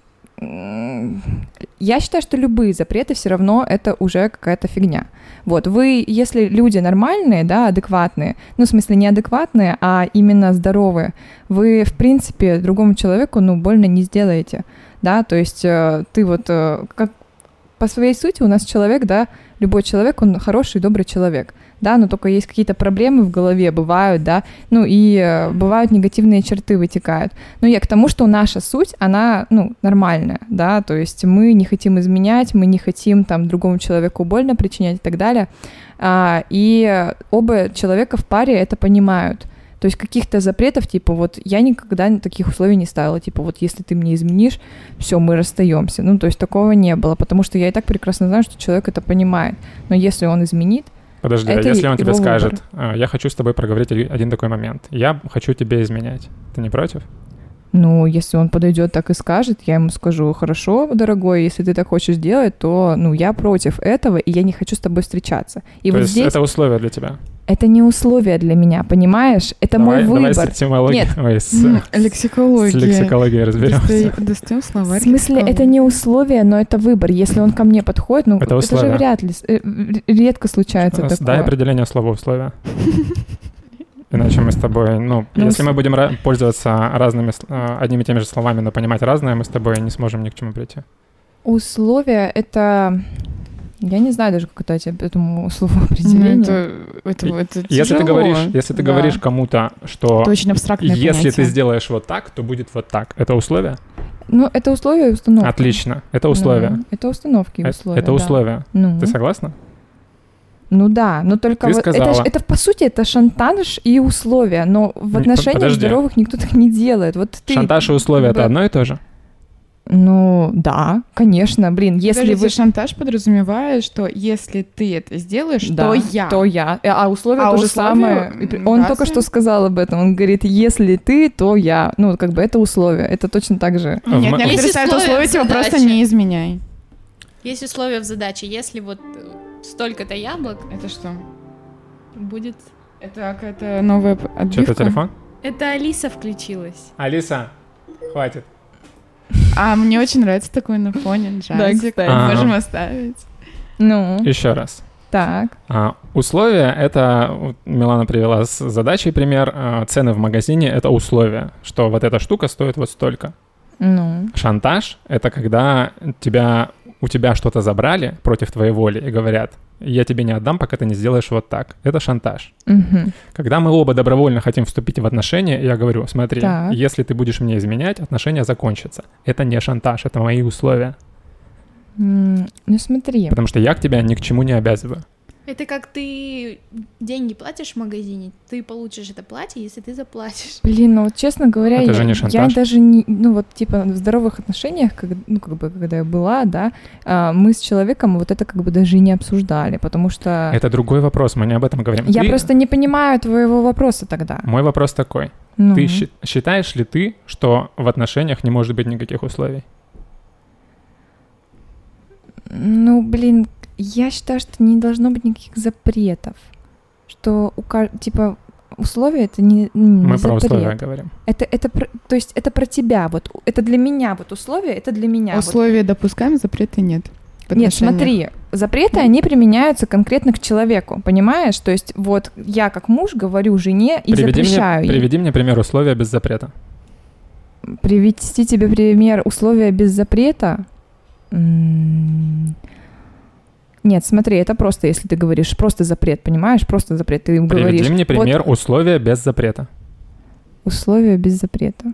м, Я считаю, что любые запреты все равно это уже какая-то фигня. Вот, вы, если люди нормальные, да, адекватные, ну, в смысле, не адекватные, а именно здоровые, вы, в принципе, другому человеку, ну, больно не сделаете, да, то есть э, ты вот, э, как по своей сути у нас человек, да, любой человек, он хороший, добрый человек, да, но только есть какие-то проблемы в голове, бывают, да, ну и э, бывают негативные черты вытекают. Но я к тому, что наша суть, она, ну, нормальная, да, то есть мы не хотим изменять, мы не хотим там другому человеку больно причинять и так далее, а, и оба человека в паре это понимают. То есть каких-то запретов, типа, вот я никогда таких условий не ставила, типа, вот если ты мне изменишь, все, мы расстаемся. Ну, то есть такого не было, потому что я и так прекрасно знаю, что человек это понимает. Но если он изменит, Подожди, а это если он тебе его скажет, выбор. «А, я хочу с тобой проговорить оди- один такой момент. Я хочу тебе изменять. Ты не против? ну, если он подойдет так и скажет, я ему скажу, хорошо, дорогой, если ты так хочешь делать, то, ну, я против этого, и я не хочу с тобой встречаться. И То вот есть здесь это условие для тебя? это не условие для меня, понимаешь? Это давай, мой давай выбор. с этимологией, Нет. ой, с, М, с Лексикология. лексикологией разберемся. Достаем словарь. В смысле, это не условие, но это выбор. Если он ко мне подходит, ну, Это это, же условие. вряд ли, э, р- редко случается С- Дай такое. определение слова условия. Иначе мы с тобой, ну, Ну, если с- мы будем ра- пользоваться разными, с- а, одними и теми же словами, но понимать разное, мы с тобой не сможем ни к чему прийти. Условия — это... Я не знаю даже, как это этому слову определение. Ну, это, это, это если тяжело. ты говоришь, если ты Да. говоришь кому-то, что Это очень абстрактное если понятие. ты сделаешь вот так, то будет вот так. Это условие? Ну, это условия и установки. Отлично. Это условие. Ну, это установки и Э- условия, Это да. условие. Ну. Ты согласна? Ну да, но только Ты вот это, ж- сказала. это, по сути, это шантаж и условия, но в Не, отношениях подожди. здоровых никто так не делает. Вот ты, Шантаж и условия — как это бы- одно и то же? Ну, да, конечно, блин, если Подождите, вы... шантаж подразумевает, что если ты это сделаешь, Да, то я. То я. Э, А условия А то же условия, самое. м, Он разве? только что сказал об этом. Он говорит, если ты, то я. Ну, как бы это условие. Это точно так же. В м- Нет, некоторые Есть ставят условия условия, типа задачи. просто не изменяй. Есть условия в задаче. Если вот э, столько-то яблок, Это что? будет... Это какая-то новая п- отбивка? Что-то телефон? Это Алиса включилась. Алиса, хватит. А, мне очень нравится такой на фоне джазик. кстати. Можем Ага. оставить. Ну, Еще раз. так. А, условия — это, вот Милана привела с задачей пример, а, цены в магазине — это условия, что вот эта штука стоит вот столько. Ну, Шантаж — это когда тебя, у тебя что-то забрали против твоей воли и говорят, я тебе не отдам, пока ты не сделаешь вот так. Это шантаж. мгм. Когда мы оба добровольно хотим вступить в отношения, я говорю, смотри, Так. если ты будешь мне изменять, отношения закончатся. Это не шантаж, это мои условия. М, Ну, смотри. Потому что я к тебя ни к чему не обязываю. Это как ты деньги платишь в магазине, ты получишь это платье, если ты заплатишь. Блин, ну вот честно говоря, Это я, же не я шантаж. даже не, ну вот типа в здоровых отношениях, как, ну как бы когда я была, да, а, мы с человеком вот это как бы даже и не обсуждали, потому что Это другой вопрос, мы не об этом говорим. я Ты- просто не понимаю твоего вопроса тогда. Мой вопрос такой. Ну, Ты щи- считаешь ли ты, что в отношениях не может быть никаких условий? ну, блин, я считаю, что не должно быть никаких запретов, что у ка- типа условия это не, не Мы про запрет. условия говорим. Это это про- то есть это про тебя, вот это для меня вот условия, это для меня. вот. Условия допускаем, запрета нет. в Нет, отношениях. смотри, запреты, они применяются конкретно к человеку, понимаешь? То есть вот я как муж говорю жене и Приведи запрещаю мне, ей. приведи мне пример условия без запрета. Привести тебе пример условия без запрета? М, Нет, смотри, это просто, если ты говоришь, просто запрет, понимаешь? Просто запрет. Ты им говоришь, Приведи мне вот пример условия без запрета. условия без запрета.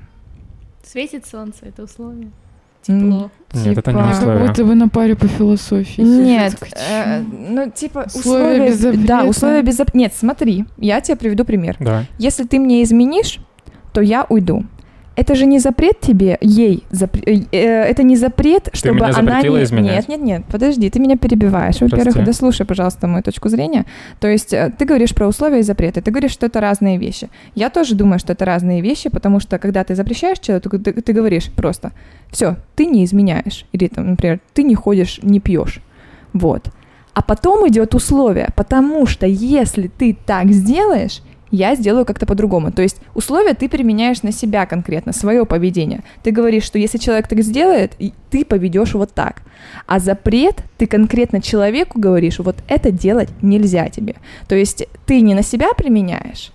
Светит солнце, это условие. М, Тепло. Нет, это не типа- Как условия. будто вы на паре по философии. Нет, сидите, э, такие, ну типа Условия условия, без запрета. да, условия без запрета. Нет, смотри, я тебе приведу пример. Давай. Если ты мне изменишь, то я уйду. Это же не запрет тебе, ей, запр- э, э, это не запрет, чтобы меня она запретила не... изменять. Нет, нет, нет, подожди, ты меня перебиваешь. Во-первых, Прости. дослушай, пожалуйста, мою точку зрения. То есть э, ты говоришь про условия и запреты, ты говоришь, что это разные вещи. Я тоже думаю, что это разные вещи, потому что когда ты запрещаешь человеку, ты, ты говоришь просто, все, ты не изменяешь. Или, там, например, ты не ходишь, не пьешь. Вот. А потом идет условие, потому что если ты так сделаешь, я сделаю как-то по-другому. То есть условия ты применяешь на себя конкретно, свое поведение. Ты говоришь, что если человек так сделает, и ты поведешь вот так. А запрет ты конкретно человеку говоришь, вот это делать нельзя тебе. То есть ты не на себя применяешь,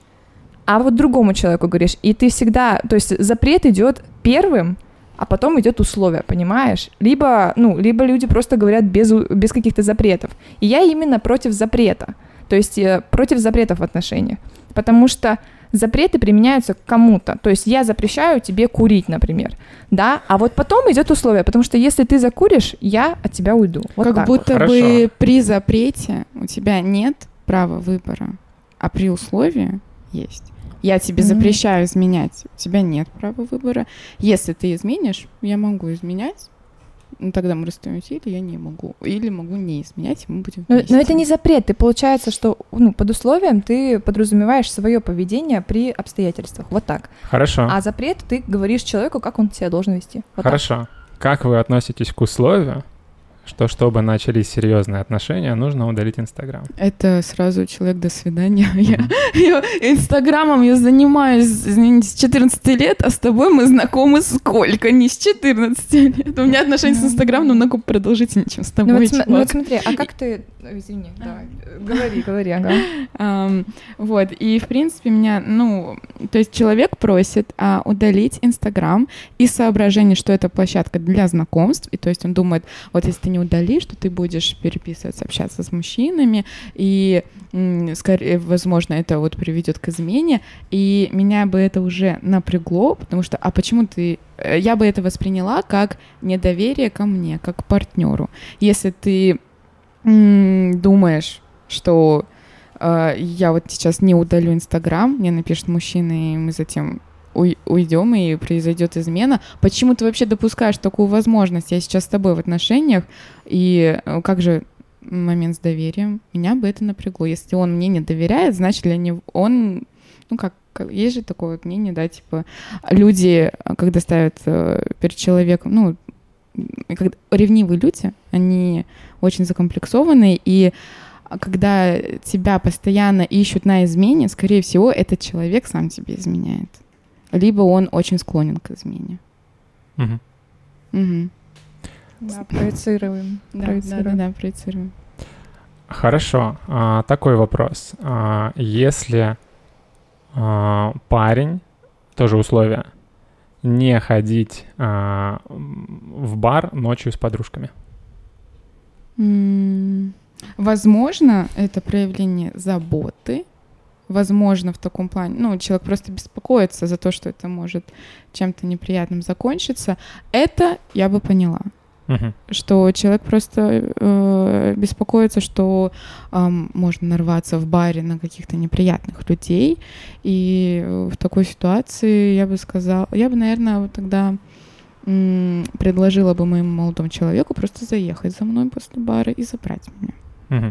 а вот другому человеку говоришь. И ты всегда, то есть запрет идет первым, а потом идет условие, понимаешь? Либо, ну, либо люди просто говорят без, у- без каких-то запретов. И я именно против запрета. То есть э, против запретов в отношениях. Потому что запреты применяются к кому-то. То есть я запрещаю тебе курить, например. Да? А вот потом идет условие, потому что если ты закуришь, я от тебя уйду. Вот как так. будто Хорошо. бы при запрете у тебя нет права выбора, а при условии есть. Я тебе Мгм. запрещаю изменять, у тебя нет права выбора. Если ты изменишь, я могу изменять, ну тогда мы расстаемся, или я не могу, или могу не изменять, и мы будем Но, вместе. но это не запрет. Ты получается, что ну, под условием ты подразумеваешь свое поведение при обстоятельствах. Вот так. Хорошо. А запрет ты говоришь человеку, как он себя должен вести. Вот так. Хорошо. Как вы относитесь к условию, что чтобы начались серьезные отношения, нужно удалить Инстаграм? Это сразу человек, до свидания. Я, я Инстаграмом я занимаюсь извините, с четырнадцати лет, а с тобой мы знакомы сколько? Не с четырнадцати лет. У меня отношения с Инстаграмом намного продолжительнее, чем с тобой, Ну вот, см- ну чувак. вот смотри, а как ты... Ой, Извини, давай. Говори, говори, ага. Ам, вот, и, в принципе, меня, ну, то есть человек просит а, удалить Инстаграм из соображения, что это площадка для знакомств, и то есть он думает, вот если ты не не удали, что ты будешь переписываться, общаться с мужчинами, и, скорее, возможно, это вот приведет к измене, и меня бы это уже напрягло, потому что, а почему ты... Я бы это восприняла как недоверие ко мне, как к партнеру. Если ты м- думаешь, что э, я вот сейчас не удалю Инстаграм, мне напишет мужчина, и мы затем уйдем, и произойдет измена. Почему ты вообще допускаешь такую возможность? Я сейчас с тобой в отношениях, и как же момент с доверием? Меня бы это напрягло. Если он мне не доверяет, значит, для него он... Ну, как, как есть же такое вот мнение, да, типа, люди, когда ставят э, перед человеком, ну, когда, ревнивые люди, они очень закомплексованные, и когда тебя постоянно ищут на измене, скорее всего, этот человек сам тебе изменяет. Либо он очень склонен к измене. Угу. Угу. Да, проецируем. Да, проецируем. Да, да, да, проецируем. Хорошо. А, такой вопрос. А, если а, парень, тоже условие, не ходить а, в бар ночью с подружками? М-м- возможно, это проявление заботы. Возможно, в таком плане, ну, человек просто беспокоится за то, что это может чем-то неприятным закончиться. Это я бы поняла, uh-huh. что человек просто э, беспокоится, что э, можно нарваться в баре на каких-то неприятных людей. И в такой ситуации я бы сказала, я бы, наверное, вот тогда м- предложила бы моему молодому человеку просто заехать за мной после бара и забрать меня. Uh-huh.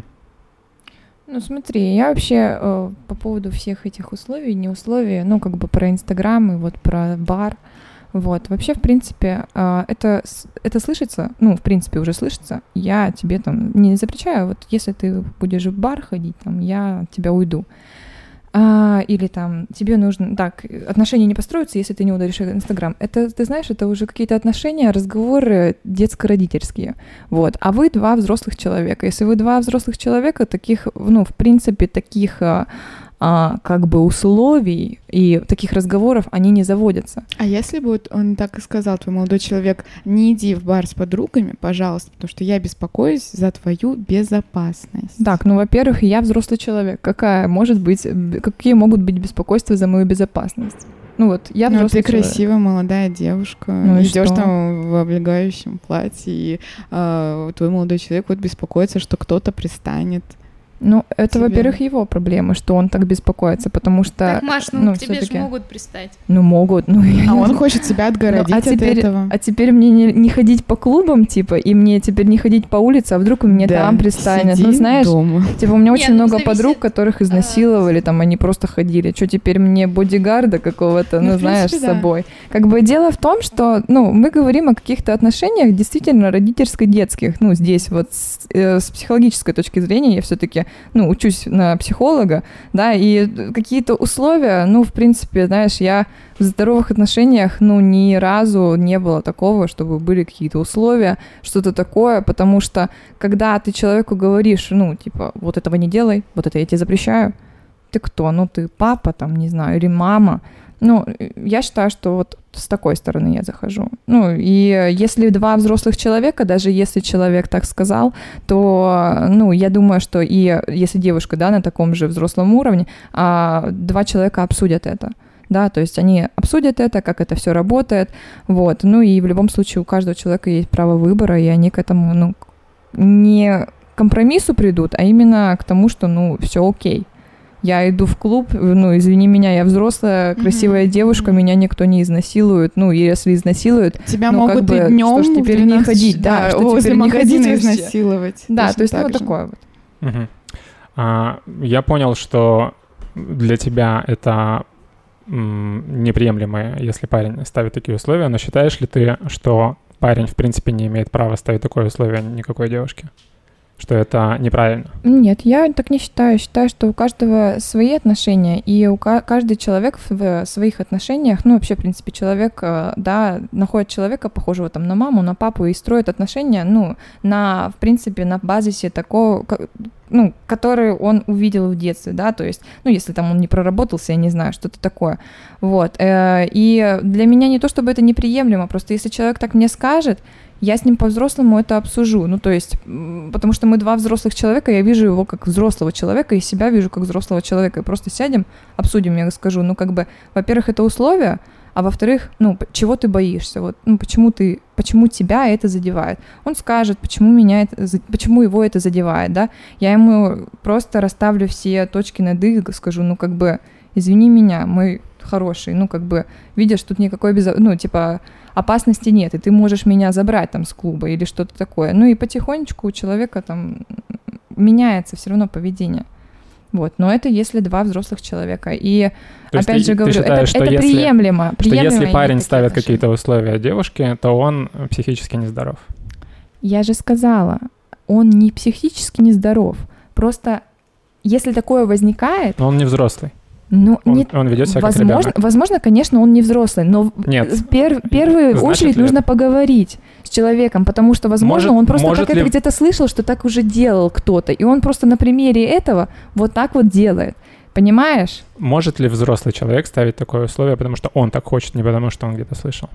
Ну, смотри, я вообще э, по поводу всех этих условий, не условий, ну, как бы про Инстаграм и вот про бар, вот, вообще, в принципе, э, это, это слышится, ну, в принципе, уже слышится, я тебе там не запрещаю, вот, если ты будешь в бар ходить, там, я от тебя уйду. А, или там тебе нужно... Так, отношения не построятся, если ты не ударишь Инстаграм. Это, ты знаешь, это уже какие-то отношения, разговоры детско-родительские. Вот. А вы два взрослых человека. Если вы два взрослых человека, таких, ну, в принципе, таких... А, как бы условий и таких разговоров они не заводятся. А если бы вот он так и сказал, твой молодой человек, не иди в бар с подругами, пожалуйста, потому что я беспокоюсь за твою безопасность. Так, ну, во-первых, я взрослый человек. Какая может быть, какие могут быть беспокойства за мою безопасность? Ну вот, я взрослый ну, ты человек. красивая молодая девушка, ну, идешь там в облегающем платье, и э, твой молодой человек вот беспокоится, что кто-то пристанет. Ну, это, тебе. Во-первых, его проблема, что он так беспокоится, потому что... Так, Маш, ну, ну к тебе же всё-таки... могут пристать. Ну, могут. Ну, а он хочет себя отгородить ну, а от теперь, этого. А теперь мне не, не ходить по клубам, типа, и мне теперь не ходить по улице, а вдруг мне да, там пристанет. сиди Ну, знаешь, дома. типа, у меня Нет, очень ну, много зависит, подруг, которых изнасиловали, там, они просто ходили. Что теперь мне бодигарда какого-то, ну, Ну, в знаешь, принципе, с да. собой. Как бы дело в том, что, ну, мы говорим о каких-то отношениях действительно родительско-детских. Ну, здесь вот с, э, с психологической точки зрения я все-таки, ну, учусь на психолога, да, и какие-то условия, ну, в принципе, знаешь, я в здоровых отношениях, ну, ни разу не было такого, чтобы были какие-то условия, что-то такое, потому что, когда ты человеку говоришь, ну, типа, вот этого не делай, вот это я тебе запрещаю, ты кто? Ну, ты папа, там, не знаю, или мама. Ну, я считаю, что вот с такой стороны я захожу. Ну, и если два взрослых человека, даже если человек так сказал, то, ну, я думаю, что и если девушка, да, на таком же взрослом уровне, а, два человека обсудят это. Да, то есть они обсудят это, как это все работает, вот. Ну, и в любом случае у каждого человека есть право выбора, и они к этому, ну, не к компромиссу придут, а именно к тому, что, ну, все окей. Я иду в клуб, ну, извини меня, я взрослая, красивая mm-hmm. девушка, меня никто не изнасилует, ну, и если изнасилует, тебя ну, могут как бы, и днем что ж теперь не ходить, да, что возле теперь не ходить магазина вообще. изнасиловать. Да, то есть, ну, так вот же. такое вот. Угу. А, я понял, что для тебя это м, неприемлемо, если парень ставит такие условия, но считаешь ли ты, что парень, в принципе, не имеет права ставить такое условие никакой девушке? Что это неправильно? Нет, я так не считаю. Считаю, что у каждого свои отношения, и у ка- каждый человек в своих отношениях, ну, вообще, в принципе, человек, да, находит человека, похожего там на маму, на папу, и строит отношения, ну, на, в принципе, на базисе такого, ну, который он увидел в детстве, да, то есть, ну, если там он не проработался, я не знаю, что-то такое, вот, и для меня не то, чтобы это неприемлемо, просто если человек так мне скажет, я с ним по-взрослому это обсужу. Ну, то есть, потому что мы два взрослых человека, я вижу его как взрослого человека, и себя вижу как взрослого человека. И просто сядем, обсудим, я скажу. Ну, как бы, во-первых, это условия, а во-вторых, ну, чего ты боишься? Вот, ну, почему ты, почему тебя это задевает? Он скажет, почему меня это, почему его это задевает, да? Я ему просто расставлю все точки над «и», скажу, ну, как бы, извини меня, мой хороший, ну, как бы, видишь, тут никакой, безо... ну, типа, опасности нет, и ты можешь меня забрать там с клуба или что-то такое. Ну, и потихонечку у человека там меняется все равно поведение. Вот, но это если два взрослых человека. И то опять же ты, говорю, ты считаешь, это, это если, приемлемо. Что приемлемо если парень ставит отношения. какие-то условия девушке, то он психически нездоров. Я же сказала, он не психически нездоров. Просто если такое возникает... Но он не взрослый. Ну, он, нет, он ведет себя возможно, как ребенок. Возможно, конечно, он не взрослый, но нет. в пер, первую Значит очередь ли нужно это? поговорить с человеком, потому что, возможно, может, он просто может как ли... это где-то слышал, что так уже делал кто-то, и он просто на примере этого вот так вот делает. Понимаешь? Может ли взрослый человек ставить такое условие, потому что он так хочет, не потому что он где-то слышал?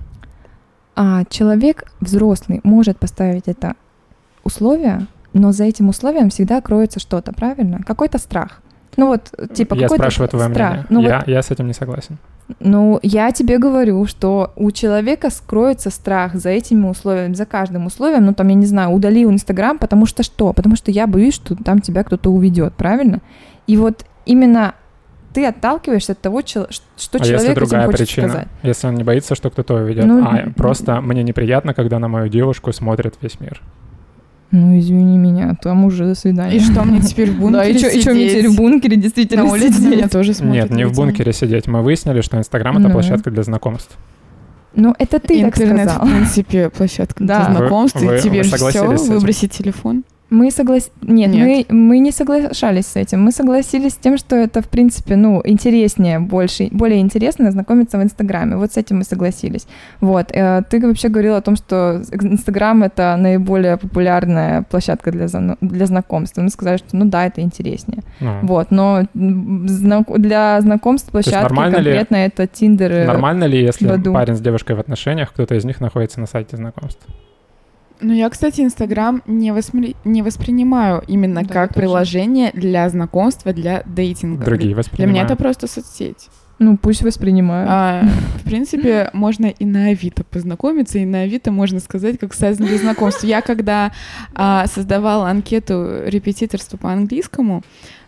А человек взрослый может поставить это условие, но за этим условием всегда кроется что-то, правильно? Какой-то страх. Ну вот, типа, я какой-то спрашиваю твое страх. мнение. Ну, я, вот, я с этим не согласен. ну, я тебе говорю, что у человека скроется страх за этими условиями, за каждым условием. Ну, там, я не знаю, удали Инстаграм, потому что что? Потому что я боюсь, что там тебя кто-то уведет, правильно? И вот именно ты отталкиваешься от того, что а человек если другая этим хочет причина? сказать. Если он не боится, что кто-то уведет, Ну, а просто мне неприятно, когда на мою девушку смотрит весь мир. Ну, извини меня, там уже до свидания. И что мне теперь в бункере Да, и сидеть? что мне теперь в бункере действительно На улице сидеть? меня тоже смотрят. Нет, не в лицом. бункере сидеть. Мы выяснили, что Инстаграм — это Ну. площадка для знакомств. Ну, это ты так Интернет, сказал. в принципе, площадка Да. для знакомств. Вы- и вы- тебе вы же все, согласились с этим? выбросить телефон. Мы соглас... Нет, Нет. Мы, мы не соглашались с этим. Мы согласились с тем, что это, в принципе, ну, интереснее, больше, более интересно знакомиться в Инстаграме. Вот с этим мы согласились. Вот. Э, Ты вообще говорила о том, что Инстаграм — это наиболее популярная площадка для, зано- для знакомства. Мы сказали, что, ну да, это интереснее. Ну, Вот. Но м, знак- для знакомств площадки нормально ли- конкретно это Тиндер. Нормально ли, если Баду. парень с девушкой в отношениях, кто-то из них находится на сайте знакомств? Ну, я, кстати, Инстаграм не, воспри... не воспринимаю именно Да, как я тоже. приложение для знакомства, для дейтинга. Другие Для воспринимают. меня это просто соцсеть. Ну, пусть воспринимают. А, в принципе, можно и на Авито познакомиться, и на Авито можно сказать, как сайт для знакомств. Я когда а, создавала анкету репетиторства по английскому,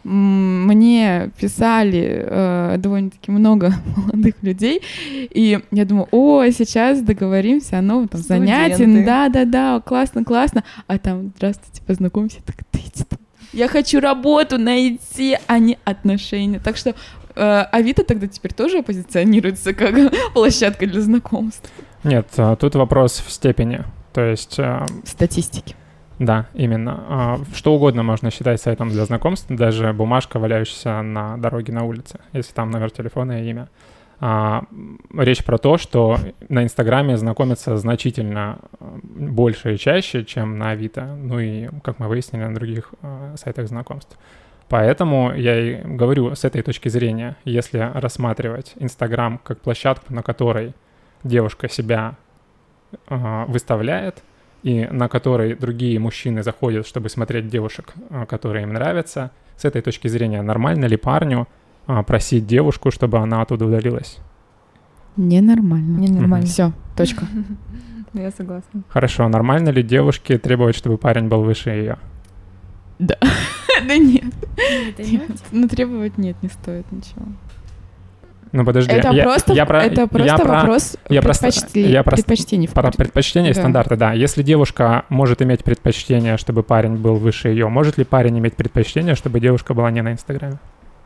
м, мне писали э, довольно-таки много молодых людей, и я думаю, о, сейчас договоримся о новом там, занятии, Студенты. да-да-да, классно-классно, а там, здравствуйте, познакомься, так дайте там. Я хочу работу найти, а не отношения. Так что э, Авито тогда теперь тоже позиционируется как площадка для знакомств. Нет, а, тут вопрос в степени. То есть, а, Статистики. да, именно. А, Что угодно можно считать сайтом для знакомств, даже бумажка, валяющаяся на дороге на улице, если там номер телефона и имя. А, Речь про то, что на Инстаграме знакомятся значительно а, больше и чаще, чем на Авито, ну и, как мы выяснили, на других а, сайтах знакомств. Поэтому я и говорю с этой точки зрения, если рассматривать Инстаграм как площадку, на которой девушка себя а, выставляет, и на которой другие мужчины заходят, чтобы смотреть девушек, а, которые им нравятся, с этой точки зрения, нормально ли парню а, просить девушку, чтобы она оттуда удалилась? Ненормально. Ненормально. Все, точка. Я согласна. Хорошо, нормально ли девушке требовать, чтобы парень был выше ее? Да. Да нет. Это не вот. Ну, требовать нет, не стоит ничего. Ну подожди, Это я, просто, я про, это я просто про- вопрос я просто- предпочтений. я просто- предпочтений. в Про паре. предпочтения и Да. стандарты, да. Если девушка может иметь предпочтение, чтобы парень был выше ее, может ли парень иметь предпочтение, чтобы девушка была не на Инстаграме?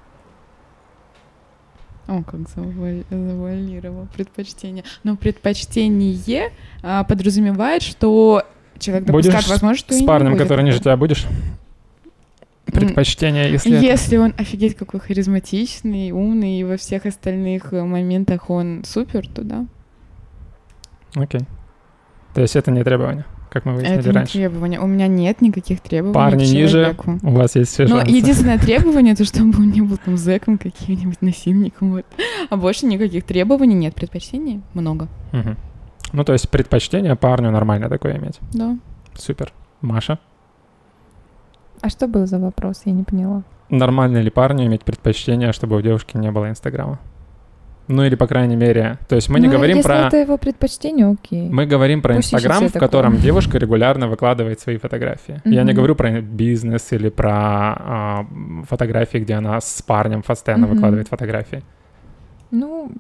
О, как завуа- завуалировал предпочтение. Но предпочтение а, подразумевает, что человек допускает Будешь возможность, что и с не парнем, будет который ниже такого. тебя, будешь? Предпочтение, если... это- Если он офигеть какой харизматичный, умный, и во всех остальных э, моментах он супер, то да. Окей. То есть это не требование, как мы выяснили Это не раньше. требование. У меня нет никаких требований Парни к ниже, человеку. у вас есть все Ну, шансы. единственное требование, это чтобы он не был там зэком, каким-нибудь насильником. Вот. А больше никаких требований нет. Предпочтений много. Мгм. Ну, то есть предпочтение парню нормально такое иметь. Да. Супер. Маша? А что был за вопрос? Я не поняла. Нормально ли парню иметь предпочтение, чтобы у девушки не было Инстаграма? Ну, или, по крайней мере... То есть мы не Ну, говорим если про... это его предпочтение, окей. Мы говорим про Пусть ищет Инстаграм, себе в такое. котором девушка регулярно выкладывает свои фотографии. Я не Мгм. говорю про бизнес или про а, фотографии, где она с парнем постоянно Мгм. выкладывает фотографии. Ну,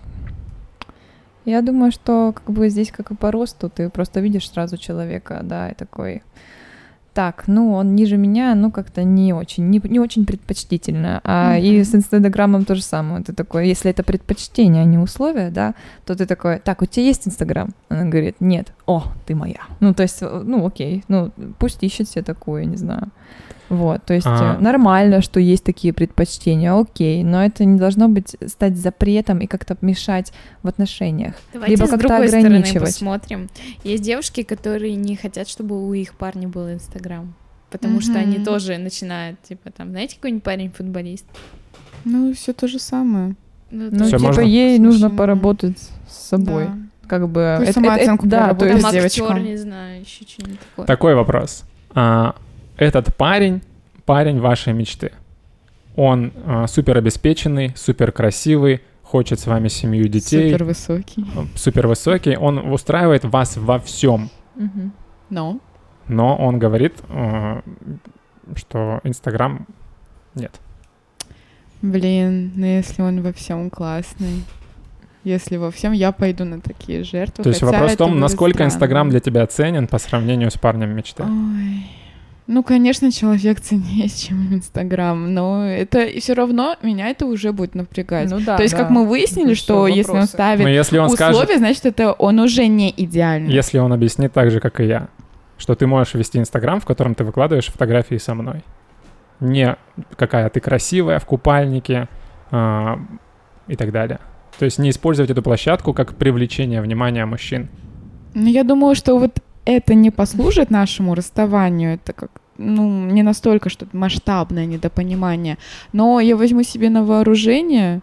я думаю, что как бы здесь, как и по росту, ты просто видишь сразу человека, да, и такой... Так, ну, он ниже меня, ну, как-то не очень, не, не очень предпочтительно. А Мгм. и с Инстаграмом то же самое. Ты такой, если это предпочтение, а не условия, да, то ты такой, так, у тебя есть Инстаграм? Она говорит, нет. О, ты моя. Ну, то есть, ну, окей, ну, пусть ищет себе такое, не знаю. Вот, то есть А. э, нормально, что есть такие предпочтения, окей, но это не должно быть стать запретом и как-то мешать в отношениях. Давайте Либо с как-то другой стороны ограничивать. посмотрим. Есть девушки, которые не хотят, чтобы у их парня был Инстаграм, потому что Мгм. они тоже начинают, типа, там, знаете, какой-нибудь парень футболист? Ну, все то же самое. Ну, Ну, Всё типа, можно? ей С нужно мужчиной. поработать с собой. Да. Как бы... Пусть это- сама это- оценку да, то проработает. есть там с актер, девочком. не знаю, еще что-нибудь такое. Такой вопрос. А, этот парень, парень вашей мечты. Он а, супер обеспеченный, супер красивый, хочет с вами семью детей, Супер высокий. супер высокий. Он устраивает вас во всем. Мгм. Но. Но он говорит, э, что Инстаграм нет. Блин, ну если он во всем классный. Если во всем, я пойду на такие жертвы. То есть хотя вопрос в это том, будет насколько странно. Инстаграм для тебя ценен по сравнению с парнем мечты. Ой. Ну, конечно, человек ценнее, чем Инстаграм, но это и все равно меня это уже будет напрягать. Ну да, То есть, да. как мы выяснили, Это что всё если он вопросы. ставит Но если он условия, скажет, значит, это он уже не идеальный. если он объяснит так же, как и я, что ты можешь вести Инстаграм, в котором ты выкладываешь фотографии со мной. Не какая ты красивая в купальнике а, и так далее. То есть не использовать эту площадку как привлечение внимания мужчин. Ну, я думаю, что вот это не послужит нашему расставанию. Это как, ну, не настолько что-то масштабное недопонимание. Но я возьму себе на вооружение,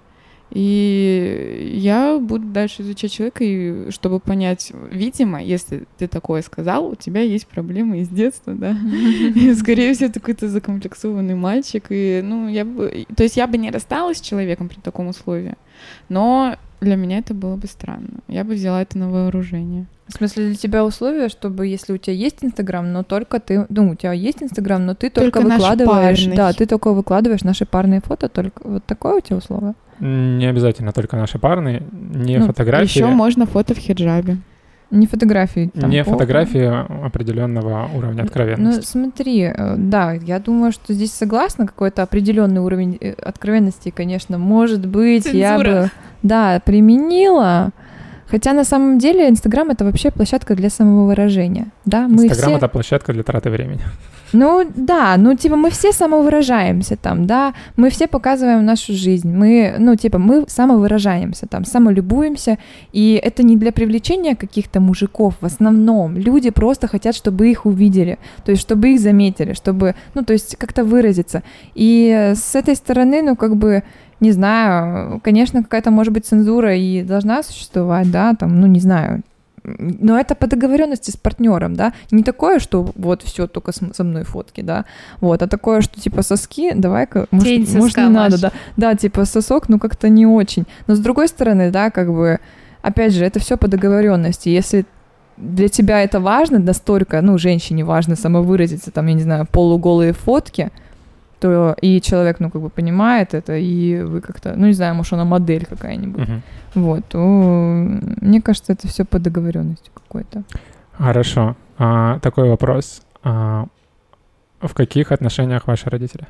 и я буду дальше изучать человека, и чтобы понять, видимо, если ты такое сказал, у тебя есть проблемы из детства, да? И, скорее всего, ты какой-то закомплексованный мальчик. И, ну, я бы... То есть я бы не рассталась с человеком при таком условии, но для меня это было бы странно. Я бы взяла это на вооружение. В смысле, для тебя условия, чтобы если у тебя есть Инстаграм, но только ты, ну, у тебя есть Инстаграм, но ты только, Только наш выкладываешь, парный. да, ты только выкладываешь наши парные фото, только вот такое у тебя условие? Не обязательно только наши парные, не Ну, фотографии, Еще можно фото в хиджабе. Не фотографии. Там, не по- фотографии определенного уровня Ну, откровенности. смотри, э, да, я думаю, что здесь согласна, какой-то определенный уровень э, откровенности, конечно, может быть, я Цензура. бы, да, применила. Хотя на самом деле Инстаграм — это вообще площадка для самовыражения, да, мы Инстаграм все... — это площадка для траты времени. Ну да, ну типа мы все самовыражаемся там, да, мы все показываем нашу жизнь, мы, ну типа мы самовыражаемся там, самолюбуемся, и это не для привлечения каких-то мужиков в основном, люди просто хотят, чтобы их увидели, то есть чтобы их заметили, чтобы, ну то есть как-то выразиться, и с этой стороны, ну как бы, не знаю, конечно, какая-то может быть цензура и должна существовать, да, там, ну не знаю, но это по договоренности с партнером, да, не такое, что вот все только с- со мной фотки, да, вот, а такое, что типа соски, давай-ка, может, Тень соска, может, не надо, Маш. да, да, типа сосок, ну как-то не очень, но с другой стороны, да, как бы, опять же, это все по договоренности, если для тебя это важно настолько, ну, женщине важно самовыразиться, там, я не знаю, полуголые фотки, то и человек, ну, как бы понимает это, и вы как-то, ну, не знаю, может, она модель какая-нибудь, Мгм. вот, то, мне кажется, это все по договоренности какой-то. Хорошо. А, такой вопрос. А, в каких отношениях ваши родители?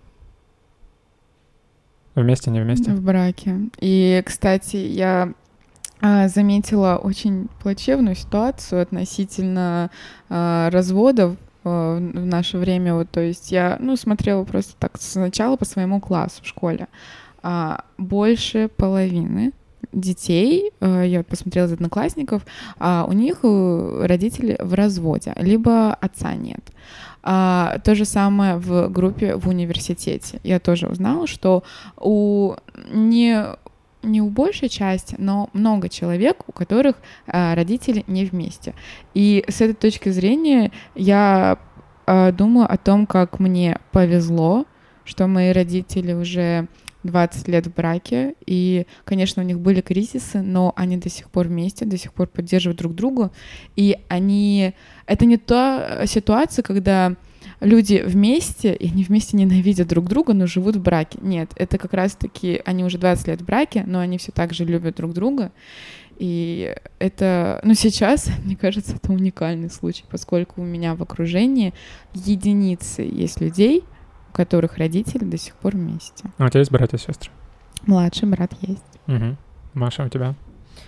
Вместе, не вместе? В браке. И, кстати, я а, заметила очень плачевную ситуацию относительно а, разводов а, в наше время. Вот, то есть я, ну, смотрела просто так сначала по своему классу в школе. А, больше половины детей, а, я посмотрела из одноклассников, а, у них э, родители в разводе, либо отца нет. А, то же самое в группе в университете. Я тоже узнала, что у не, не у большей части, но много человек, у которых э, родители не вместе. И с этой точки зрения я э, думаю о том, как мне повезло, что мои родители уже двадцать лет в браке, и, конечно, у них были кризисы, но они до сих пор вместе, до сих пор поддерживают друг друга, и они... Это не та ситуация, когда люди вместе, и они вместе ненавидят друг друга, но живут в браке. Нет, это как раз-таки... Они уже двадцать лет в браке, но они все так же любят друг друга, и это... Ну, сейчас, мне кажется, это уникальный случай, поскольку у меня в окружении единицы есть людей, у которых родители до сих пор вместе. А у тебя есть братья и сестры? Младший брат есть. Угу. Маша, у тебя?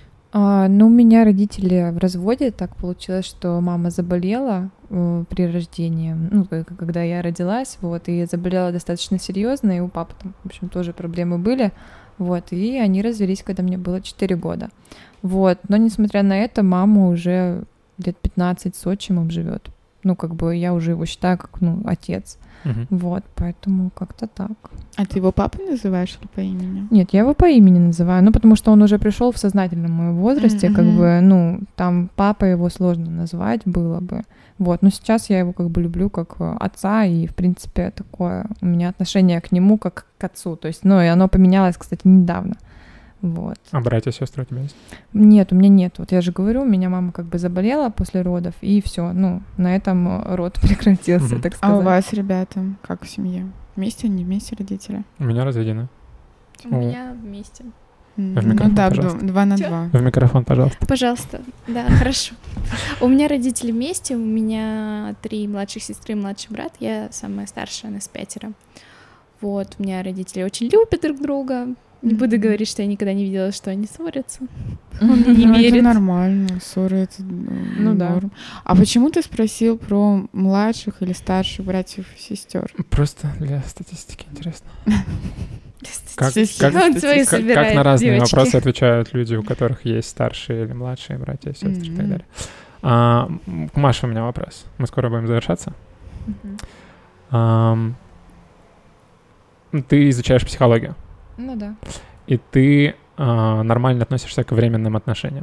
А, ну, у меня родители в разводе. Так получилось, что мама заболела э, при рождении, ну, когда я родилась, вот, и заболела достаточно серьезно, и у папы там, в общем, тоже проблемы были, вот, и они развелись, когда мне было четыре года, вот, но, несмотря на это, мама уже лет пятнадцать с отчимом живет, ну, как бы я уже его считаю как, ну, отец. Угу. Вот, поэтому как-то так. А ты его папой называешь или по имени? Нет, я его по имени называю, ну, потому что он уже пришел в сознательном моем возрасте, mm-hmm. как бы, ну, там папа его сложно назвать было бы. Вот, но сейчас я его как бы люблю как отца, и, в принципе, такое у меня отношение к нему как к отцу. То есть, ну, и оно поменялось, кстати, недавно. Вот. А братья и сестры у тебя есть? Нет, у меня нет. Вот я же говорю, у меня мама как бы заболела после родов, и все, ну, на этом род прекратился, mm-hmm. так сказать. А у вас, ребята, как в семье? Вместе, не вместе родители? У меня разведены. У меня вместе. В микрофон, ну да, пожалуйста. два на Чё? два. В микрофон, пожалуйста. Пожалуйста. Да, хорошо. У меня родители вместе, у меня три младших сестры и младший брат, я самая старшая, нас пятеро. Вот, у меня родители очень любят друг друга. Не буду mm-hmm. говорить, что я никогда не видела, что они ссорятся. Он мне не ну, верит. Это нормально, ссоры это ну, норм. Да. А почему ты спросил про младших или старших братьев и сестер? Просто для статистики интересно. Как, как, как, Он свои как, как на разные девочки. вопросы отвечают люди, у которых есть старшие или младшие братья и сестры mm-hmm. и так далее. А, Маша, у меня вопрос. Мы скоро будем завершаться. Mm-hmm. А, ты изучаешь психологию. Ну да. И ты а, нормально относишься к временным отношениям.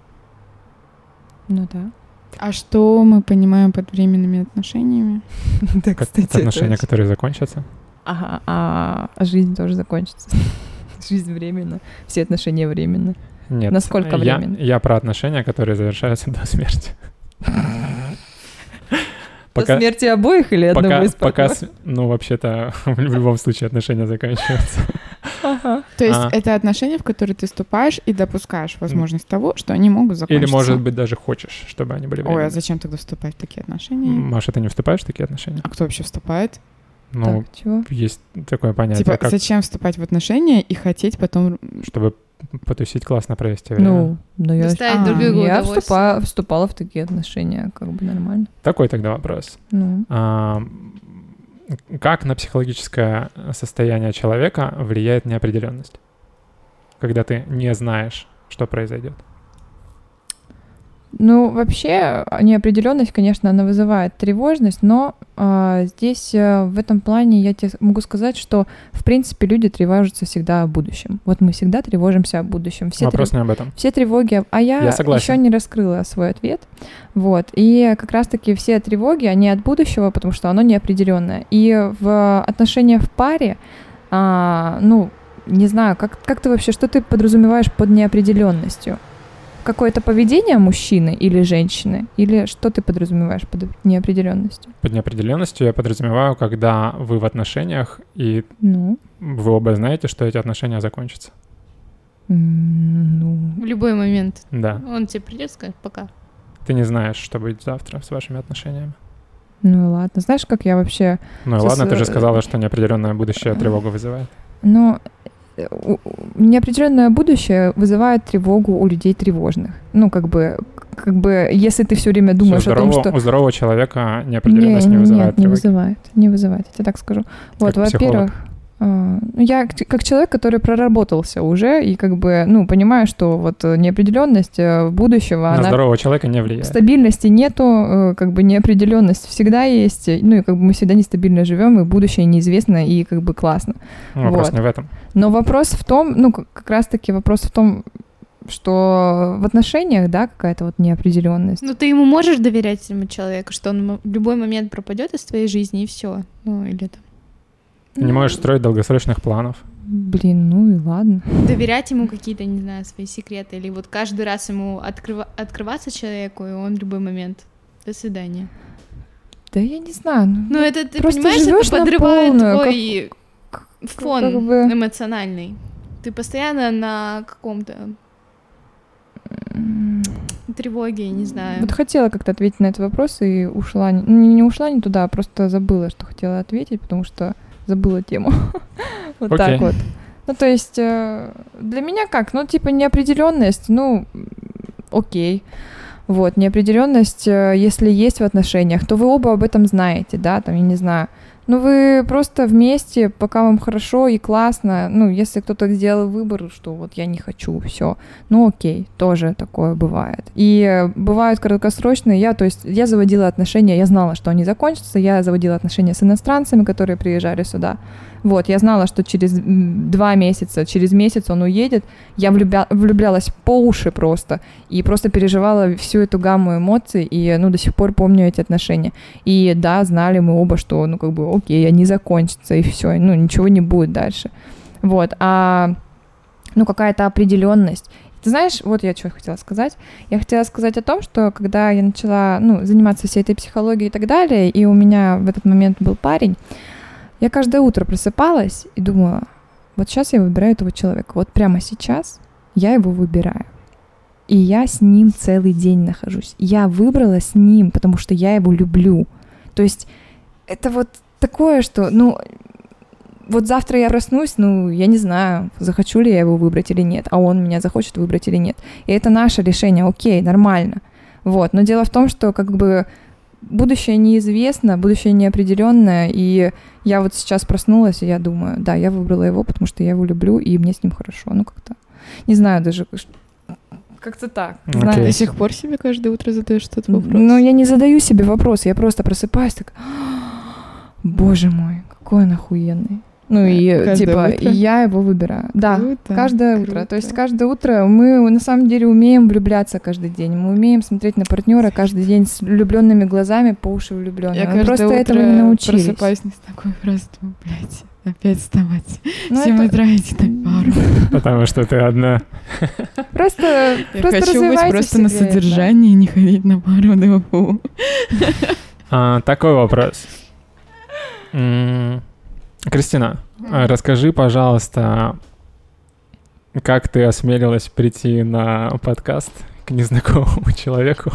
Ну да. А что мы понимаем под временными отношениями? Да, кстати, отношения, которые закончатся. Ага, а жизнь тоже закончится. Жизнь временна, все отношения временны. Нет. Насколько временно? Я про отношения, которые завершаются до смерти. Пока, до смерти обоих или одного пока, из партнеров? Пока, ну, вообще-то, в любом случае отношения заканчиваются. Ага. То есть а. это отношения, в которые ты вступаешь и допускаешь возможность того, что они могут закончиться. Или, может быть, даже хочешь, чтобы они были временными. Ой, а зачем тогда вступать в такие отношения? Маша, ты не вступаешь в такие отношения? А кто вообще вступает? Ну, так, чего? Есть такое понятие, типа, как... зачем вступать в отношения и хотеть потом... Чтобы потусить, классно провести время. Ну, ну я, а, друг другу я вступала, вступала в такие отношения, как бы нормально. Такой тогда вопрос. Ну. А, как на психологическое состояние человека влияет неопределенность, когда ты не знаешь, что произойдет? Ну, вообще, неопределенность, конечно, она вызывает тревожность, но а, здесь а, в этом плане я тебе могу сказать, что, в принципе, люди тревожатся всегда о будущем. Вот мы всегда тревожимся о будущем. Все Вопрос трев... не об этом. Все тревоги... А я, я еще не раскрыла свой ответ. Вот. И как раз-таки все тревоги, они от будущего, потому что оно неопределенное. И в отношениях в паре, а, ну, не знаю, как, как ты вообще, что ты подразумеваешь под неопределенностью? Какое-то поведение мужчины или женщины? Или что ты подразумеваешь под неопределенностью? Под неопределенностью я подразумеваю, когда вы в отношениях, и ну? вы оба знаете, что эти отношения закончатся. Ну... В любой момент. Да. Он тебе придет сказать пока. Ты не знаешь, что будет завтра с вашими отношениями. Ну ладно. Знаешь, как я вообще... Ну ладно, ты же сказала, что неопределенное будущее тревогу вызывает. Ну... Неопределенное будущее вызывает тревогу у людей тревожных. Ну, как бы, как бы, если ты все время думаешь Всё, здорово, о том, что... У здорового человека неопределенность не, не вызывает Нет, тревоги. не вызывает, не вызывает, я тебе так скажу. Вот, как во-первых... Я как человек, который проработался уже, и как бы, ну, понимаю, что вот неопределенность будущего... На она... здорового человека не влияет. Стабильности нету, как бы неопределенность всегда есть, ну, и как бы мы всегда нестабильно живем, и будущее неизвестно, и как бы классно. Вопрос вот. не в этом. Но вопрос в том, ну, как раз-таки вопрос в том, что в отношениях, да, какая-то вот неопределенность. Ну, ты ему можешь доверять этому человеку, что он в любой момент пропадет из твоей жизни, и все. Ну, или там. Не можешь строить долгосрочных планов. Блин, ну и ладно. Доверять ему какие-то, не знаю, свои секреты, или вот каждый раз ему открыва- открываться человеку, и он в любой момент. До свидания. Да я не знаю. Ну, ну это, ты просто понимаешь, это подрывает полную, твой как, фон как бы... эмоциональный. Ты постоянно на каком-то тревоге, не знаю. Вот хотела как-то ответить на этот вопрос и ушла. Ну, не, не ушла не туда, а просто забыла, что хотела ответить, потому что забыла тему. Вот okay. так вот. Ну, то есть, для меня как? Ну, типа, неопределенность, ну, окей. Вот, неопределенность, если есть в отношениях, то вы оба об этом знаете, да, там, я не знаю. Ну, вы просто вместе, пока вам хорошо и классно. Ну, если кто-то сделал выбор, что вот я не хочу, все, ну, окей, тоже такое бывает. И бывают краткосрочные. Я, то есть, я заводила отношения, я знала, что они закончатся. Я заводила отношения с иностранцами, которые приезжали сюда. Вот, я знала, что через два месяца, через месяц он уедет. Я влюбя... влюблялась по уши просто. И просто переживала всю эту гамму эмоций. И, ну, до сих пор помню эти отношения. И, да, знали мы оба, что, ну, как бы, окей, они закончатся, и все. Ну, ничего не будет дальше. Вот, а, ну, какая-то определенность. Ты знаешь, вот я что хотела сказать. Я хотела сказать о том, что когда я начала, ну, заниматься всей этой психологией и так далее, и у меня в этот момент был парень, я каждое утро просыпалась и думала, вот сейчас я выбираю этого человека, вот прямо сейчас я его выбираю. И я с ним целый день нахожусь. Я выбрала с ним, потому что я его люблю. То есть это вот такое, что, ну, вот завтра я проснусь, ну, я не знаю, захочу ли я его выбрать или нет, а он меня захочет выбрать или нет. И это наше решение, окей, нормально. Вот, но дело в том, что как бы будущее неизвестно, будущее неопределенное, и я вот сейчас проснулась, и я думаю, да, я выбрала его, потому что я его люблю, и мне с ним хорошо. Ну, как-то, не знаю даже, как-то так. Okay. Знаю. До сих пор себе каждое утро задаешь этот вопрос? Ну, я не задаю себе вопрос, я просто просыпаюсь, так, боже мой, какой он охуенный. Ну, и, каждое типа, утро? Я его выбираю. Да, круто, каждое круто. утро. То есть каждое утро мы, на самом деле, умеем влюбляться каждый день. Мы умеем смотреть на партнера каждый день с влюбленными глазами, по уши влюбленными. Я мы просто утро этого не научились. Просыпаюсь не с такой просто, блядь, опять вставать. В семь утра идти на пару. Потому что ты одна. Просто Я хочу быть просто на содержании, не ходить на пару ДВПУ. Такой вопрос. Кристина, расскажи, пожалуйста, как ты осмелилась прийти на подкаст к незнакомому человеку?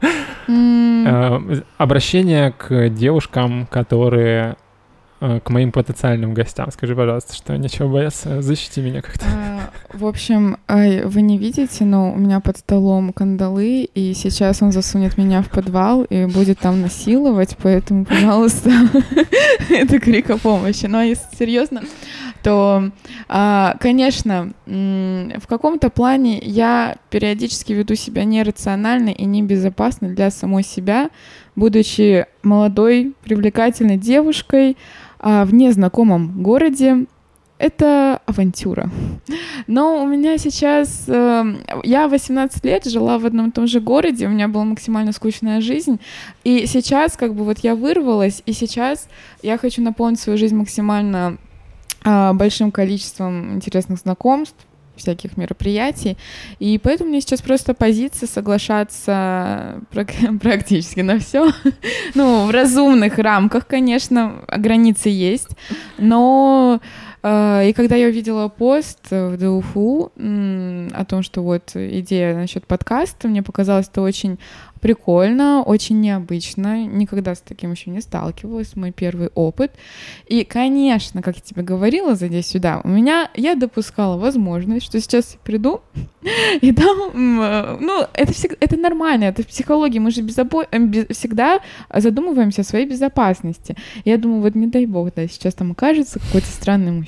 Mm. Обращение к девушкам, которые к моим потенциальным гостям. Скажи, пожалуйста, что нечего бояться, защити меня как-то. А, в общем, вы не видите, но у меня под столом кандалы, и сейчас он засунет меня в подвал и будет там насиловать, поэтому, пожалуйста, это крик о помощи. Но если серьезно, то, конечно, в каком-то плане я периодически веду себя нерационально и небезопасно для самой себя, будучи молодой, привлекательной девушкой, а в незнакомом городе. Это авантюра. Но у меня сейчас... Э, я восемнадцать лет жила в одном и том же городе, у меня была максимально скучная жизнь, и сейчас как бы вот я вырвалась, и сейчас я хочу наполнить свою жизнь максимально э, большим количеством интересных знакомств, всяких мероприятий, и поэтому у меня сейчас просто позиция соглашаться практически на все. Ну, в разумных рамках, конечно, границы есть, но э, и когда я увидела пост в ДУФУ м, о том, что вот идея насчет подкаста, мне показалось это очень прикольно, очень необычно, никогда с таким еще не сталкивалась, мой первый опыт. И, конечно, как я тебе говорила, зайдя сюда, у меня, я допускала возможность, что сейчас я приду, и там, ну, это, всегда, это нормально, это в психологии, мы же безобо... всегда задумываемся о своей безопасности. Я думаю, вот не дай бог, да, сейчас там окажется какой-то странный мужчина,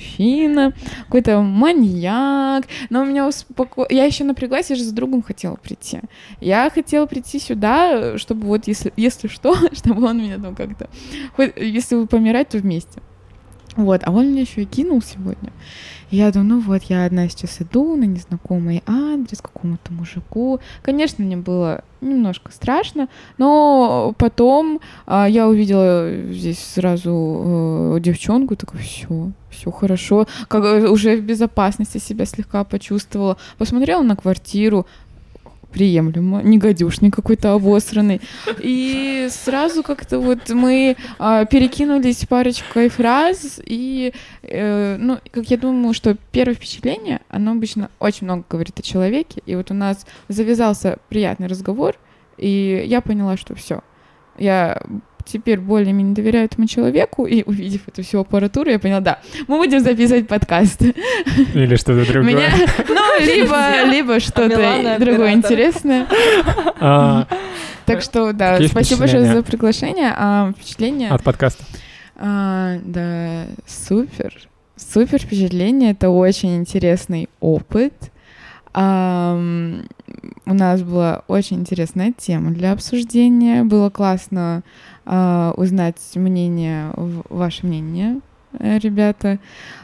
мужчина, какой-то маньяк, но у меня успоко... Я еще напряглась, я же с другом хотела прийти. Я хотела прийти сюда, чтобы вот, если, если что, чтобы он меня там как-то... Хоть, если вы помирать, то вместе. Вот, а он меня еще и кинул сегодня. Я думаю, ну вот, я одна сейчас иду на незнакомый адрес к какому-то мужику. Конечно, мне было немножко страшно, но потом а, я увидела здесь сразу э, девчонку, такая, все, все хорошо, как уже в безопасности себя слегка почувствовала. Посмотрела на квартиру, приемлемо, не гадюшник какой-то обосранный. И сразу как-то вот мы а, перекинулись парочкой фраз, и, э, ну, как я думаю, что первое впечатление, оно обычно очень много говорит о человеке, и вот у нас завязался приятный разговор, и я поняла, что все, я теперь более-менее доверяю этому человеку, и увидев эту всю аппаратуру, я поняла, да, мы будем записывать подкаст. Или что-то другое. Меня, ну, либо, либо что-то другое интересное. А, Так что, да, какие спасибо большое впечатления? за приглашение. А, впечатление... От подкаста. А, да, супер. Супер впечатление. Это очень интересный опыт. А, у нас была очень интересная тема для обсуждения. Было классно а, узнать мнение, ваше мнение, ребята.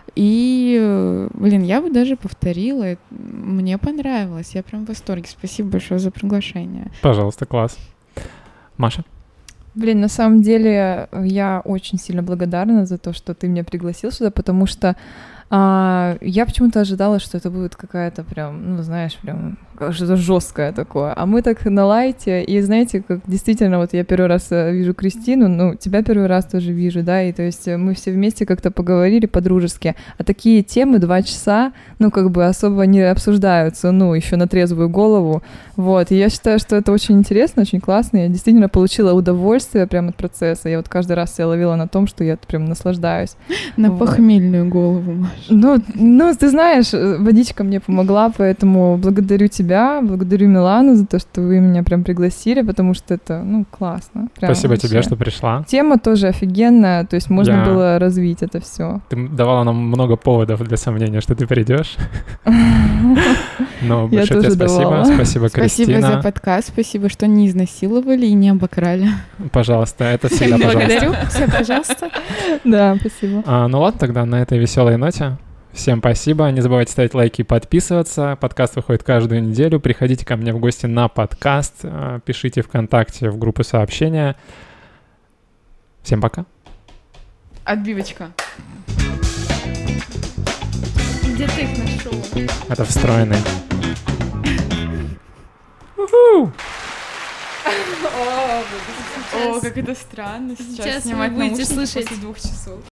И, блин, я бы даже повторила. Мне понравилось. Я прям в восторге. Спасибо большое за приглашение. Пожалуйста, класс. Маша? Блин, на самом деле я очень сильно благодарна за то, что ты меня пригласил сюда, потому что а, я почему-то ожидала, что это будет какая-то прям, ну, знаешь, прям что-то жесткое такое. А мы так на лайте, и знаете, как действительно, вот я первый раз вижу Кристину, ну, тебя первый раз тоже вижу, да, и то есть мы все вместе как-то поговорили по-дружески, а такие темы два часа, ну, как бы особо не обсуждаются, ну, еще на трезвую голову, вот, и я считаю, что это очень интересно, очень классно, я действительно получила удовольствие прямо от процесса, я вот каждый раз себя ловила на том, что я прям наслаждаюсь. На вот. Похмельную голову, Маша. Ну, ну, ты знаешь, водичка мне помогла, поэтому благодарю тебя, благодарю Милану за то, что вы меня прям пригласили, потому что это, ну, классно. Прям Спасибо вообще. тебе, что пришла. Тема тоже офигенная, то есть можно Я- было развить это все. Ты давала нам много поводов для сомнения, что ты придешь. Но Я большое тебе тоже спасибо. давала. Спасибо, Спасибо за Кристина. подкаст, спасибо, что не изнасиловали и не обокрали. Пожалуйста, это всегда пожалуйста. Благодарю. Все, пожалуйста. Да, спасибо. А, ну ладно, тогда на этой веселой ноте. Всем спасибо. Не забывайте ставить лайки и подписываться. Подкаст выходит каждую неделю. Приходите ко мне в гости на подкаст. А, Пишите ВКонтакте в группу сообщения. Всем пока. Отбивочка. Где ты их нашел? Это встроенный. Уху! О, как это странно сейчас, Сейчас вы снимать будете наушники слышать. после двух часов.